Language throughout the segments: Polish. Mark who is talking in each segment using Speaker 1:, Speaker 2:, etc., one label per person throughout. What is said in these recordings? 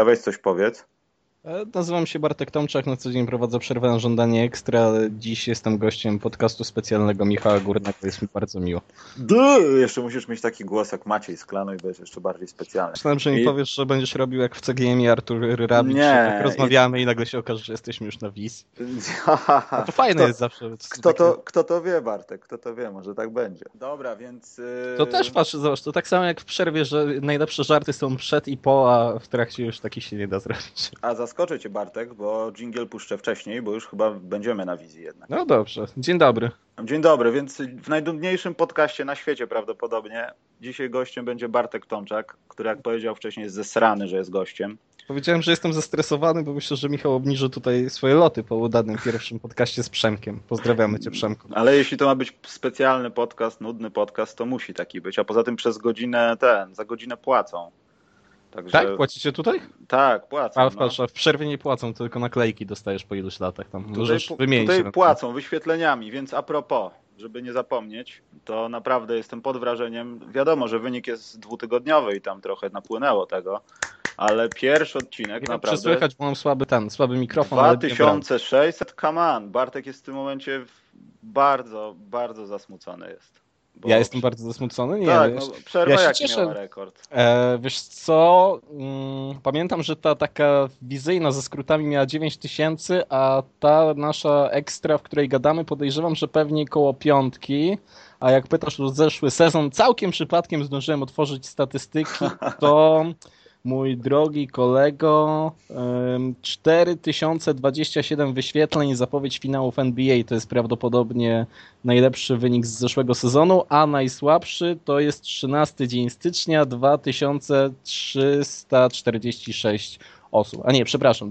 Speaker 1: weź coś powiedz.
Speaker 2: Nazywam się Bartek Tomczak, na co dzień prowadzę przerwę na żądanie ekstra, ale dziś jestem gościem podcastu specjalnego Michała Górnego, jest mi bardzo miło.
Speaker 1: Jeszcze musisz mieć taki głos jak Maciej Sklano i będziesz jeszcze bardziej specjalny.
Speaker 2: Myślałem, że mi powiesz, że będziesz robił jak w CGM Artur Rabicz,
Speaker 1: Nie.
Speaker 2: że tak rozmawiamy i nagle się okaże, że jesteśmy już na wizji. A to fajne jest zawsze.
Speaker 1: Kto to wie, Bartek? Kto to wie? Może tak będzie. Dobra, więc...
Speaker 2: To też patrz, zobacz, to tak samo jak w przerwie, że najlepsze żarty są przed i po, a w trakcie już takich się nie da zrobić.
Speaker 1: A zaskoczę cię, Bartek, bo dżingiel puszczę wcześniej, bo już chyba będziemy na wizji jednak.
Speaker 2: No dobrze, dzień dobry.
Speaker 1: Dzień dobry, więc w najdudniejszym podcaście na świecie prawdopodobnie dzisiaj gościem będzie Bartek Tomczak, który jak powiedział wcześniej jest zesrany, że jest gościem.
Speaker 2: Powiedziałem, że jestem zestresowany, bo myślę, że Michał obniży tutaj swoje loty po udanym pierwszym podcaście z Przemkiem. Pozdrawiamy cię, Przemku.
Speaker 1: Ale jeśli to ma być specjalny podcast, nudny podcast, to musi taki być. A poza tym przez godzinę za godzinę płacą. Także...
Speaker 2: Tak? Płacicie tutaj?
Speaker 1: Tak, płacą.
Speaker 2: Ale w przerwie nie płacą, tylko naklejki dostajesz po iluś latach. Tam możesz wymienić.
Speaker 1: Tutaj płacą wyświetleniami, więc a propos, żeby nie zapomnieć, to naprawdę jestem pod wrażeniem. Wiadomo, że wynik jest dwutygodniowy i tam trochę napłynęło tego, ale pierwszy odcinek
Speaker 2: nie
Speaker 1: naprawdę...
Speaker 2: Przesłychać, bo mam słaby mikrofon.
Speaker 1: 2600, come on. Bartek jest w tym momencie bardzo, bardzo zasmucony jest.
Speaker 2: Ja jestem bardzo zasmucony? Nie,
Speaker 1: tak,
Speaker 2: wiesz,
Speaker 1: przerwa
Speaker 2: ja się
Speaker 1: jaki
Speaker 2: cieszę.
Speaker 1: miała rekord?
Speaker 2: Wiesz co, pamiętam, że ta taka wizyjna ze skrótami miała 9000, a ta nasza ekstra, w której gadamy, podejrzewam, że pewnie koło 5. A jak pytasz o zeszły sezon, całkiem przypadkiem zdążyłem otworzyć statystyki, to mój drogi kolego, 4027 wyświetleń, zapowiedź finałów NBA, to jest prawdopodobnie najlepszy wynik z zeszłego sezonu, a najsłabszy to jest 13 dzień stycznia, 2346 osób. A nie, przepraszam,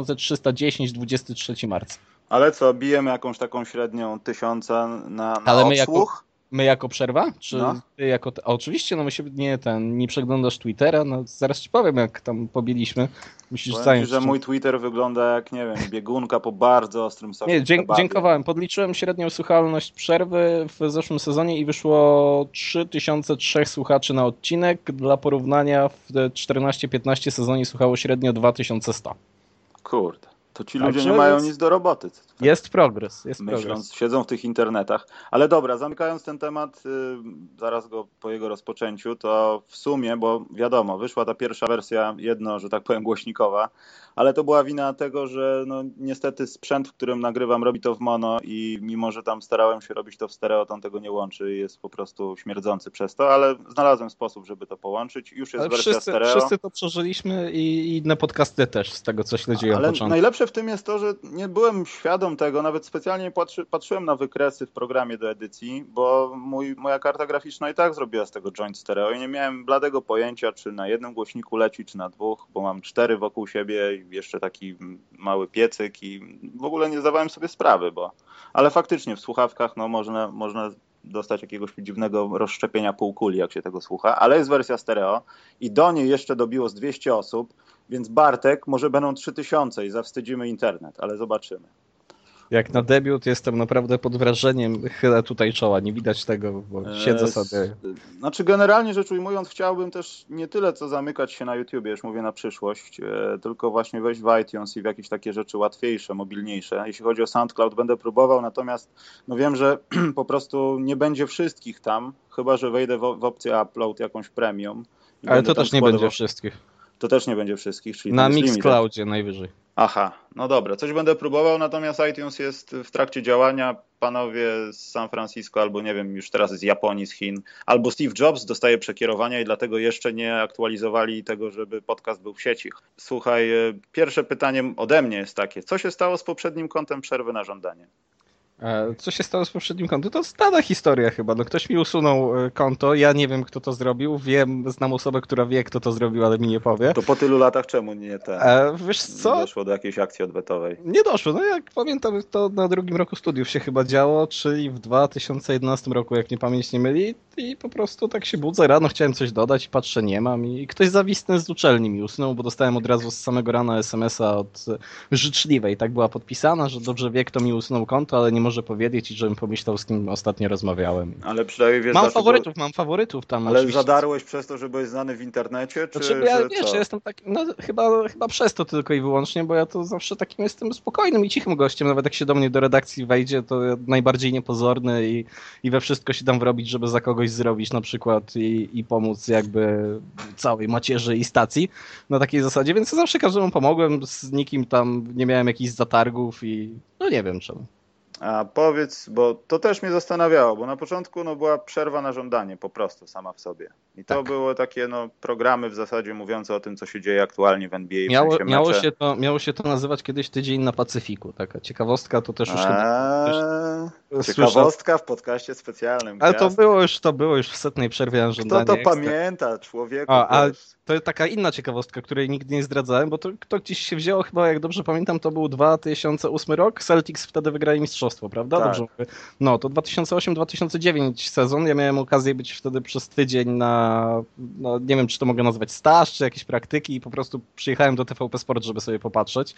Speaker 2: 2310, 23 marca.
Speaker 1: Ale co, bijemy jakąś taką średnią 1000 na odsłuch?
Speaker 2: My jako przerwa? Czy
Speaker 1: no.
Speaker 2: ty jako... Oczywiście, no my się nie przeglądasz Twittera, no zaraz ci powiem, jak tam pobiliśmy. Musisz zająć.
Speaker 1: Że mój Twitter wygląda jak, nie wiem, biegunka po bardzo ostrym sosie.
Speaker 2: Nie, dziękowałem. Podliczyłem średnią słuchalność przerwy w zeszłym sezonie i wyszło 3003 słuchaczy na odcinek. Dla porównania w 14-15 sezonie słuchało średnio 2100.
Speaker 1: Kurde. To ci ludzie nie mają nic do roboty.
Speaker 2: Jest progres.
Speaker 1: Siedzą w tych internetach. Ale dobra, zamykając ten temat, zaraz po jego rozpoczęciu, to w sumie, bo wiadomo, wyszła ta pierwsza wersja, że tak powiem, głośnikowa, ale to była wina tego, że no, niestety sprzęt, w którym nagrywam, robi to w mono i mimo, że tam starałem się robić to w stereo, to on tego nie łączy i jest po prostu śmierdzący przez to, ale znalazłem sposób, żeby to połączyć. Już jest wersja stereo.
Speaker 2: Wszyscy to przeżyliśmy i inne podcasty też, z tego co śledziłem
Speaker 1: ale
Speaker 2: początku.
Speaker 1: Najlepsze w tym jest to, że nie byłem świadom tego, nawet specjalnie patrzyłem na wykresy w programie do edycji, bo moja karta graficzna i tak zrobiła z tego joint stereo i nie miałem bladego pojęcia, czy na jednym głośniku leci, czy na 2, bo mam 4 wokół siebie i jeszcze taki mały piecyk i w ogóle nie zdawałem sobie sprawy, ale faktycznie w słuchawkach no, można dostać jakiegoś dziwnego rozszczepienia półkuli, jak się tego słucha, ale jest wersja stereo i do niej jeszcze dobiło z 200 osób, więc Bartek, może będą 3000 i zawstydzimy internet, ale zobaczymy.
Speaker 2: Jak na debiut jestem naprawdę pod wrażeniem, chylę tutaj czoła, nie widać tego, bo siedzę sobie.
Speaker 1: Znaczy generalnie rzecz ujmując, chciałbym też nie tyle co zamykać się na YouTubie, już mówię na przyszłość, tylko właśnie wejść w iTunes i w jakieś takie rzeczy łatwiejsze, mobilniejsze. Jeśli chodzi o SoundCloud będę próbował, natomiast no wiem, że po prostu nie będzie wszystkich tam, chyba że wejdę w opcję upload jakąś premium.
Speaker 2: Ale to też nie będzie wszystkich.
Speaker 1: To też nie będzie wszystkich. Czyli
Speaker 2: na Mixcloudzie najwyżej.
Speaker 1: Aha, no dobra, coś będę próbował, natomiast iTunes jest w trakcie działania. Panowie z San Francisco albo nie wiem, już teraz z Japonii, z Chin, albo Steve Jobs dostaje przekierowania i dlatego jeszcze nie aktualizowali tego, żeby podcast był w sieci. Słuchaj, pierwsze pytanie ode mnie jest takie, co się stało z poprzednim kontem przerwy na żądanie?
Speaker 2: Co się stało z poprzednim kontem? To znana historia chyba. No, ktoś mi usunął konto, ja nie wiem kto to zrobił, znam osobę, która wie kto to zrobił, ale mi nie powie.
Speaker 1: To po tylu latach czemu nie
Speaker 2: wiesz co?
Speaker 1: doszło do jakiejś akcji odwetowej?
Speaker 2: Nie doszło, no jak pamiętam to na 2. roku studiów się chyba działo, czyli w 2011 roku, jak mnie pamięć nie myli i po prostu tak się budzę rano, chciałem coś dodać i patrzę nie mam i ktoś zawistny z uczelni mi usunął, bo dostałem od razu z samego rana SMS-a od życzliwej, tak była podpisana, że dobrze wie kto mi usunął konto, ale nie może powiedzieć i żebym pomyślał, z kim ostatnio rozmawiałem.
Speaker 1: Ale przynajmniej wiesz,
Speaker 2: Mam faworytów tam.
Speaker 1: Ale
Speaker 2: oczywiście.
Speaker 1: zadarłeś przez to, że byłeś znany w internecie, czy
Speaker 2: Znaczy, ja,
Speaker 1: że
Speaker 2: wiesz,
Speaker 1: co?
Speaker 2: ja jestem taki, no chyba przez to tylko i wyłącznie, bo ja to zawsze takim jestem spokojnym i cichym gościem, nawet jak się do mnie do redakcji wejdzie, to ja najbardziej niepozorny i we wszystko się dam wrobić, żeby za kogoś zrobić na przykład i pomóc jakby całej macierzy i stacji na takiej zasadzie, więc ja zawsze każdemu pomogłem, z nikim tam nie miałem jakichś zatargów i no nie wiem czemu.
Speaker 1: A powiedz, bo to też mnie zastanawiało, bo na początku no, była przerwa na żądanie po prostu sama w sobie. I to było takie no, programy w zasadzie mówiące o tym, co się dzieje aktualnie w NBA.
Speaker 2: Miało się to nazywać kiedyś Tydzień na Pacyfiku. Taka ciekawostka to też już
Speaker 1: ciekawostka w podcaście specjalnym.
Speaker 2: Ale to było już w setnej przerwie na żądanie.
Speaker 1: Kto to pamięta, człowieku?
Speaker 2: Ale to taka inna ciekawostka, której nigdy nie zdradzałem, bo to gdzieś się wzięło chyba, jak dobrze pamiętam, to był 2008 rok. Celtics wtedy wygrali mistrzostwo, prawda?
Speaker 1: Tak.
Speaker 2: Dobrze mówię. No, to 2008-2009 sezon. Ja miałem okazję być wtedy przez tydzień no, nie wiem, czy to mogę nazwać staż, czy jakieś praktyki i po prostu przyjechałem do TVP Sport, żeby sobie popatrzeć.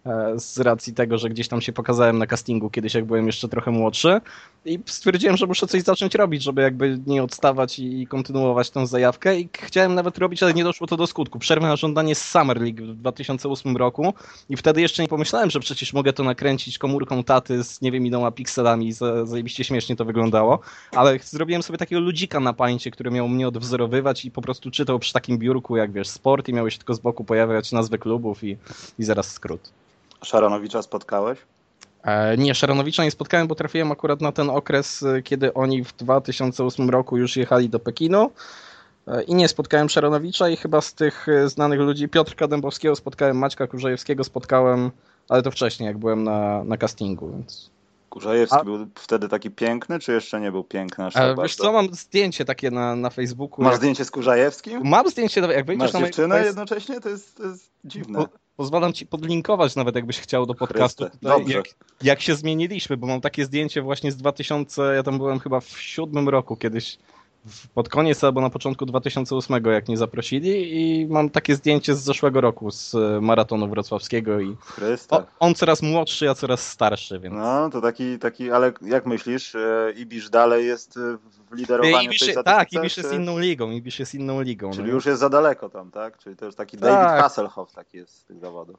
Speaker 2: Z racji tego, że gdzieś tam się pokazałem na castingu kiedyś, jak byłem jeszcze trochę młodszy i stwierdziłem, że muszę coś zacząć robić, żeby jakby nie odstawać i kontynuować tę zajawkę i chciałem nawet robić, ale nie doszło to do skutku. Przerwę na żądanie z Summer League w 2008 roku i wtedy jeszcze nie pomyślałem, że przecież mogę to nakręcić komórką taty z nie wiem iloma pikselami, zajebiście śmiesznie to wyglądało, ale zrobiłem sobie takiego ludzika na pańcie, który miał mnie odwzorowywać i po prostu czytał przy takim biurku, jak wiesz, sport i miały się tylko z boku pojawiać nazwy klubów i zaraz skrót.
Speaker 1: Szaranowicza spotkałeś?
Speaker 2: Nie, Szaranowicza nie spotkałem, bo trafiłem akurat na ten okres, kiedy oni w 2008 roku już jechali do Pekinu i nie spotkałem Szaranowicza i chyba z tych znanych ludzi Piotrka Dębowskiego spotkałem, Maćka Kurzajewskiego spotkałem, ale to wcześniej, jak byłem na castingu, więc...
Speaker 1: Kurzajewski był wtedy taki piękny, czy jeszcze nie był piękny?
Speaker 2: Wiesz co, mam zdjęcie takie na Facebooku.
Speaker 1: Masz zdjęcie z Kurzajewskim?
Speaker 2: Mam zdjęcie, jak wejdziesz
Speaker 1: na dziewczynę jednocześnie? To jest dziwne.
Speaker 2: Pozwalam ci podlinkować nawet, jakbyś chciał do podcastu.
Speaker 1: Tutaj,
Speaker 2: jak się zmieniliśmy, bo mam takie zdjęcie właśnie z 2000, ja tam byłem chyba w 2007 roku kiedyś, pod koniec albo na początku 2008, jak mnie zaprosili i mam takie zdjęcie z zeszłego roku, z maratonu wrocławskiego i on coraz młodszy, ja coraz starszy, więc...
Speaker 1: No, to taki, ale jak myślisz, Ibisz dalej jest w liderowaniu tej statystyce?
Speaker 2: Tak, Ibisz jest inną ligą.
Speaker 1: Czyli już jest za daleko tam, tak? Czyli to już taki David Hasselhoff taki jest z tych zawodów.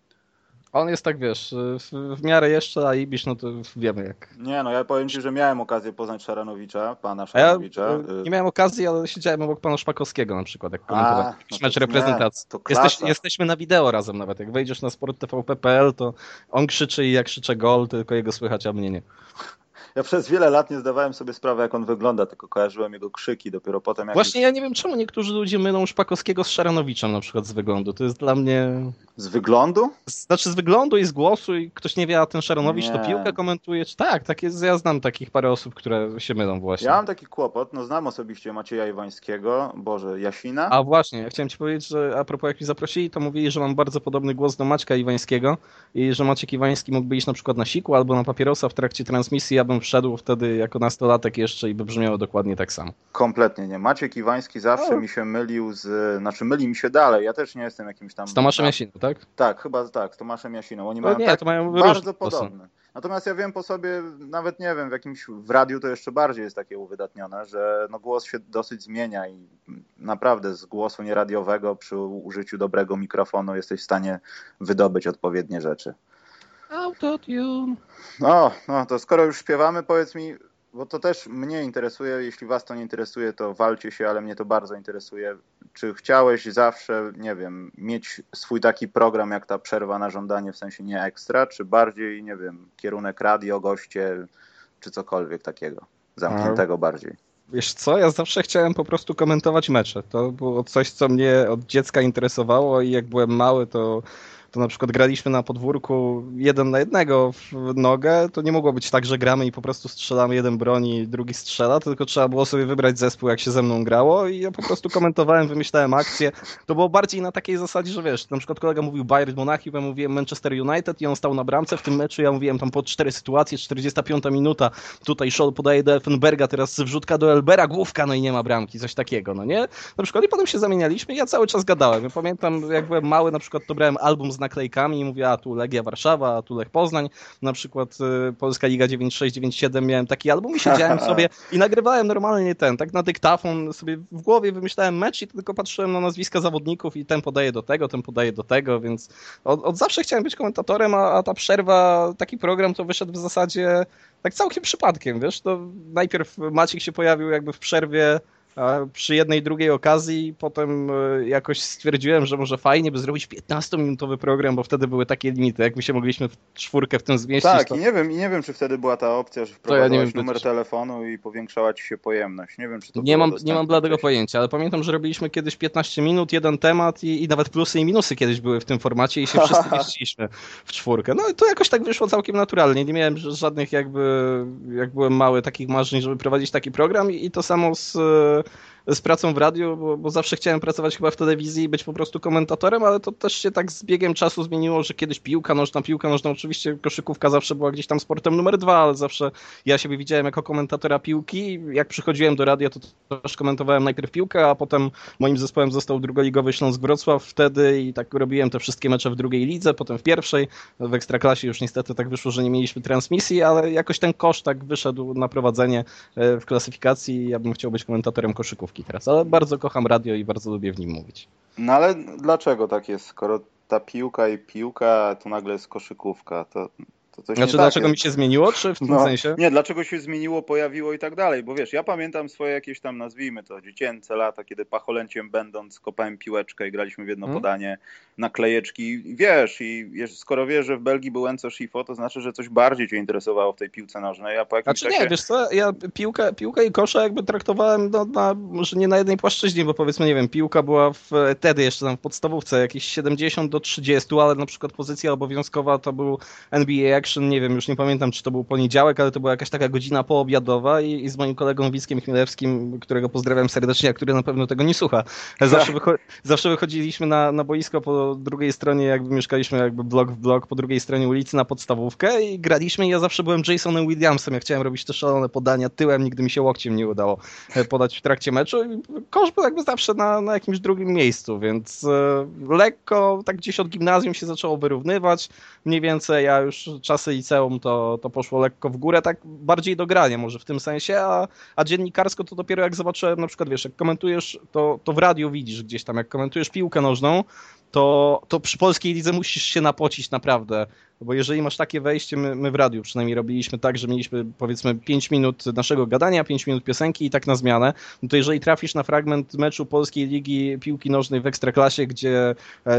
Speaker 2: On jest tak, wiesz, w miarę jeszcze, a Ibisz, no to wiemy jak.
Speaker 1: Nie, no ja powiem ci, że miałem okazję poznać Szaranowicza, pana Szaranowicza.
Speaker 2: Ja nie miałem okazji, ale siedziałem obok pana Szpakowskiego na przykład, jak komentowałem mecz reprezentacji. Jesteśmy na wideo razem nawet, jak wejdziesz na sporttvp.pl, to on krzyczy i jak krzyczę gol, tylko jego słychać, a mnie nie.
Speaker 1: Ja przez wiele lat nie zdawałem sobie sprawy, jak on wygląda, tylko kojarzyłem jego krzyki, dopiero potem...
Speaker 2: Właśnie ja nie wiem, czemu niektórzy ludzie mylą Szpakowskiego z Szaranowiczem na przykład z wyglądu. To jest dla mnie...
Speaker 1: Z wyglądu?
Speaker 2: Znaczy z wyglądu i z głosu i ktoś nie wie, a ten Szaranowicz to piłkę komentuje. Tak jest, ja znam takich parę osób, które się mylą właśnie.
Speaker 1: Ja mam taki kłopot, no znam osobiście Macieja Iwańskiego, Jasina.
Speaker 2: A właśnie, ja chciałem ci powiedzieć, że a propos jak mi zaprosili, to mówili, że mam bardzo podobny głos do Maćka Iwańskiego i że Maciek Iwański mógłby iść na przykład na siku albo na papierosa w trakcie transmisji, ja bym wszedł wtedy jako nastolatek jeszcze i by brzmiało dokładnie tak samo.
Speaker 1: Kompletnie nie. Maciek Iwański zawsze mi się mylił myli mi się dalej. Ja też nie jestem jakimś tam...
Speaker 2: Z Tomaszem Jasiną, tak?
Speaker 1: Tak, chyba tak, z Tomaszem Jasiną. Oni
Speaker 2: mają
Speaker 1: bardzo podobne. Natomiast ja wiem po sobie, nawet nie wiem, w radiu to jeszcze bardziej jest takie uwydatnione, że no głos się dosyć zmienia i naprawdę z głosu nieradiowego przy użyciu dobrego mikrofonu jesteś w stanie wydobyć odpowiednie rzeczy.
Speaker 2: Autotune.
Speaker 1: No, to skoro już śpiewamy, powiedz mi, bo to też mnie interesuje, jeśli was to nie interesuje, to walcie się, ale mnie to bardzo interesuje. Czy chciałeś zawsze, nie wiem, mieć swój taki program jak ta przerwa na żądanie, w sensie nie ekstra, czy bardziej, nie wiem, kierunek radio, goście, czy cokolwiek takiego, zamkniętego bardziej?
Speaker 2: Wiesz co, ja zawsze chciałem po prostu komentować mecze. To było coś, co mnie od dziecka interesowało i jak byłem mały, to na przykład graliśmy na podwórku 1 na 1 w nogę, to nie mogło być tak, że gramy i po prostu strzelamy, jeden broni, drugi strzela, tylko trzeba było sobie wybrać zespół, jak się ze mną grało i ja po prostu komentowałem, wymyślałem akcje. To było bardziej na takiej zasadzie, że wiesz, na przykład kolega mówił Bayern Monachium, ja mówiłem Manchester United i on stał na bramce w tym meczu, ja mówiłem tam po 4 sytuacje, 45 minuta, tutaj Scholl podaje do Effenberga, teraz wrzutka do Elbera, główka, no i nie ma bramki, coś takiego, no nie? Na przykład i potem się zamienialiśmy i ja cały czas gadałem. Ja pamiętam, jak byłem mały, na przykład to brałem album z z naklejkami i mówię, a tu Legia Warszawa, a tu Lech Poznań, na przykład Polska Liga 96-97 miałem taki album i siedziałem sobie i nagrywałem normalnie tak na dyktafon sobie w głowie wymyślałem mecz i tylko patrzyłem na nazwiska zawodników i ten podaje do tego, ten podaje do tego, więc od zawsze chciałem być komentatorem, a ta przerwa, taki program to wyszedł w zasadzie tak całkiem przypadkiem, wiesz, to najpierw Maciek się pojawił jakby w przerwie przy jednej, drugiej okazji, potem jakoś stwierdziłem, że może fajnie by zrobić 15-minutowy program, bo wtedy były takie limity, jakby się mogliśmy w czwórkę w tym zmieścić.
Speaker 1: Tak,
Speaker 2: to...
Speaker 1: i nie wiem, czy wtedy była ta opcja, że wprowadzałeś numer telefonu i powiększała ci się pojemność. Nie wiem, czy to było
Speaker 2: Nie mam bladego pojęcia, ale pamiętam, że robiliśmy kiedyś 15 minut, jeden temat i nawet plusy i minusy kiedyś były w tym formacie i się wszyscy mieściliśmy w czwórkę. No i to jakoś tak wyszło całkiem naturalnie. Nie miałem żadnych jak byłem mały, takich marzeń, żeby prowadzić taki program i to samo z pracą w radiu, bo zawsze chciałem pracować chyba w telewizji i być po prostu komentatorem, ale to też się tak z biegiem czasu zmieniło, że kiedyś piłka nożna, oczywiście koszykówka zawsze była gdzieś tam sportem numer 2, ale zawsze ja siebie widziałem jako komentatora piłki. Jak przychodziłem do radia, to też komentowałem najpierw piłkę, a potem moim zespołem został drugoligowy Śląsk Wrocław wtedy i tak robiłem te wszystkie mecze w drugiej lidze, potem w pierwszej, w Ekstraklasie już niestety tak wyszło, że nie mieliśmy transmisji, ale jakoś ten koszt tak wyszedł na prowadzenie w klasyfikacji i ja bym chciał być komentatorem koszykówki teraz, ale bardzo kocham radio i bardzo lubię w nim mówić.
Speaker 1: No ale dlaczego tak jest, skoro ta piłka, to nagle jest koszykówka, to coś
Speaker 2: znaczy, dlaczego mi się zmieniło, czy w tym sensie?
Speaker 1: Nie, dlaczego się zmieniło, pojawiło i tak dalej, bo wiesz, ja pamiętam swoje jakieś tam, nazwijmy to, dziecięce lata, kiedy pacholęciem będąc kopałem piłeczkę i graliśmy w jedno podanie, naklejeczki, wiesz, skoro wiesz, że w Belgii był Enzo Schifo, to znaczy, że coś bardziej cię interesowało w tej piłce nożnej, a po jakimś
Speaker 2: czasie... nie, wiesz co, ja piłkę i kosza jakby traktowałem, może nie na jednej płaszczyźnie, bo powiedzmy, nie wiem, piłka była wtedy jeszcze tam w podstawówce jakieś 70 do 30, ale na przykład pozycja obowiązkowa to był NBA Action, nie wiem, już nie pamiętam, czy to był poniedziałek, ale to była jakaś taka godzina poobiadowa i z moim kolegą Wickiem Chmielewskim, którego pozdrawiam serdecznie, a który na pewno tego nie słucha. Zawsze wychodziliśmy na boisko po drugiej stronie, jakby mieszkaliśmy jakby blok w blok, po drugiej stronie ulicy na podstawówkę i graliśmy i ja zawsze byłem Jasonem Williamsem, ja chciałem robić te szalone podania tyłem, nigdy mi się łokciem nie udało podać w trakcie meczu i kosz był jakby zawsze na jakimś drugim miejscu, więc lekko, tak gdzieś od gimnazjum się zaczęło wyrównywać, mniej więcej ja już czasy liceum to poszło lekko w górę, tak bardziej do grania może w tym sensie, a dziennikarsko to dopiero jak zobaczyłem, na przykład wiesz, jak komentujesz, to w radiu widzisz gdzieś tam, jak komentujesz piłkę nożną, to przy polskiej lidze musisz się napocić naprawdę, bo jeżeli masz takie wejście, my w radiu przynajmniej robiliśmy tak, że mieliśmy powiedzmy 5 minut naszego gadania, 5 minut piosenki i tak na zmianę, no to jeżeli trafisz na fragment meczu Polskiej Ligi Piłki Nożnej w Ekstraklasie, gdzie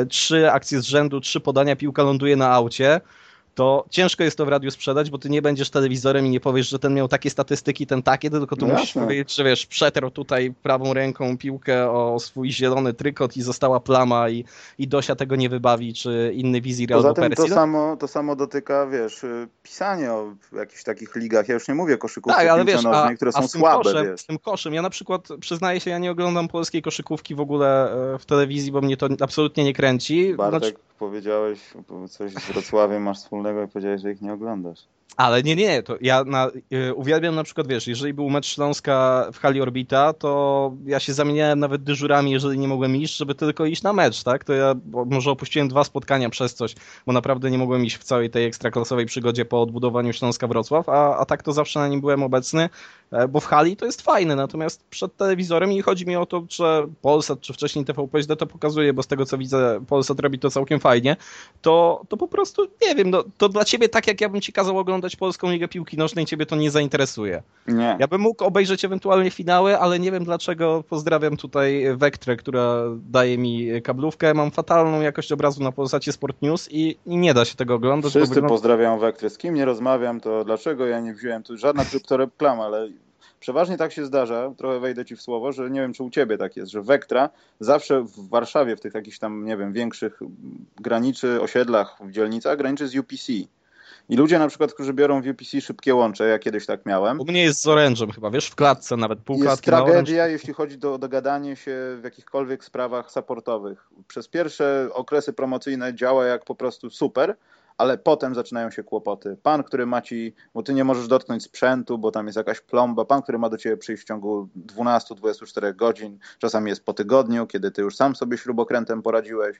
Speaker 2: 3 akcje z rzędu, 3 podania, piłka ląduje na aucie, to ciężko jest to w radiu sprzedać, bo ty nie będziesz telewizorem i nie powiesz, że ten miał takie statystyki, ten takie, tylko tu musisz powiedzieć, że wiesz, przetarł tutaj prawą ręką piłkę o swój zielony trykot i została plama i Dosia tego nie wybawi, czy inny wizir albo Persil.
Speaker 1: Poza tym to samo dotyka, wiesz, pisanie o jakichś takich ligach. Ja już nie mówię koszykówce,
Speaker 2: tak, ale wiesz,
Speaker 1: nożnej, które są słabe, wiesz.
Speaker 2: Z tym koszem, ja na przykład przyznaję się, ja nie oglądam polskiej koszykówki w ogóle w telewizji, bo mnie to absolutnie nie kręci.
Speaker 1: Bartek, powiedziałeś coś z Wrocławiem masz wspólnego i powiedziałeś, że ich nie oglądasz.
Speaker 2: Ale nie, to ja uwielbiam na przykład, wiesz, jeżeli był mecz Śląska w hali Orbita, to ja się zamieniałem nawet dyżurami, jeżeli nie mogłem iść, żeby tylko iść na mecz, tak? To ja może opuściłem 2 spotkania przez coś, bo naprawdę nie mogłem iść w całej tej ekstraklasowej przygodzie po odbudowaniu Śląska Wrocław, a tak to zawsze na nim byłem obecny, bo w hali to jest fajne, natomiast przed telewizorem i chodzi mi o to, że Polsat czy wcześniej TVP źle to pokazuje, bo z tego co widzę Polsat robi to całkiem fajnie, to po prostu, nie wiem, no, to dla ciebie tak jak ja bym ci kazał oglądać Polską Ligę Piłki Nożnej, ciebie to nie zainteresuje.
Speaker 1: Nie.
Speaker 2: Ja bym mógł obejrzeć ewentualnie finały, ale nie wiem dlaczego. Pozdrawiam tutaj Wektrę, która daje mi kablówkę. Mam fatalną jakość obrazu na Polsacie Sport News i nie da się tego oglądać.
Speaker 1: Wszyscy pozdrawiają Wektrę. Z kim nie rozmawiam, to dlaczego ja nie wziąłem tu żadna kryptoreklama, ale przeważnie tak się zdarza, trochę wejdę ci w słowo, że nie wiem, czy u ciebie tak jest, że Wektra zawsze w Warszawie, w tych jakichś tam, nie wiem, większych graniczy, osiedlach, w dzielnicach, graniczy z UPC. I ludzie na przykład, którzy biorą w UPC szybkie łącze, ja kiedyś tak miałem.
Speaker 2: U mnie jest z Orange'em chyba, wiesz, w klatce nawet, pół klatki.
Speaker 1: Jest tragedia, jeśli chodzi o dogadanie się w jakichkolwiek sprawach supportowych. Przez pierwsze okresy promocyjne działa jak po prostu super, ale potem zaczynają się kłopoty. Pan, który ma ci, bo ty nie możesz dotknąć sprzętu, bo tam jest jakaś plomba, pan, który ma do ciebie przyjść w ciągu 12-24 godzin, czasami jest po tygodniu, kiedy ty już sam sobie śrubokrętem poradziłeś.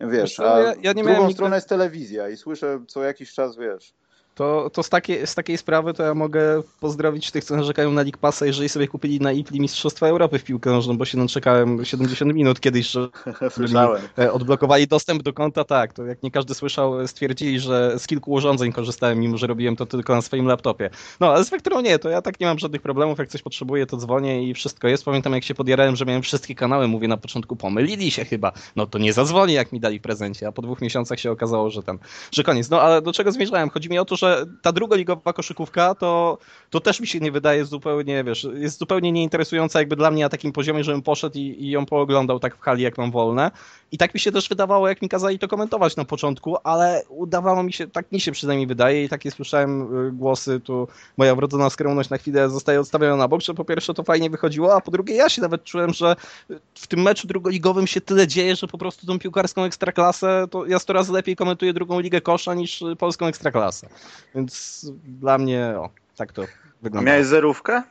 Speaker 1: wiesz,
Speaker 2: co,
Speaker 1: a
Speaker 2: ja nie
Speaker 1: drugą
Speaker 2: miałem
Speaker 1: stronę jest telewizja i słyszę co jakiś czas, wiesz.
Speaker 2: To z takiej sprawy to ja mogę pozdrowić tych, co narzekają na League Passa, jeżeli sobie kupili na Ipli Mistrzostwa Europy w piłkę nożną, bo się doczekałem 70 minut kiedyś, żeby mi
Speaker 1: Słyszałem.
Speaker 2: odblokowali dostęp do konta, tak, to jak nie każdy słyszał, stwierdzili, że z kilku urządzeń korzystałem, mimo że robiłem to tylko na swoim laptopie. No, ale z Vectorą nie, to ja tak nie mam żadnych problemów, jak coś potrzebuję, to dzwonię i wszystko jest. Pamiętam, jak się podjarałem, że miałem wszystkie kanały, mówię na początku, pomylili się chyba, no to nie zadzwoni, jak mi dali w prezencie, a po 2 miesiącach się okazało, że koniec. No, ale do czego zmierzałem? Chodzi mi o to, że ta drugoligowa koszykówka to też mi się nie wydaje zupełnie, wiesz, jest zupełnie nieinteresująca jakby dla mnie na takim poziomie, żebym poszedł i ją pooglądał tak w hali, jak mam wolne. I tak mi się też wydawało, jak mi kazali to komentować na początku, ale udawało mi się, tak mi się przynajmniej wydaje i takie słyszałem głosy, tu moja wrodzona skromność na chwilę zostaje odstawiona na bok, że po pierwsze to fajnie wychodziło, a po drugie ja się nawet czułem, że w tym meczu drugoligowym się tyle dzieje, że po prostu tą piłkarską ekstraklasę, to ja 100 razy lepiej komentuję drugą ligę kosza niż polską ekstraklasę. Więc dla mnie, tak to
Speaker 1: A
Speaker 2: wygląda.
Speaker 1: miałeś zerówkę?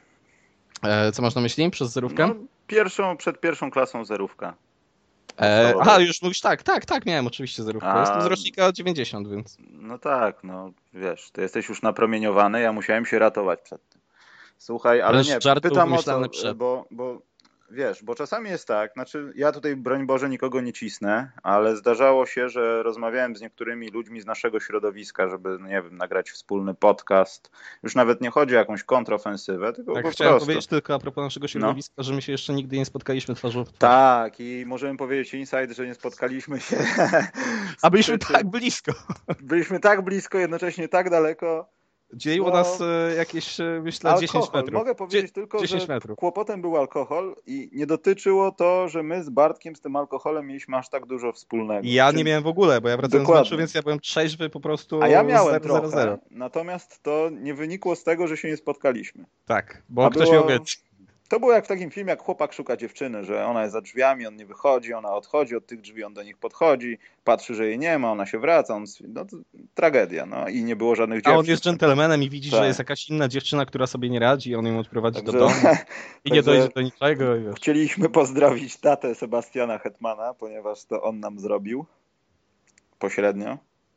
Speaker 2: Co masz na myśli przez zerówkę?
Speaker 1: No, przed pierwszą klasą zerówka.
Speaker 2: Aha, już mówisz tak, miałem oczywiście zerówkę. Jestem z rocznika 90, więc...
Speaker 1: No tak, no wiesz, ty jesteś już napromieniowany, ja musiałem się ratować przed tym. Słuchaj, ale nie, pytam o to, bo wiesz, bo czasami jest tak, znaczy ja tutaj broń Boże nikogo nie cisnę, ale zdarzało się, że rozmawiałem z niektórymi ludźmi z naszego środowiska, żeby, nie wiem, nagrać wspólny podcast. Już nawet nie chodzi o jakąś kontrofensywę, tylko
Speaker 2: tak,
Speaker 1: po
Speaker 2: chciałem
Speaker 1: prostu.
Speaker 2: powiedzieć tylko a propos naszego środowiska, że my się jeszcze nigdy nie spotkaliśmy twarzą w twarz.
Speaker 1: Tak, i możemy powiedzieć inside, że nie spotkaliśmy się.
Speaker 2: A byliśmy tak blisko.
Speaker 1: Byliśmy tak blisko, jednocześnie tak daleko.
Speaker 2: Dzieliło nas jakieś, myślę,
Speaker 1: alkohol.
Speaker 2: 10 metrów.
Speaker 1: Mogę powiedzieć tylko, że
Speaker 2: metrów.
Speaker 1: Kłopotem był alkohol i nie dotyczyło to, że my z Bartkiem z tym alkoholem mieliśmy aż tak dużo wspólnego.
Speaker 2: Ja nie miałem w ogóle, bo ja wracałem z meczu, więc ja byłem trzeźwy po prostu.
Speaker 1: A ja miałem
Speaker 2: 0,
Speaker 1: trochę, natomiast to nie wynikło z tego, że się nie spotkaliśmy.
Speaker 2: Tak, bo ktoś miał być.
Speaker 1: To było jak w takim filmie, jak chłopak szuka dziewczyny, że ona jest za drzwiami, on nie wychodzi, ona odchodzi od tych drzwi, on do nich podchodzi, patrzy, że jej nie ma, ona się wraca, no to tragedia, no i nie było żadnych dziewczyn.
Speaker 2: A on jest dżentelmenem i widzi, że jest jakaś inna dziewczyna, która sobie nie radzi i on ją odprowadzi do domu i nie dojdzie do niczego.
Speaker 1: Chcieliśmy pozdrowić tatę Sebastiana Hetmana, ponieważ to on nam zrobił pośrednio.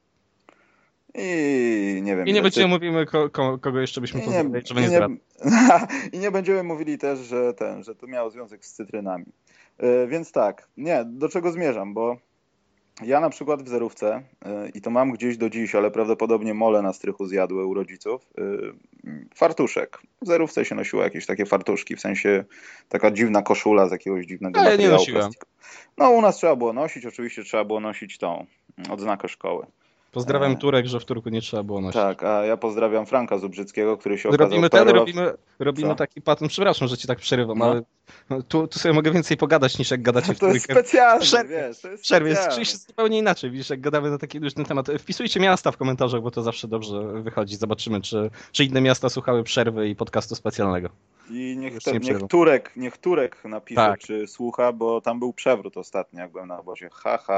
Speaker 1: I nie wiem.
Speaker 2: I nie będziemy mówimy, kogo jeszcze byśmy pozdrowili, żeby nie zdradzać.
Speaker 1: I nie będziemy mówili też, że to miało związek z cytrynami. Więc tak, nie, do czego zmierzam, bo ja na przykład w zerówce, i to mam gdzieś do dziś, ale prawdopodobnie mole na strychu zjadły u rodziców, fartuszek. W zerówce się nosiło jakieś takie fartuszki, w sensie taka dziwna koszula z jakiegoś dziwnego materiału.
Speaker 2: Ja nie nosiłem.
Speaker 1: No u nas trzeba było nosić, oczywiście trzeba było nosić tą odznakę szkoły.
Speaker 2: Pozdrawiam Turek, że w Turku nie trzeba było nosić.
Speaker 1: Tak, a ja pozdrawiam Franka Zubrzyckiego, który się okazał...
Speaker 2: Robimy taki patent, przepraszam, że ci tak przerywam, ale tu sobie mogę więcej pogadać niż jak gadacie w
Speaker 1: trójkę. To jest specjalne, wiesz, to jest
Speaker 2: przerwie, czuje się zupełnie inaczej, widzisz, jak gadamy na taki luźny temat. Wpisujcie miasta w komentarzach, bo to zawsze dobrze wychodzi. Zobaczymy, czy inne miasta słuchały przerwy i podcastu specjalnego.
Speaker 1: I niech Turek napisze, czy słucha, bo tam był przewrót ostatnio, jak byłem na obozie.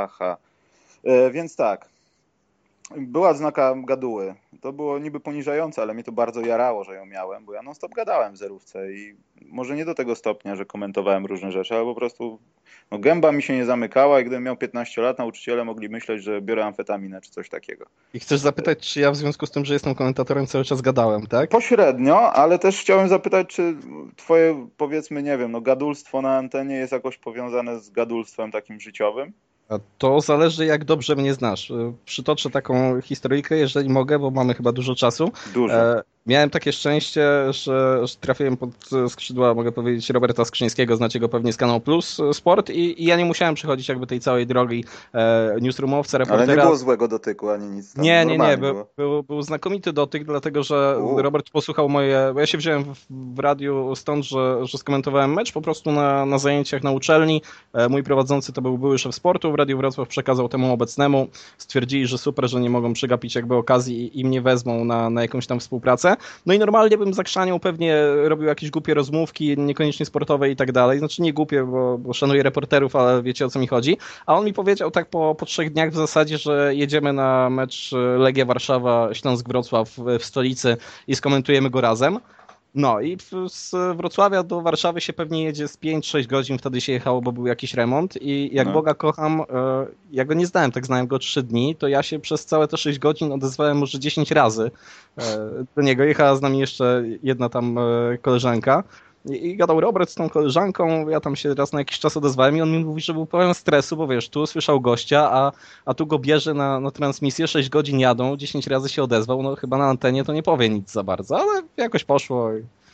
Speaker 1: Więc tak. Była znaka gaduły. To było niby poniżające, ale mnie to bardzo jarało, że ją miałem, bo ja non-stop gadałem w zerówce i może nie do tego stopnia, że komentowałem różne rzeczy, ale po prostu gęba mi się nie zamykała i gdybym miał 15 lat, nauczyciele mogli myśleć, że biorę amfetaminę czy coś takiego.
Speaker 2: I chcesz zapytać, czy ja w związku z tym, że jestem komentatorem, cały czas gadałem, tak?
Speaker 1: Pośrednio, ale też chciałem zapytać, czy twoje, powiedzmy, nie wiem, gadulstwo na antenie jest jakoś powiązane z gadulstwem takim życiowym?
Speaker 2: A to zależy, jak dobrze mnie znasz. Przytoczę taką historyjkę, jeżeli mogę, bo mamy chyba dużo czasu.
Speaker 1: Dużo.
Speaker 2: Miałem takie szczęście, że trafiłem pod skrzydła, mogę powiedzieć, Roberta Skrzyńskiego, znacie go pewnie z Kanał Plus Sport i ja nie musiałem przechodzić jakby tej całej drogi newsroomowca, reportera.
Speaker 1: Ale nie było złego dotyku ani nic tam.
Speaker 2: Nie. Był znakomity dotyk, dlatego że Robert posłuchał bo ja się wziąłem w radiu stąd, że skomentowałem mecz po prostu na zajęciach na uczelni. Mój prowadzący to był były szef sportu w Radiu Wrocław, przekazał temu obecnemu. Stwierdzili, że super, że nie mogą przegapić jakby okazji i mnie wezmą na jakąś tam współpracę. No i normalnie bym zakrzaniał, pewnie robił jakieś głupie rozmówki, niekoniecznie sportowe i tak dalej. Znaczy nie głupie, bo szanuję reporterów, ale wiecie, o co mi chodzi. A on mi powiedział tak po 3 dniach w zasadzie, że jedziemy na mecz Legia Warszawa, Śląsk Wrocław w stolicy i skomentujemy go razem. No i z Wrocławia do Warszawy się pewnie jedzie z 5-6 godzin, wtedy się jechało, bo był jakiś remont i jak
Speaker 1: No.
Speaker 2: Boga kocham, ja go nie znałem, tak znałem go 3 dni, to ja się przez całe te 6 godzin odezwałem może 10 razy do niego. Jechała z nami jeszcze jedna tam koleżanka i gadał Robert z tą koleżanką, ja tam się raz na jakiś czas odezwałem i on mi mówi, że był pełen stresu, bo wiesz, tu słyszał gościa, a tu go bierze na transmisję, 6 godzin jadą, 10 razy się odezwał, no chyba na antenie to nie powie nic za bardzo, ale jakoś poszło.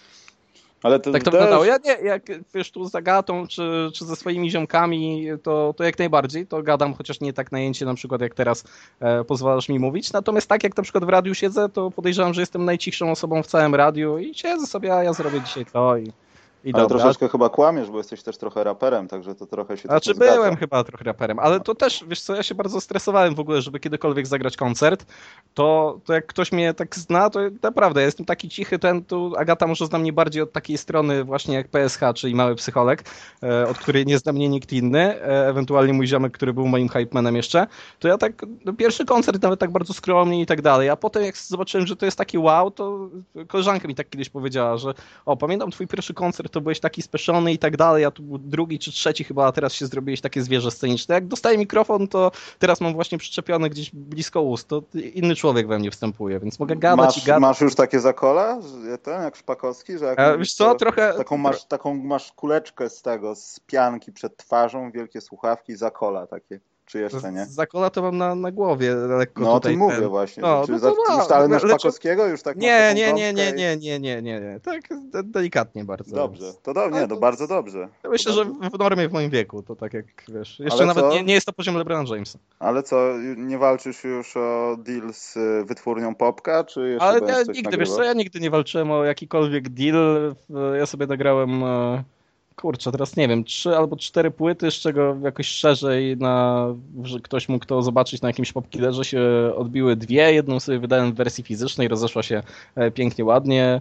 Speaker 1: Ale to
Speaker 2: Tak to
Speaker 1: też...
Speaker 2: wyglądało. Ja nie, jak wiesz, tu z Agatą, czy ze swoimi ziomkami, to jak najbardziej, to gadam, chociaż nie tak najęcie na przykład jak teraz pozwalasz mi mówić. Natomiast tak jak na przykład w radiu siedzę, to podejrzewam, że jestem najcichszą osobą w całym radiu i siedzę sobie, a ja zrobię dzisiaj to i
Speaker 1: Ale
Speaker 2: dobra.
Speaker 1: troszeczkę chyba kłamiesz, bo jesteś też trochę raperem, także to trochę się tak nie
Speaker 2: Byłem
Speaker 1: zgadza.
Speaker 2: chyba trochę raperem, ale to też, wiesz co, ja się bardzo stresowałem w ogóle, żeby kiedykolwiek zagrać koncert, to jak ktoś mnie tak zna, to naprawdę, ja jestem taki cichy, tu Agata może zna mnie bardziej od takiej strony właśnie jak PSH, czyli Mały Psycholog, od której nie zna mnie nikt inny, ewentualnie mój ziomek, który był moim hype manem jeszcze, to ja tak, pierwszy koncert nawet tak bardzo skromnie i tak dalej, a potem jak zobaczyłem, że to jest taki wow, to koleżanka mi tak kiedyś powiedziała, że pamiętam twój pierwszy koncert, to byłeś taki speszony i tak dalej, a tu był drugi czy trzeci chyba, a teraz się zrobiłeś takie zwierzę sceniczne. Jak dostaję mikrofon, to teraz mam właśnie przyczepiony gdzieś blisko ust, to inny człowiek we mnie wstępuje, więc mogę gadać i gadać.
Speaker 1: Masz już takie zakola, że ten jak Szpakowski, że jak mówisz,
Speaker 2: Wiesz co,
Speaker 1: to
Speaker 2: trochę...
Speaker 1: taką masz kuleczkę z pianki przed twarzą, wielkie słuchawki, zakola takie. Czy jeszcze nie?
Speaker 2: Zakola to mam na głowie lekko
Speaker 1: No o
Speaker 2: tutaj.
Speaker 1: tym mówię właśnie.
Speaker 2: No,
Speaker 1: Czy
Speaker 2: no to
Speaker 1: już, ale na Szpakowskiego już tak masz taką gąbkę
Speaker 2: nie. Tak delikatnie bardzo.
Speaker 1: Dobrze,
Speaker 2: Ale
Speaker 1: to bardzo dobrze.
Speaker 2: Myślę, że w normie w moim wieku, to tak jak wiesz. Jeszcze
Speaker 1: Ale
Speaker 2: nawet
Speaker 1: co?
Speaker 2: nie jest to poziom LeBrona Jamesa.
Speaker 1: Ale co, nie walczysz już o deal z wytwórnią Popka, czy jeszcze
Speaker 2: Ale
Speaker 1: będziesz
Speaker 2: ja
Speaker 1: coś
Speaker 2: nigdy,
Speaker 1: nagrywał?
Speaker 2: wiesz co, ja nigdy nie walczyłem o jakikolwiek deal. Ja sobie nagrałem, kurczę, teraz nie wiem, 3 albo 4 płyty, z czego jakoś szerzej, że ktoś mógł to zobaczyć na jakimś popkillerze, się odbiły 2. Jedną sobie wydałem w wersji fizycznej, rozeszła się pięknie, ładnie.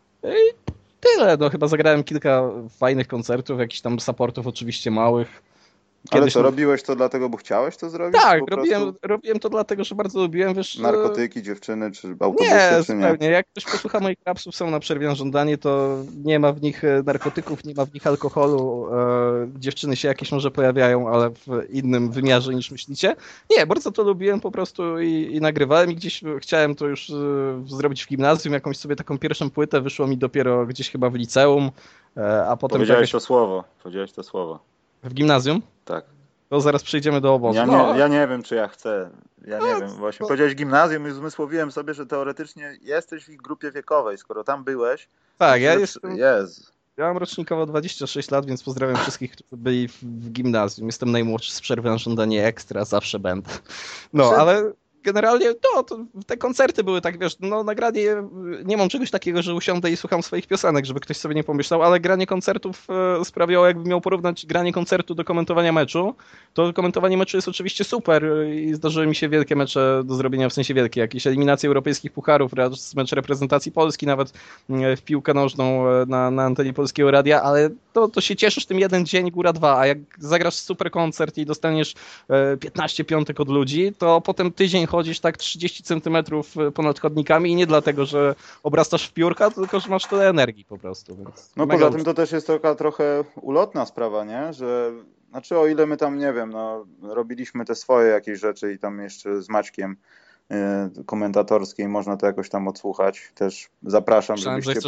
Speaker 2: I tyle, no chyba zagrałem kilka fajnych koncertów, jakichś tam supportów oczywiście małych.
Speaker 1: Ale co, robiłeś to dlatego, bo chciałeś to zrobić?
Speaker 2: Tak,
Speaker 1: Po prostu
Speaker 2: robiłem to dlatego, że bardzo lubiłem, wiesz...
Speaker 1: narkotyki, dziewczyny, czy autobusy,
Speaker 2: Nie,
Speaker 1: czy nie?
Speaker 2: zupełnie. Jak ktoś posłucha moich rapsów, są na przerwie na żądanie, to nie ma w nich narkotyków, nie ma w nich alkoholu. Dziewczyny się jakieś może pojawiają, ale w innym wymiarze niż myślicie. Nie, bardzo to lubiłem po prostu i nagrywałem i gdzieś chciałem to już zrobić w gimnazjum, jakąś sobie taką pierwszą płytę, wyszło mi dopiero gdzieś chyba w liceum, a potem...
Speaker 1: Powiedziałeś to słowo.
Speaker 2: W gimnazjum?
Speaker 1: Tak.
Speaker 2: To zaraz przejdziemy do obozu.
Speaker 1: Ja nie wiem, czy ja chcę. Ja nie wiem. Właśnie powiedziałeś gimnazjum i uzmysłowiłem sobie, że teoretycznie jesteś w ich grupie wiekowej, skoro tam byłeś.
Speaker 2: Tak, ja
Speaker 1: jestem.
Speaker 2: Ja mam rocznikowo 26 lat, więc pozdrawiam wszystkich, którzy byli w gimnazjum. Jestem najmłodszy z przerwy na żądanie ekstra, zawsze będę. No, ale generalnie to te koncerty były tak, wiesz, no nagranie, nie mam czegoś takiego, że usiądę i słucham swoich piosenek, żeby ktoś sobie nie pomyślał, ale granie koncertów sprawiało, jakbym miał porównać granie koncertu do komentowania meczu, to komentowanie meczu jest oczywiście super i zdarzyły mi się wielkie mecze do zrobienia, w sensie wielkie, jakieś eliminacje europejskich pucharów, mecz reprezentacji Polski, nawet w piłkę nożną na antenie Polskiego Radia, ale to się cieszysz tym jeden dzień, góra 2, a jak zagrasz super koncert i dostaniesz 15 piątek od ludzi, to potem tydzień chodzisz tak 30 centymetrów ponad chodnikami i nie dlatego, że obrastasz w piórka, tylko że masz tyle energii po prostu. Więc
Speaker 1: No poza tym to też jest taka trochę ulotna sprawa, nie? Że znaczy o ile my tam, nie wiem, no robiliśmy te swoje jakieś rzeczy i tam jeszcze z Maćkiem komentatorskiej można to jakoś tam odsłuchać. Też zapraszam,
Speaker 2: myślałem, że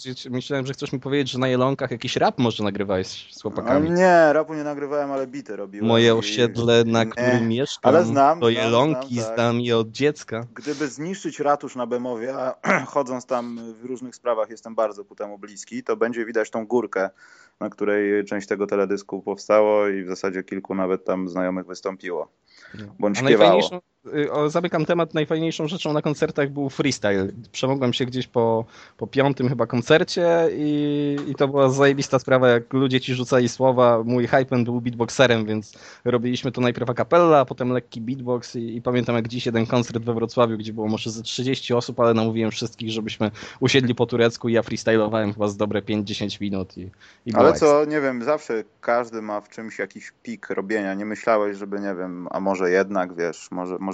Speaker 2: chcesz mi powiedzieć, że na Jelonkach jakiś rap może nagrywałeś z chłopakami.
Speaker 1: Nie, rapu nie nagrywałem, ale bity robiłem.
Speaker 2: Moje osiedle, na którym mieszkam,
Speaker 1: ale znam,
Speaker 2: to Jelonki znam je od dziecka.
Speaker 1: Gdyby zniszczyć ratusz na Bemowie, a chodząc tam w różnych sprawach jestem bardzo ku temu bliski, to będzie widać tą górkę, na której część tego teledysku powstało i w zasadzie kilku nawet tam znajomych wystąpiło. Bądź śpiewało.
Speaker 2: Zamykam temat. Najfajniejszą rzeczą na koncertach był freestyle. Przemogłem się gdzieś po 5. chyba koncercie i to była zajebista sprawa, jak ludzie ci rzucali słowa. Mój hypeman był beatboxerem, więc robiliśmy to najpierw a cappella, a potem lekki beatbox i pamiętam jak dziś jeden koncert we Wrocławiu, gdzie było może ze 30 osób, ale namówiłem wszystkich, żebyśmy usiedli po turecku i ja freestylowałem chyba z dobre 5-10 minut i
Speaker 1: ale co, nie wiem, zawsze każdy ma w czymś jakiś pik robienia. Nie myślałeś, żeby, nie wiem, a może jednak, wiesz, może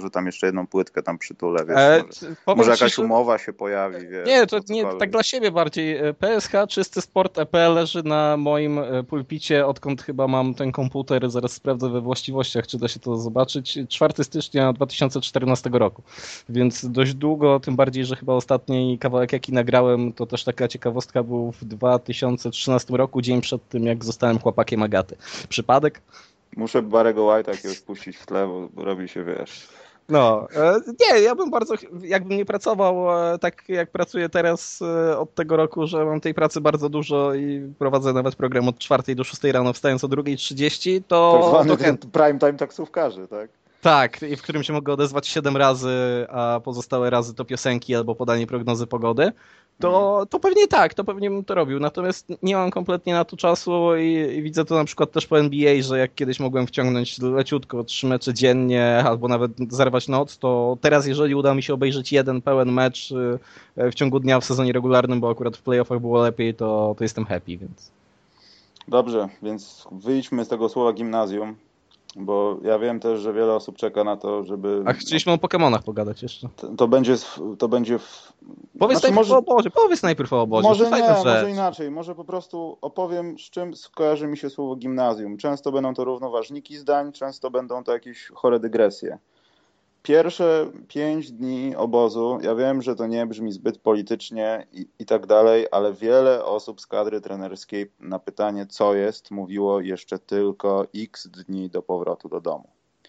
Speaker 1: może tam jeszcze jedną płytkę tam przytulę, wiesz,
Speaker 2: powiem
Speaker 1: może
Speaker 2: ci,
Speaker 1: jakaś
Speaker 2: że
Speaker 1: umowa się pojawi, wiesz.
Speaker 2: nie, to
Speaker 1: no
Speaker 2: nie,
Speaker 1: cokolwiek.
Speaker 2: tak dla siebie bardziej. PSH czysty sport EP leży na moim pulpicie, odkąd chyba mam ten komputer. Zaraz sprawdzę we właściwościach, czy da się to zobaczyć. 4 stycznia 2014 roku. Więc dość długo, tym bardziej, że chyba ostatni kawałek, jaki nagrałem, to też taka ciekawostka, był w 2013 roku, dzień przed tym, jak zostałem chłopakiem Agaty. Przypadek?
Speaker 1: Muszę Barry'ego White'a jakiegoś puścić w tle, bo robi się, wiesz.
Speaker 2: No, nie, ja bym bardzo, jakbym nie pracował tak jak pracuję teraz od tego roku, że mam tej pracy bardzo dużo i prowadzę nawet program od 4 do 6 rano, wstając o 2:30,
Speaker 1: Tak
Speaker 2: to
Speaker 1: zwany ten prime time taksówkarzy, tak?
Speaker 2: tak, i w którym się mogę odezwać 7 razy, a pozostałe razy to piosenki albo podanie prognozy pogody, to pewnie tak, to pewnie bym to robił. Natomiast nie mam kompletnie na to czasu i widzę to na przykład też po NBA, że jak kiedyś mogłem wciągnąć leciutko 3 mecze dziennie albo nawet zerwać noc, to teraz jeżeli uda mi się obejrzeć jeden pełen mecz w ciągu dnia w sezonie regularnym, bo akurat w playoffach było lepiej, to jestem happy, więc...
Speaker 1: Dobrze, więc wyjdźmy z tego słowa gimnazjum, bo ja wiem też, że wiele osób czeka na to, żeby...
Speaker 2: A chcieliśmy o Pokemonach pogadać jeszcze.
Speaker 1: To będzie
Speaker 2: Powiedz
Speaker 1: znaczy,
Speaker 2: najpierw o obozie, powiedz najpierw o obozie.
Speaker 1: Może
Speaker 2: to fajna
Speaker 1: nie,
Speaker 2: rzecz.
Speaker 1: może inaczej. Może po prostu opowiem, z czym skojarzy mi się słowo gimnazjum. Często będą to równoważniki zdań, często będą to jakieś chore dygresje. Pierwsze 5 dni obozu, ja wiem, że to nie brzmi zbyt politycznie i tak dalej, ale wiele osób z kadry trenerskiej na pytanie, co jest, mówiło jeszcze tylko x dni do powrotu do domu.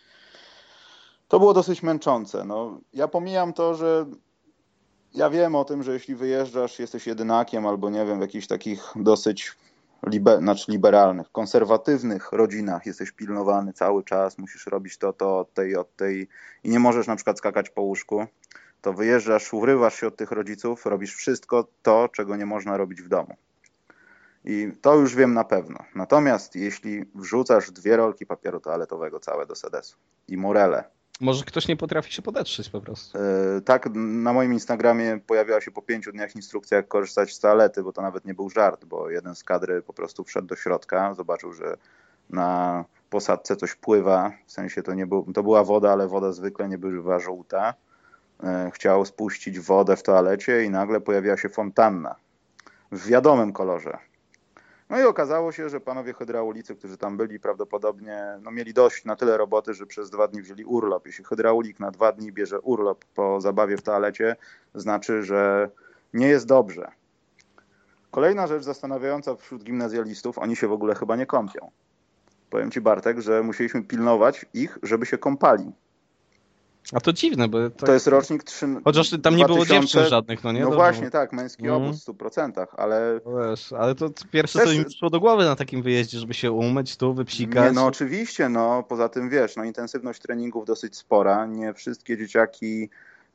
Speaker 1: To było dosyć męczące. No, ja pomijam to, że ja wiem o tym, że jeśli wyjeżdżasz, jesteś jedynakiem albo nie wiem, w jakichś takich dosyć liberalnych, konserwatywnych rodzinach jesteś pilnowany cały czas, musisz robić to, od tej i nie możesz na przykład skakać po łóżku, to wyjeżdżasz, urywasz się od tych rodziców, robisz wszystko to, czego nie można robić w domu. I to już wiem na pewno. Natomiast jeśli wrzucasz 2 rolki papieru toaletowego całe do sedesu i morele,
Speaker 2: Może ktoś nie potrafi się podetrzeć po prostu.
Speaker 1: tak, na moim Instagramie pojawiła się po 5 dniach instrukcja, jak korzystać z toalety, bo to nawet nie był żart, bo jeden z kadry po prostu wszedł do środka, zobaczył, że na posadzce coś pływa, w sensie to była woda, ale woda zwykle nie bywa żółta. Chciał spuścić wodę w toalecie i nagle pojawiła się fontanna w wiadomym kolorze. No i okazało się, że panowie hydraulicy, którzy tam byli, prawdopodobnie mieli dość na tyle roboty, że przez 2 dni wzięli urlop. Jeśli hydraulik na 2 dni bierze urlop po zabawie w toalecie, znaczy, że nie jest dobrze. Kolejna rzecz zastanawiająca wśród gimnazjalistów, oni się w ogóle chyba nie kąpią. Powiem ci, Bartek, że musieliśmy pilnować ich, żeby się kąpali.
Speaker 2: A to dziwne, bo...
Speaker 1: To jest rocznik 3...
Speaker 2: Chociaż tam nie było dziewczyn żadnych, no nie?
Speaker 1: No
Speaker 2: To
Speaker 1: właśnie, tak, męski obóz w 100%, ale...
Speaker 2: No wiesz, ale to pierwsze, co mi przyszło do głowy na takim wyjeździe, żeby się umyć, tu wypsikać.
Speaker 1: Nie, no oczywiście, poza tym wiesz, intensywność treningów dosyć spora, nie wszystkie dzieciaki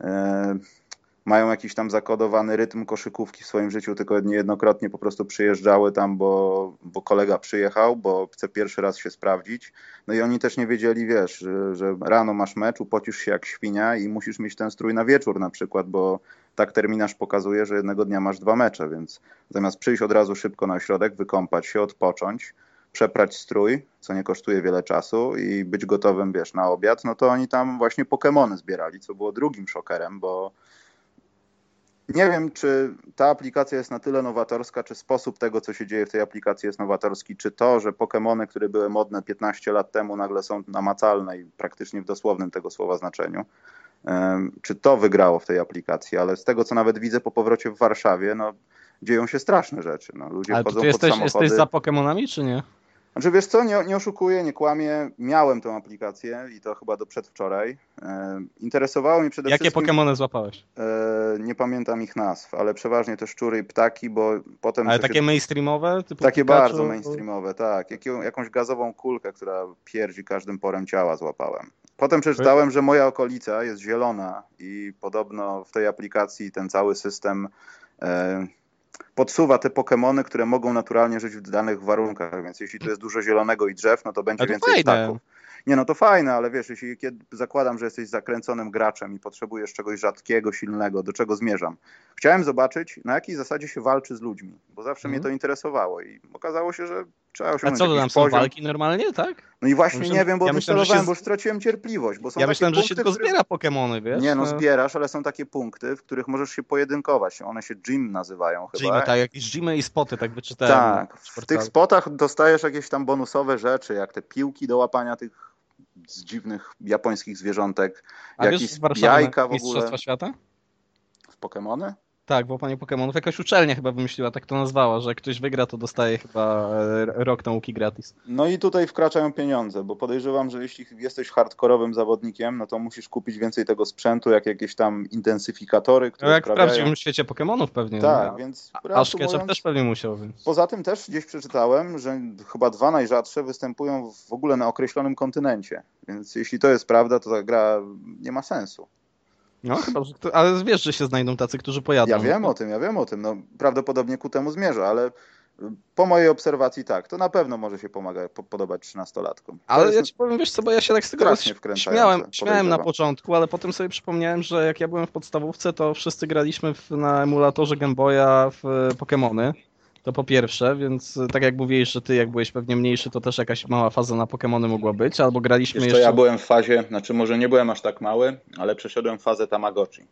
Speaker 1: mają jakiś tam zakodowany rytm koszykówki w swoim życiu, tylko niejednokrotnie po prostu przyjeżdżały tam, bo kolega przyjechał, bo chce pierwszy raz się sprawdzić. No i oni też nie wiedzieli, wiesz, że rano masz mecz, upocisz się jak świnia i musisz mieć ten strój na wieczór na przykład, bo tak terminarz pokazuje, że jednego dnia masz 2 mecze, więc zamiast przyjść od razu szybko na ośrodek, wykąpać się, odpocząć, przeprać strój, co nie kosztuje wiele czasu i być gotowym, wiesz, na obiad, no to oni tam właśnie Pokemony zbierali, co było drugim szokerem, bo nie wiem, czy ta aplikacja jest na tyle nowatorska, czy sposób tego, co się dzieje w tej aplikacji jest nowatorski, czy to, że Pokemony, które były modne 15 lat temu, nagle są namacalne i praktycznie w dosłownym tego słowa znaczeniu. Czy to wygrało w tej aplikacji, ale z tego, co nawet widzę po powrocie w Warszawie, dzieją się straszne rzeczy. Ludzie
Speaker 2: ale
Speaker 1: wchodzą
Speaker 2: ty
Speaker 1: pod samochody.
Speaker 2: jesteś za Pokemonami, czy nie?
Speaker 1: Znaczy wiesz co, nie oszukuję, nie kłamię, miałem tę aplikację i to chyba do przedwczoraj. Interesowało mnie przede
Speaker 2: Jakie
Speaker 1: wszystkim...
Speaker 2: Pokemony złapałeś?
Speaker 1: Nie pamiętam ich nazw, ale przeważnie to szczury i ptaki, bo potem...
Speaker 2: Ale takie mainstreamowe? Typu
Speaker 1: takie
Speaker 2: Pikachu?
Speaker 1: bardzo mainstreamowe, tak. Jakąś gazową kulkę, która pierdzi każdym porem ciała złapałem. Potem przeczytałem, że moja okolica jest zielona i podobno w tej aplikacji ten cały system podsuwa te Pokemony, które mogą naturalnie żyć w danych warunkach, więc jeśli tu jest dużo zielonego i drzew, no to będzie więcej ptaków. Nie, to fajne, ale wiesz, zakładam, że jesteś zakręconym graczem i potrzebujesz czegoś rzadkiego, silnego, do czego zmierzam. Chciałem zobaczyć, na jakiej zasadzie się walczy z ludźmi, bo zawsze mnie to interesowało i okazało się, że Trzeba
Speaker 2: A
Speaker 1: osiągnąć
Speaker 2: co to tam
Speaker 1: jakiś
Speaker 2: są
Speaker 1: poziom.
Speaker 2: walki normalnie, tak?
Speaker 1: No i właśnie
Speaker 2: myślałem,
Speaker 1: nie wiem, bo
Speaker 2: ja myślałem, że
Speaker 1: wycelowałem,
Speaker 2: się,
Speaker 1: bo już straciłem cierpliwość, bo są
Speaker 2: ja
Speaker 1: takie
Speaker 2: myślałem, że się
Speaker 1: punkty,
Speaker 2: tylko
Speaker 1: w których...
Speaker 2: zbiera Pokemony, wiesz?
Speaker 1: Nie, no zbierasz, ale są takie punkty, w których możesz się pojedynkować. One się gym nazywają
Speaker 2: Gymy,
Speaker 1: chyba.
Speaker 2: tak, jakieś gymy i spoty, tak wyczytałem na
Speaker 1: Tak, w tych
Speaker 2: portalu.
Speaker 1: spotach dostajesz jakieś tam bonusowe rzeczy, jak te piłki do łapania tych z dziwnych japońskich zwierzątek,
Speaker 2: A wiesz,
Speaker 1: jakieś
Speaker 2: w Warszawie na
Speaker 1: jajka w ogóle.
Speaker 2: Mistrzostwa Świata?
Speaker 1: W Pokemony?
Speaker 2: Tak, w łapaniu Pokemonów. Jakaś uczelnia chyba wymyśliła, tak to nazwała, że jak ktoś wygra, to dostaje chyba rok nauki gratis.
Speaker 1: No i tutaj wkraczają pieniądze, bo podejrzewam, że jeśli jesteś hardkorowym zawodnikiem, no to musisz kupić więcej tego sprzętu, jak jakieś tam intensyfikatory,
Speaker 2: No
Speaker 1: które
Speaker 2: jak w
Speaker 1: sprawiają...
Speaker 2: prawdziwym świecie Pokemonów pewnie.
Speaker 1: Tak,
Speaker 2: No.
Speaker 1: więc
Speaker 2: A
Speaker 1: prawdę
Speaker 2: Ketchup też
Speaker 1: mówiąc...
Speaker 2: pewnie musiał, więc...
Speaker 1: Poza tym też gdzieś przeczytałem, że chyba 2 najrzadsze występują w ogóle na określonym kontynencie. Więc jeśli to jest prawda, to ta gra nie ma sensu.
Speaker 2: No chyba, że ale wiesz, że się znajdą tacy, którzy pojadą.
Speaker 1: Ja wiem o tym. No, prawdopodobnie ku temu zmierza, ale po mojej obserwacji tak, to na pewno może się podobać 13-latkom. To
Speaker 2: Ale
Speaker 1: jest
Speaker 2: ja ci powiem, wiesz co, bo ja się tak z tego
Speaker 1: strasznie wkręcające,
Speaker 2: śmiałem na
Speaker 1: podejrzewam.
Speaker 2: początku, ale potem sobie przypomniałem, że jak ja byłem w podstawówce, to wszyscy graliśmy na emulatorze Game Boya w Pokemony. To po pierwsze, więc tak jak mówiłeś, że ty jak byłeś pewnie mniejszy, to też jakaś mała faza na Pokemony mogła być, albo graliśmy
Speaker 1: Wiesz co, ja
Speaker 2: jeszcze...
Speaker 1: byłem w fazie, znaczy może nie byłem aż tak mały, ale przeszedłem fazę Tamagotchi.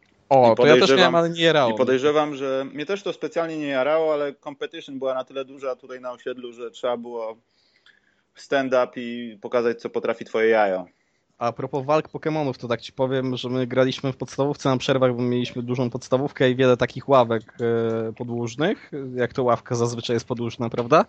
Speaker 2: O, to ja też miałem, ale nie
Speaker 1: I
Speaker 2: jarało.
Speaker 1: podejrzewam, że mnie też to specjalnie nie jarało, ale competition była na tyle duża tutaj na osiedlu, że trzeba było stand-up i pokazać, co potrafi twoje jajo.
Speaker 2: A propos walk Pokemonów, to tak ci powiem, że my graliśmy w podstawówce na przerwach, bo mieliśmy dużą podstawówkę i wiele takich ławek podłużnych, jak to ławka zazwyczaj jest podłużna, prawda?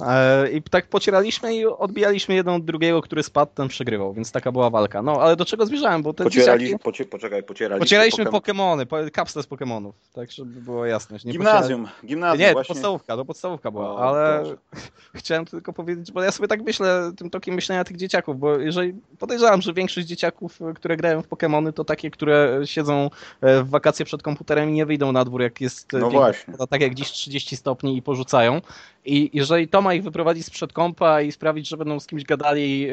Speaker 2: I tak pocieraliśmy i odbijaliśmy jeden od drugiego, który spadł, ten przegrywał, więc taka była walka. No, ale do czego zmierzałem, bo te dzieciaki... Pocieraliśmy Pokemony, kapsle z Pokemonów, tak żeby było jasność. Nie
Speaker 1: Gimnazjum
Speaker 2: Nie,
Speaker 1: właśnie.
Speaker 2: to podstawówka była,
Speaker 1: O,
Speaker 2: ale
Speaker 1: Boże.
Speaker 2: chciałem tylko powiedzieć, bo ja sobie tak myślę tym tokiem myślenia tych dzieciaków, bo jeżeli podejrzewam, że większość dzieciaków, które grają w Pokemony, to takie, które siedzą w wakacje przed komputerem i nie wyjdą na dwór, jak jest
Speaker 1: No
Speaker 2: piękna
Speaker 1: właśnie.
Speaker 2: pogoda, tak jak dziś 30 stopni i porzucają. I jeżeli to ma ich wyprowadzić sprzed kompa i sprawić, że będą z kimś gadali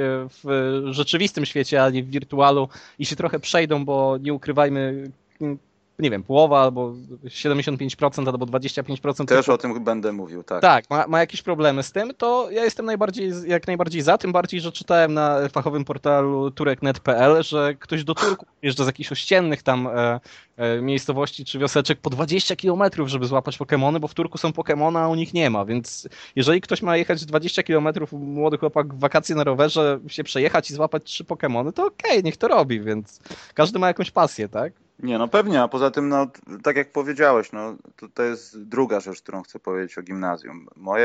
Speaker 2: w rzeczywistym świecie, a nie w wirtualu i się trochę przejdą, bo nie ukrywajmy, nie wiem, połowa albo 75% albo 25%
Speaker 1: Też
Speaker 2: tych
Speaker 1: o tym będę mówił, tak.
Speaker 2: tak, ma jakieś problemy z tym, to ja jestem jak najbardziej za, tym bardziej, że czytałem na fachowym portalu turek.net.pl, że ktoś do Turku jeżdża z jakichś ościennych tam miejscowości czy wioseczek po 20 kilometrów, żeby złapać Pokemony, bo w Turku są Pokemony, a u nich nie ma, więc jeżeli ktoś ma jechać 20 kilometrów, młody chłopak w wakacje na rowerze, się przejechać i złapać 3 Pokemony, to okej, niech to robi, więc każdy ma jakąś pasję, tak?
Speaker 1: Nie, no pewnie, a poza tym, no tak jak powiedziałeś, no to jest druga rzecz, którą chcę powiedzieć o gimnazjum.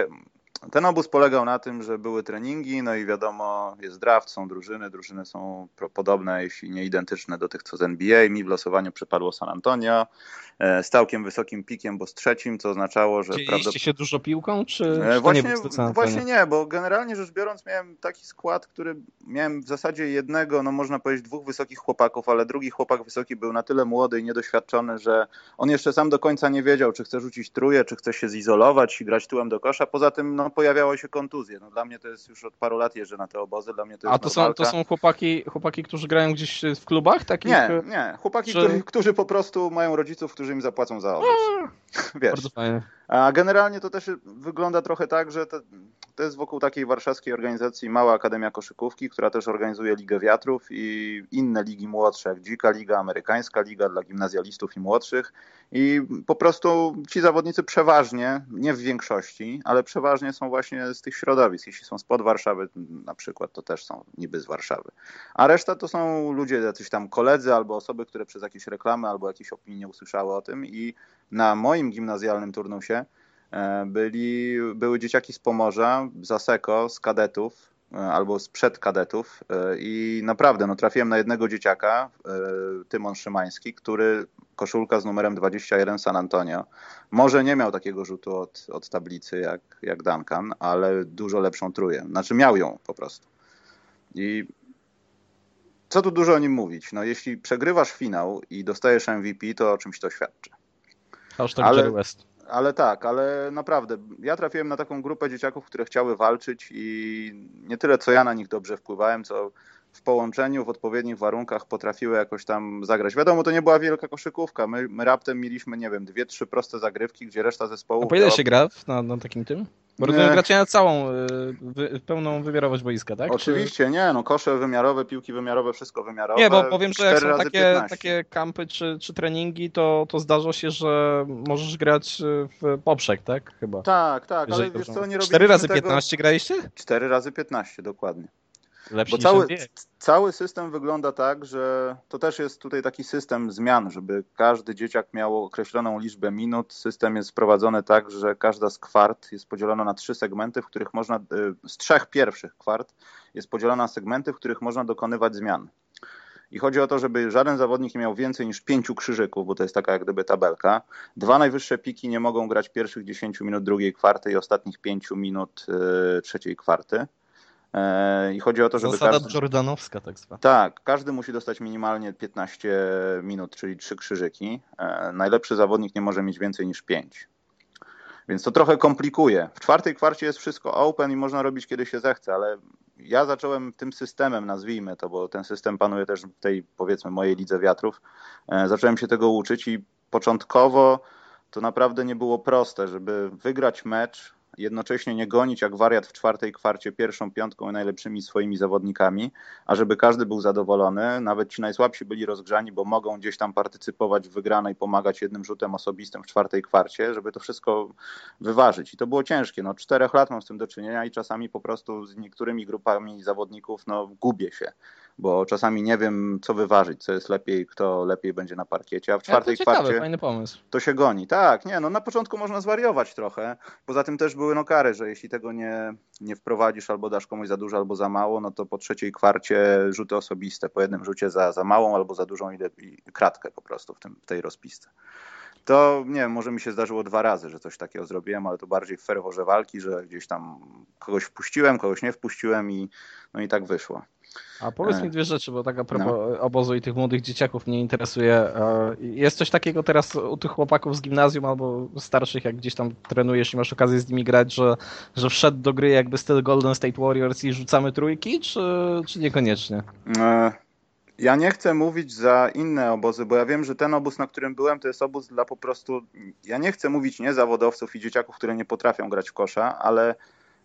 Speaker 1: Ten obóz polegał na tym, że były treningi, no i wiadomo, jest draft, są drużyny są podobne, jeśli nie identyczne do tych, co z NBA. Mi w losowaniu przypadło San Antonio z całkiem wysokim pikiem, bo z trzecim, co oznaczało, że
Speaker 2: Dzieliliście się dużo piłką, czy to nie było zdecydowanie?
Speaker 1: Właśnie nie, bo generalnie rzecz biorąc miałem taki skład, który miałem w zasadzie jednego, no można powiedzieć 2 wysokich chłopaków, ale drugi chłopak wysoki był na tyle młody i niedoświadczony, że on jeszcze sam do końca nie wiedział, czy chce rzucić trójkę, czy chce się zizolować i grać tyłem do kosza. Poza tym no, pojawiały się kontuzje. No, dla mnie to jest już od paru lat jeżdżę na te obozy, dla mnie to jest
Speaker 2: to są chłopaki, którzy grają gdzieś w klubach takich?
Speaker 1: Nie. Chłopaki, którzy po prostu mają rodziców, którzy im zapłacą za obóz. Wiesz.
Speaker 2: Bardzo fajnie.
Speaker 1: A generalnie to też wygląda trochę tak, że to jest wokół takiej warszawskiej organizacji Mała Akademia Koszykówki, która też organizuje Ligę Wiatrów i inne ligi młodsze, jak Dzika Liga, Amerykańska Liga dla gimnazjalistów i młodszych. I po prostu ci zawodnicy przeważnie, nie w większości, ale przeważnie są właśnie z tych środowisk. Jeśli są spod Warszawy na przykład, to też są niby z Warszawy. A reszta to są ludzie, jacyś tam koledzy albo osoby, które przez jakieś reklamy albo jakieś opinie usłyszały o tym i na moim gimnazjalnym turnusie były dzieciaki z Pomorza, z Aseko, z kadetów albo sprzed kadetów i naprawdę no, trafiłem na jednego dzieciaka, Tymon Szymański, który koszulka z numerem 21 San Antonio. Może nie miał takiego rzutu od tablicy jak Duncan, ale dużo lepszą trójkę. Znaczy miał ją po prostu. I co tu dużo o nim mówić? No, jeśli przegrywasz finał i dostajesz MVP, to o czymś to świadczy.
Speaker 2: Jerry West.
Speaker 1: Ale naprawdę, ja trafiłem na taką grupę dzieciaków, które chciały walczyć i nie tyle co ja na nich dobrze wpływałem, co w połączeniu, w odpowiednich warunkach potrafiły jakoś tam zagrać. Wiadomo, to nie była wielka koszykówka. My raptem mieliśmy, nie wiem, 2-3 proste zagrywki, gdzie reszta zespołu...
Speaker 2: A po ile się gra na takim tym? Bo rozumiem, gracie na całą, pełną wymiarowość boiska, tak?
Speaker 1: Oczywiście, nie, no kosze wymiarowe, piłki wymiarowe, wszystko wymiarowe.
Speaker 2: Nie, bo powiem, że jak
Speaker 1: 4
Speaker 2: są
Speaker 1: razy
Speaker 2: takie,
Speaker 1: 15.
Speaker 2: takie kampy czy treningi, to zdarza się, że możesz grać w poprzek, tak? Chyba.
Speaker 1: Tak, ale
Speaker 2: Jeżeli
Speaker 1: wiesz
Speaker 2: dobrze.
Speaker 1: co, nie
Speaker 2: 4
Speaker 1: robiliśmy
Speaker 2: razy
Speaker 1: tego
Speaker 2: 15 graliście?
Speaker 1: 4 razy 15, dokładnie.
Speaker 2: Lepszy
Speaker 1: Bo
Speaker 2: niż NBA.
Speaker 1: cały system wygląda tak, że to też jest tutaj taki system zmian, żeby każdy dzieciak miał określoną liczbę minut. System jest sprowadzony tak, że każda z kwart jest podzielona na 3 segmenty, w których można, z 3 pierwszych kwart jest podzielona na segmenty, w których można dokonywać zmian. I chodzi o to, żeby żaden zawodnik nie miał więcej niż 5 krzyżyków, bo to jest taka jak gdyby tabelka. 2 najwyższe piki nie mogą grać pierwszych 10 minut drugiej kwarty i ostatnich 5 minut trzeciej kwarty. I chodzi o to, żeby
Speaker 2: Zasada
Speaker 1: każdy...
Speaker 2: jordanowska tak zwana.
Speaker 1: Tak, każdy musi dostać minimalnie 15 minut, czyli 3 krzyżyki. Najlepszy zawodnik nie może mieć więcej niż 5. Więc to trochę komplikuje. W czwartej kwarcie jest wszystko open i można robić kiedy się zechce, ale ja zacząłem tym systemem, nazwijmy to, bo ten system panuje też w tej, powiedzmy, mojej lidze wiatrów. Zacząłem się tego uczyć i początkowo to naprawdę nie było proste, żeby wygrać mecz, jednocześnie nie gonić jak wariat w czwartej kwarcie pierwszą piątką i najlepszymi swoimi zawodnikami, a żeby każdy był zadowolony, nawet ci najsłabsi byli rozgrzani, bo mogą gdzieś tam partycypować w wygranej, pomagać jednym rzutem osobistym w czwartej kwarcie, żeby to wszystko wyważyć. I to było ciężkie. 4 lat mam z tym do czynienia i czasami po prostu z niektórymi grupami zawodników gubię się, bo czasami nie wiem, co wyważyć, co jest lepiej, kto lepiej będzie na parkiecie, a w czwartej
Speaker 2: To ciekawe,
Speaker 1: kwarcie
Speaker 2: fajny pomysł.
Speaker 1: to się goni. Tak, nie, na początku można zwariować trochę. Poza tym też były kary, że jeśli tego nie wprowadzisz albo dasz komuś za dużo, albo za mało, no to po trzeciej kwarcie rzuty osobiste, po jednym rzucie za małą albo za dużą i kratkę po prostu w tej rozpisce. To nie wiem, może mi się zdarzyło 2 razy, że coś takiego zrobiłem, ale to bardziej w ferworze walki, że gdzieś tam kogoś wpuściłem, kogoś nie wpuściłem i tak wyszło.
Speaker 2: A powiedz mi 2 rzeczy, bo tak a propos obozu i tych młodych dzieciaków mnie interesuje. Jest coś takiego teraz u tych chłopaków z gimnazjum albo starszych, jak gdzieś tam trenujesz i masz okazję z nimi grać, że wszedł do gry jakby styl Golden State Warriors i rzucamy trójki, czy niekoniecznie?
Speaker 1: Ja nie chcę mówić za inne obozy, bo ja wiem, że ten obóz, na którym byłem, to jest obóz dla po prostu, ja nie chcę mówić zawodowców i dzieciaków, które nie potrafią grać w kosza, ale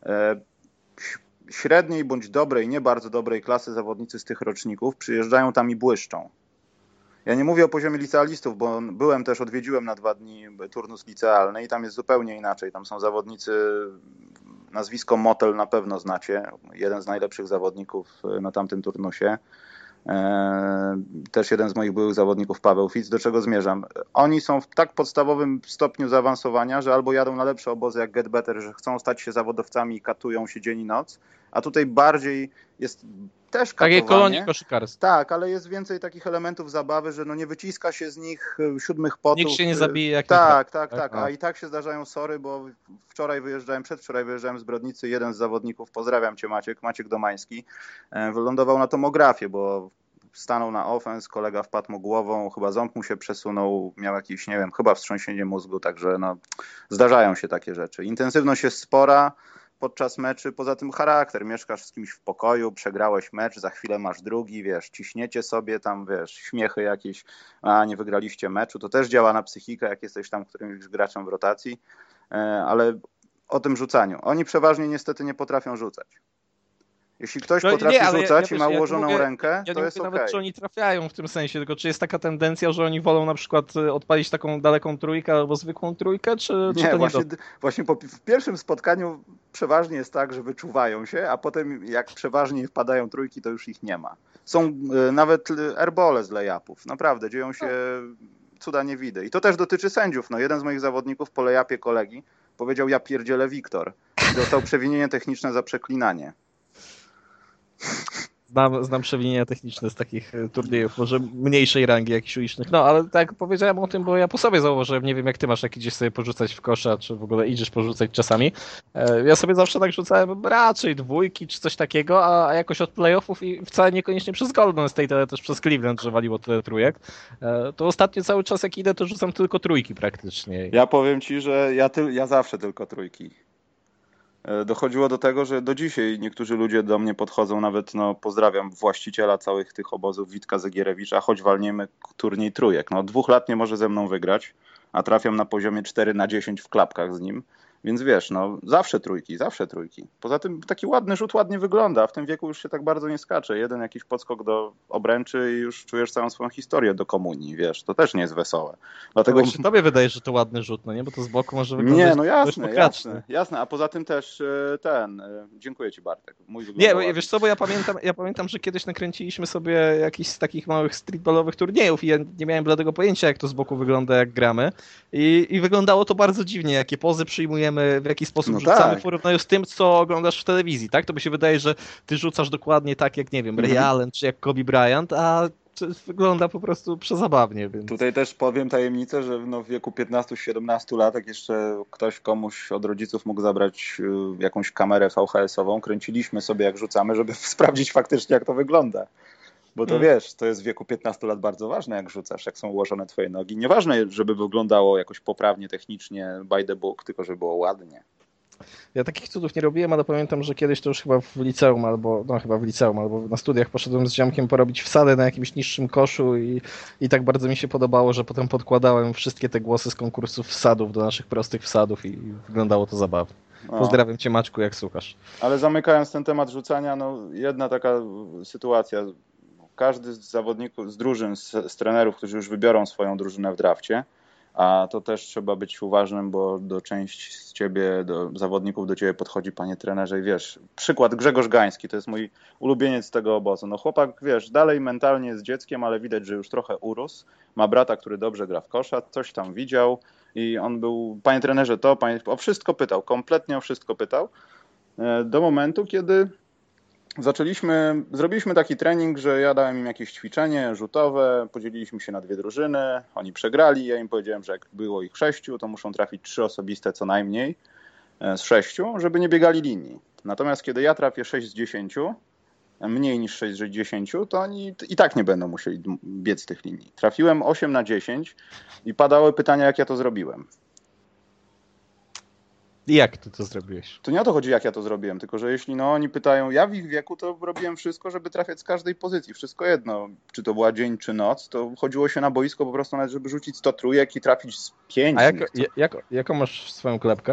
Speaker 1: średniej bądź dobrej, nie bardzo dobrej klasy zawodnicy z tych roczników przyjeżdżają tam i błyszczą. Ja nie mówię o poziomie licealistów, bo odwiedziłem na 2 dni turnus licealny i tam jest zupełnie inaczej. Tam są zawodnicy, nazwisko Motel na pewno znacie, jeden z najlepszych zawodników na tamtym turnusie. Też jeden z moich byłych zawodników, Paweł Fitz. Do czego zmierzam? Oni są w tak podstawowym stopniu zaawansowania, że albo jadą na lepsze obozy jak Get Better, że chcą stać się zawodowcami i katują się dzień i noc, a tutaj bardziej jest też katowanie.
Speaker 2: Takie kolonie koszykarskie.
Speaker 1: Tak, ale jest więcej takich elementów zabawy, że nie wyciska się z nich 7 potów.
Speaker 2: Nikt się nie zabije jak
Speaker 1: tak. A i tak się zdarzają sory, bo przedwczoraj wyjeżdżałem z Brodnicy, jeden z zawodników, pozdrawiam cię Maciek Domański, wylądował na tomografię, bo stanął na ofens, kolega wpadł mu głową, chyba ząb mu się przesunął, miał jakieś, nie wiem, chyba wstrząsienie mózgu, także zdarzają się takie rzeczy. Intensywność jest spora podczas meczy, poza tym charakter, mieszkasz z kimś w pokoju, przegrałeś mecz, za chwilę masz drugi, ciśniecie sobie tam, śmiechy jakieś, a nie wygraliście meczu, to też działa na psychikę, jak jesteś tam którymś graczem w rotacji, ale o tym rzucaniu. Oni przeważnie niestety nie potrafią rzucać. Jeśli ktoś potrafi rzucać i ma ułożoną rękę, to jest okej.
Speaker 2: Nawet, czy oni trafiają w tym sensie, tylko czy jest taka tendencja, że oni wolą na przykład odpalić taką daleką trójkę albo zwykłą trójkę, czy to nie
Speaker 1: właśnie w pierwszym spotkaniu przeważnie jest tak, że wyczuwają się, a potem jak przeważnie wpadają trójki, to już ich nie ma. Są nawet airbole z layupów. Naprawdę, dzieją się cuda niewidy. I to też dotyczy sędziów. Jeden z moich zawodników po layupie kolegi powiedział: ja pierdzielę Wiktor. I dostał przewinienie techniczne za przeklinanie.
Speaker 2: Znam przewinienia techniczne z takich turniejów, może mniejszej rangi jakichś ulicznych. No, ale tak powiedziałem o tym, bo ja po sobie zauważyłem, nie wiem jak ty masz, jak idziesz sobie porzucać w kosza, czy w ogóle idziesz porzucać czasami. Ja sobie zawsze tak rzucałem raczej dwójki, czy coś takiego, a jakoś od playoffów i wcale niekoniecznie przez Golden State, ale też przez Cleveland, że waliło tyle trójek. To ostatnio cały czas jak idę, to rzucam tylko trójki praktycznie.
Speaker 1: Ja powiem ci, że ja zawsze tylko trójki. Dochodziło do tego, że do dzisiaj niektórzy ludzie do mnie podchodzą, nawet pozdrawiam właściciela całych tych obozów, Witka Zegierewicza, choć walniemy turniej trójek. Od 2 lat nie może ze mną wygrać, a trafiam na poziomie 4/10 w klapkach z nim, Więc wiesz, no zawsze trójki, zawsze trójki. Poza tym taki ładny rzut ładnie wygląda, a w tym wieku już się tak bardzo nie skacze. Jeden jakiś podskok do obręczy i już czujesz całą swoją historię do komunii, wiesz, to też nie jest wesołe.
Speaker 2: To
Speaker 1: Dlatego
Speaker 2: właśnie tobie wydaje, że to ładny rzut, no nie? Bo to z boku może wyglądać
Speaker 1: nie, no
Speaker 2: dość
Speaker 1: jasne,
Speaker 2: pokraczny.
Speaker 1: jasne, jasne, a poza tym też dziękuję ci Bartek, mój
Speaker 2: Nie,
Speaker 1: wygląda ładnie.
Speaker 2: wiesz co, bo ja pamiętam, że kiedyś nakręciliśmy sobie jakiś z takich małych streetballowych turniejów i ja nie miałem bladego pojęcia, jak to z boku wygląda, jak gramy. I wyglądało to bardzo dziwnie, jakie pozy przyjmujemy, w jaki sposób
Speaker 1: No
Speaker 2: rzucamy
Speaker 1: tak.
Speaker 2: w porównaniu z tym, co oglądasz w telewizji, tak? To by się wydaje, że ty rzucasz dokładnie tak, jak nie wiem, Ray Allen czy jak Kobe Bryant, a to wygląda po prostu przezabawnie, więc...
Speaker 1: Tutaj też powiem tajemnicę, że no w wieku 15-17 lat, jak jeszcze ktoś komuś od rodziców mógł zabrać jakąś kamerę VHS-ową, kręciliśmy sobie jak rzucamy, żeby sprawdzić faktycznie jak to wygląda. Bo to wiesz, to jest w wieku 15 lat bardzo ważne jak rzucasz, jak są ułożone twoje nogi. Nieważne, żeby wyglądało jakoś poprawnie, technicznie, by the book, tylko żeby było ładnie.
Speaker 2: Ja takich cudów nie robiłem, ale pamiętam, że kiedyś to już chyba w liceum albo, no chyba w liceum, albo na studiach poszedłem z ziomkiem porobić wsady na jakimś niższym koszu i tak bardzo mi się podobało, że potem podkładałem wszystkie te głosy z konkursów wsadów do naszych prostych wsadów i wyglądało to zabawnie. Pozdrawiam cię Maćku, jak słuchasz.
Speaker 1: Ale zamykając ten temat rzucania, no jedna taka sytuacja. Każdy z zawodników, z drużyn, z trenerów, którzy już wybiorą swoją drużynę w drafcie, a to też trzeba być uważnym, bo do części z ciebie, do zawodników do ciebie podchodzi, panie trenerze, i wiesz, przykład Grzegorz Gański, to jest mój ulubieniec tego obozu. No chłopak, wiesz, dalej mentalnie jest dzieckiem, ale widać, że już trochę urósł. Ma brata, który dobrze gra w kosza, coś tam widział i on był, panie trenerze, to, panie, o wszystko pytał, kompletnie o wszystko pytał, do momentu, kiedy zrobiliśmy taki trening, że ja dałem im jakieś ćwiczenie rzutowe, podzieliliśmy się na dwie drużyny, oni przegrali, ja im powiedziałem, że jak było ich 6, to muszą trafić 3 osobiste co najmniej z 6, żeby nie biegali linii. Natomiast kiedy ja trafię 6 z 10, mniej niż 6 z 10, to oni i tak nie będą musieli biec tych linii. Trafiłem 8 na 10 i padały pytania, jak ja to zrobiłem.
Speaker 2: I jak ty to zrobiłeś?
Speaker 1: To nie o to chodzi, jak ja to zrobiłem, tylko że jeśli no, oni pytają, ja w ich wieku to robiłem wszystko, żeby trafiać z każdej pozycji, wszystko jedno, czy to była dzień, czy noc, to chodziło się na boisko po prostu nawet, żeby rzucić 100 trójek i trafić z 5.
Speaker 2: A jaką masz swoją klepkę?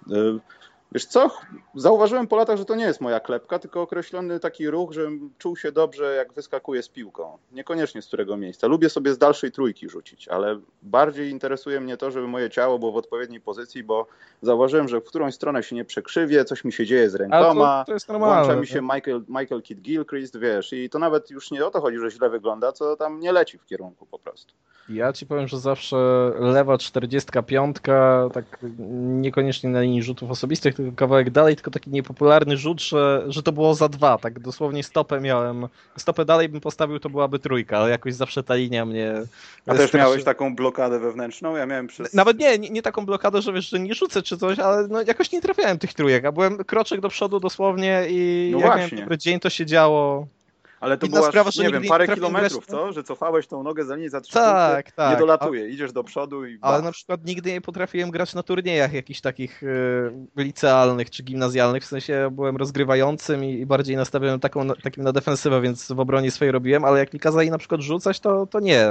Speaker 1: Wiesz co, zauważyłem po latach, że to nie jest moja klepka, tylko określony taki ruch, żebym czuł się dobrze, jak wyskakuję z piłką. Niekoniecznie z którego miejsca. Lubię sobie z dalszej trójki rzucić, ale bardziej interesuje mnie to, żeby moje ciało było w odpowiedniej pozycji, bo zauważyłem, że w którąś stronę się nie przekrzywię, coś mi się dzieje z rękoma,
Speaker 2: to jest normalne.
Speaker 1: włącza mi się Michael Kidd-Gilchrist, wiesz, i to nawet już nie o to chodzi, że źle wygląda, co tam nie leci w kierunku po prostu.
Speaker 2: Ja ci powiem, że zawsze lewa 45, tak niekoniecznie na linii rzutów osobistych, tylko kawałek dalej, tylko taki niepopularny rzut, że to było za 2, tak dosłownie stopę miałem. Stopę dalej bym postawił, to byłaby 3, ale jakoś zawsze ta linia mnie...
Speaker 1: A też miałeś taką blokadę wewnętrzną? Ja miałem przez...
Speaker 2: Nawet nie taką blokadę, że wiesz, że nie rzucę czy coś, ale no jakoś nie trafiałem tych trójek, a byłem kroczek do przodu dosłownie i
Speaker 1: no
Speaker 2: jak
Speaker 1: właśnie.
Speaker 2: miałem dobry dzień, to się działo.
Speaker 1: Ale to
Speaker 2: Inna
Speaker 1: była,
Speaker 2: sprawa, że
Speaker 1: nie wiem,
Speaker 2: nigdy
Speaker 1: parę
Speaker 2: nie trafiłem
Speaker 1: kilometrów,
Speaker 2: grać-
Speaker 1: co? Że cofałeś tą nogę za linię za 3
Speaker 2: Tak,
Speaker 1: punkty,
Speaker 2: tak.
Speaker 1: nie dolatuje, idziesz do przodu i
Speaker 2: Ale
Speaker 1: bach.
Speaker 2: na przykład nigdy nie potrafiłem grać na turniejach jakichś takich licealnych czy gimnazjalnych, w sensie ja byłem rozgrywającym i bardziej nastawiałem takim na defensywę, więc w obronie swojej robiłem, ale jak mi kazali na przykład rzucać, to nie,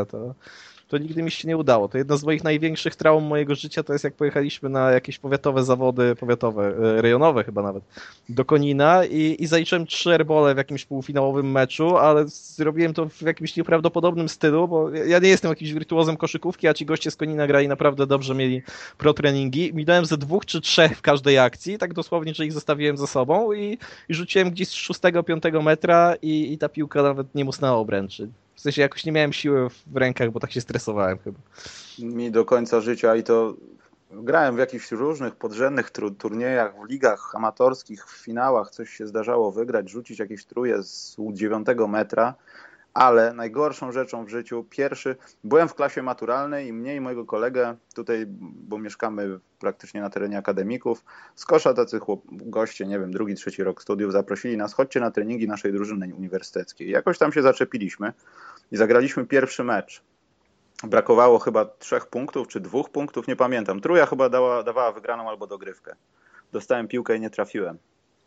Speaker 2: to nigdy mi się nie udało. To jedna z moich największych traum mojego życia to jest jak pojechaliśmy na jakieś powiatowe zawody, rejonowe chyba nawet, do Konina i zaliczyłem 3 airbole w jakimś półfinałowym meczu, ale zrobiłem to w jakimś nieprawdopodobnym stylu, bo ja nie jestem jakimś wirtuozem koszykówki, a ci goście z Konina grali naprawdę dobrze, mieli pro treningi. Mi dałem ze 2 czy 3 w każdej akcji, tak dosłownie, że ich zostawiłem za sobą i rzuciłem gdzieś z 6-5 metra i ta piłka nawet nie musnęła obręczy. W sensie jakoś nie miałem siły w rękach, bo tak się stresowałem chyba.
Speaker 1: Mi do końca życia i to grałem w jakichś różnych podrzędnych turniejach, w ligach amatorskich, w finałach coś się zdarzało wygrać, rzucić jakieś truje z 9 metra, ale najgorszą rzeczą w życiu, byłem w klasie maturalnej i mnie i mojego kolegę tutaj, bo mieszkamy praktycznie na terenie akademików, z Kosza tacy goście, nie wiem, 2., 3. rok studiów, zaprosili nas, chodźcie na treningi naszej drużyny uniwersyteckiej. Jakoś tam się zaczepiliśmy i zagraliśmy pierwszy mecz. Brakowało chyba 3 punktów czy 2 punktów, nie pamiętam. Trójka chyba dawała wygraną albo dogrywkę. Dostałem piłkę i nie trafiłem.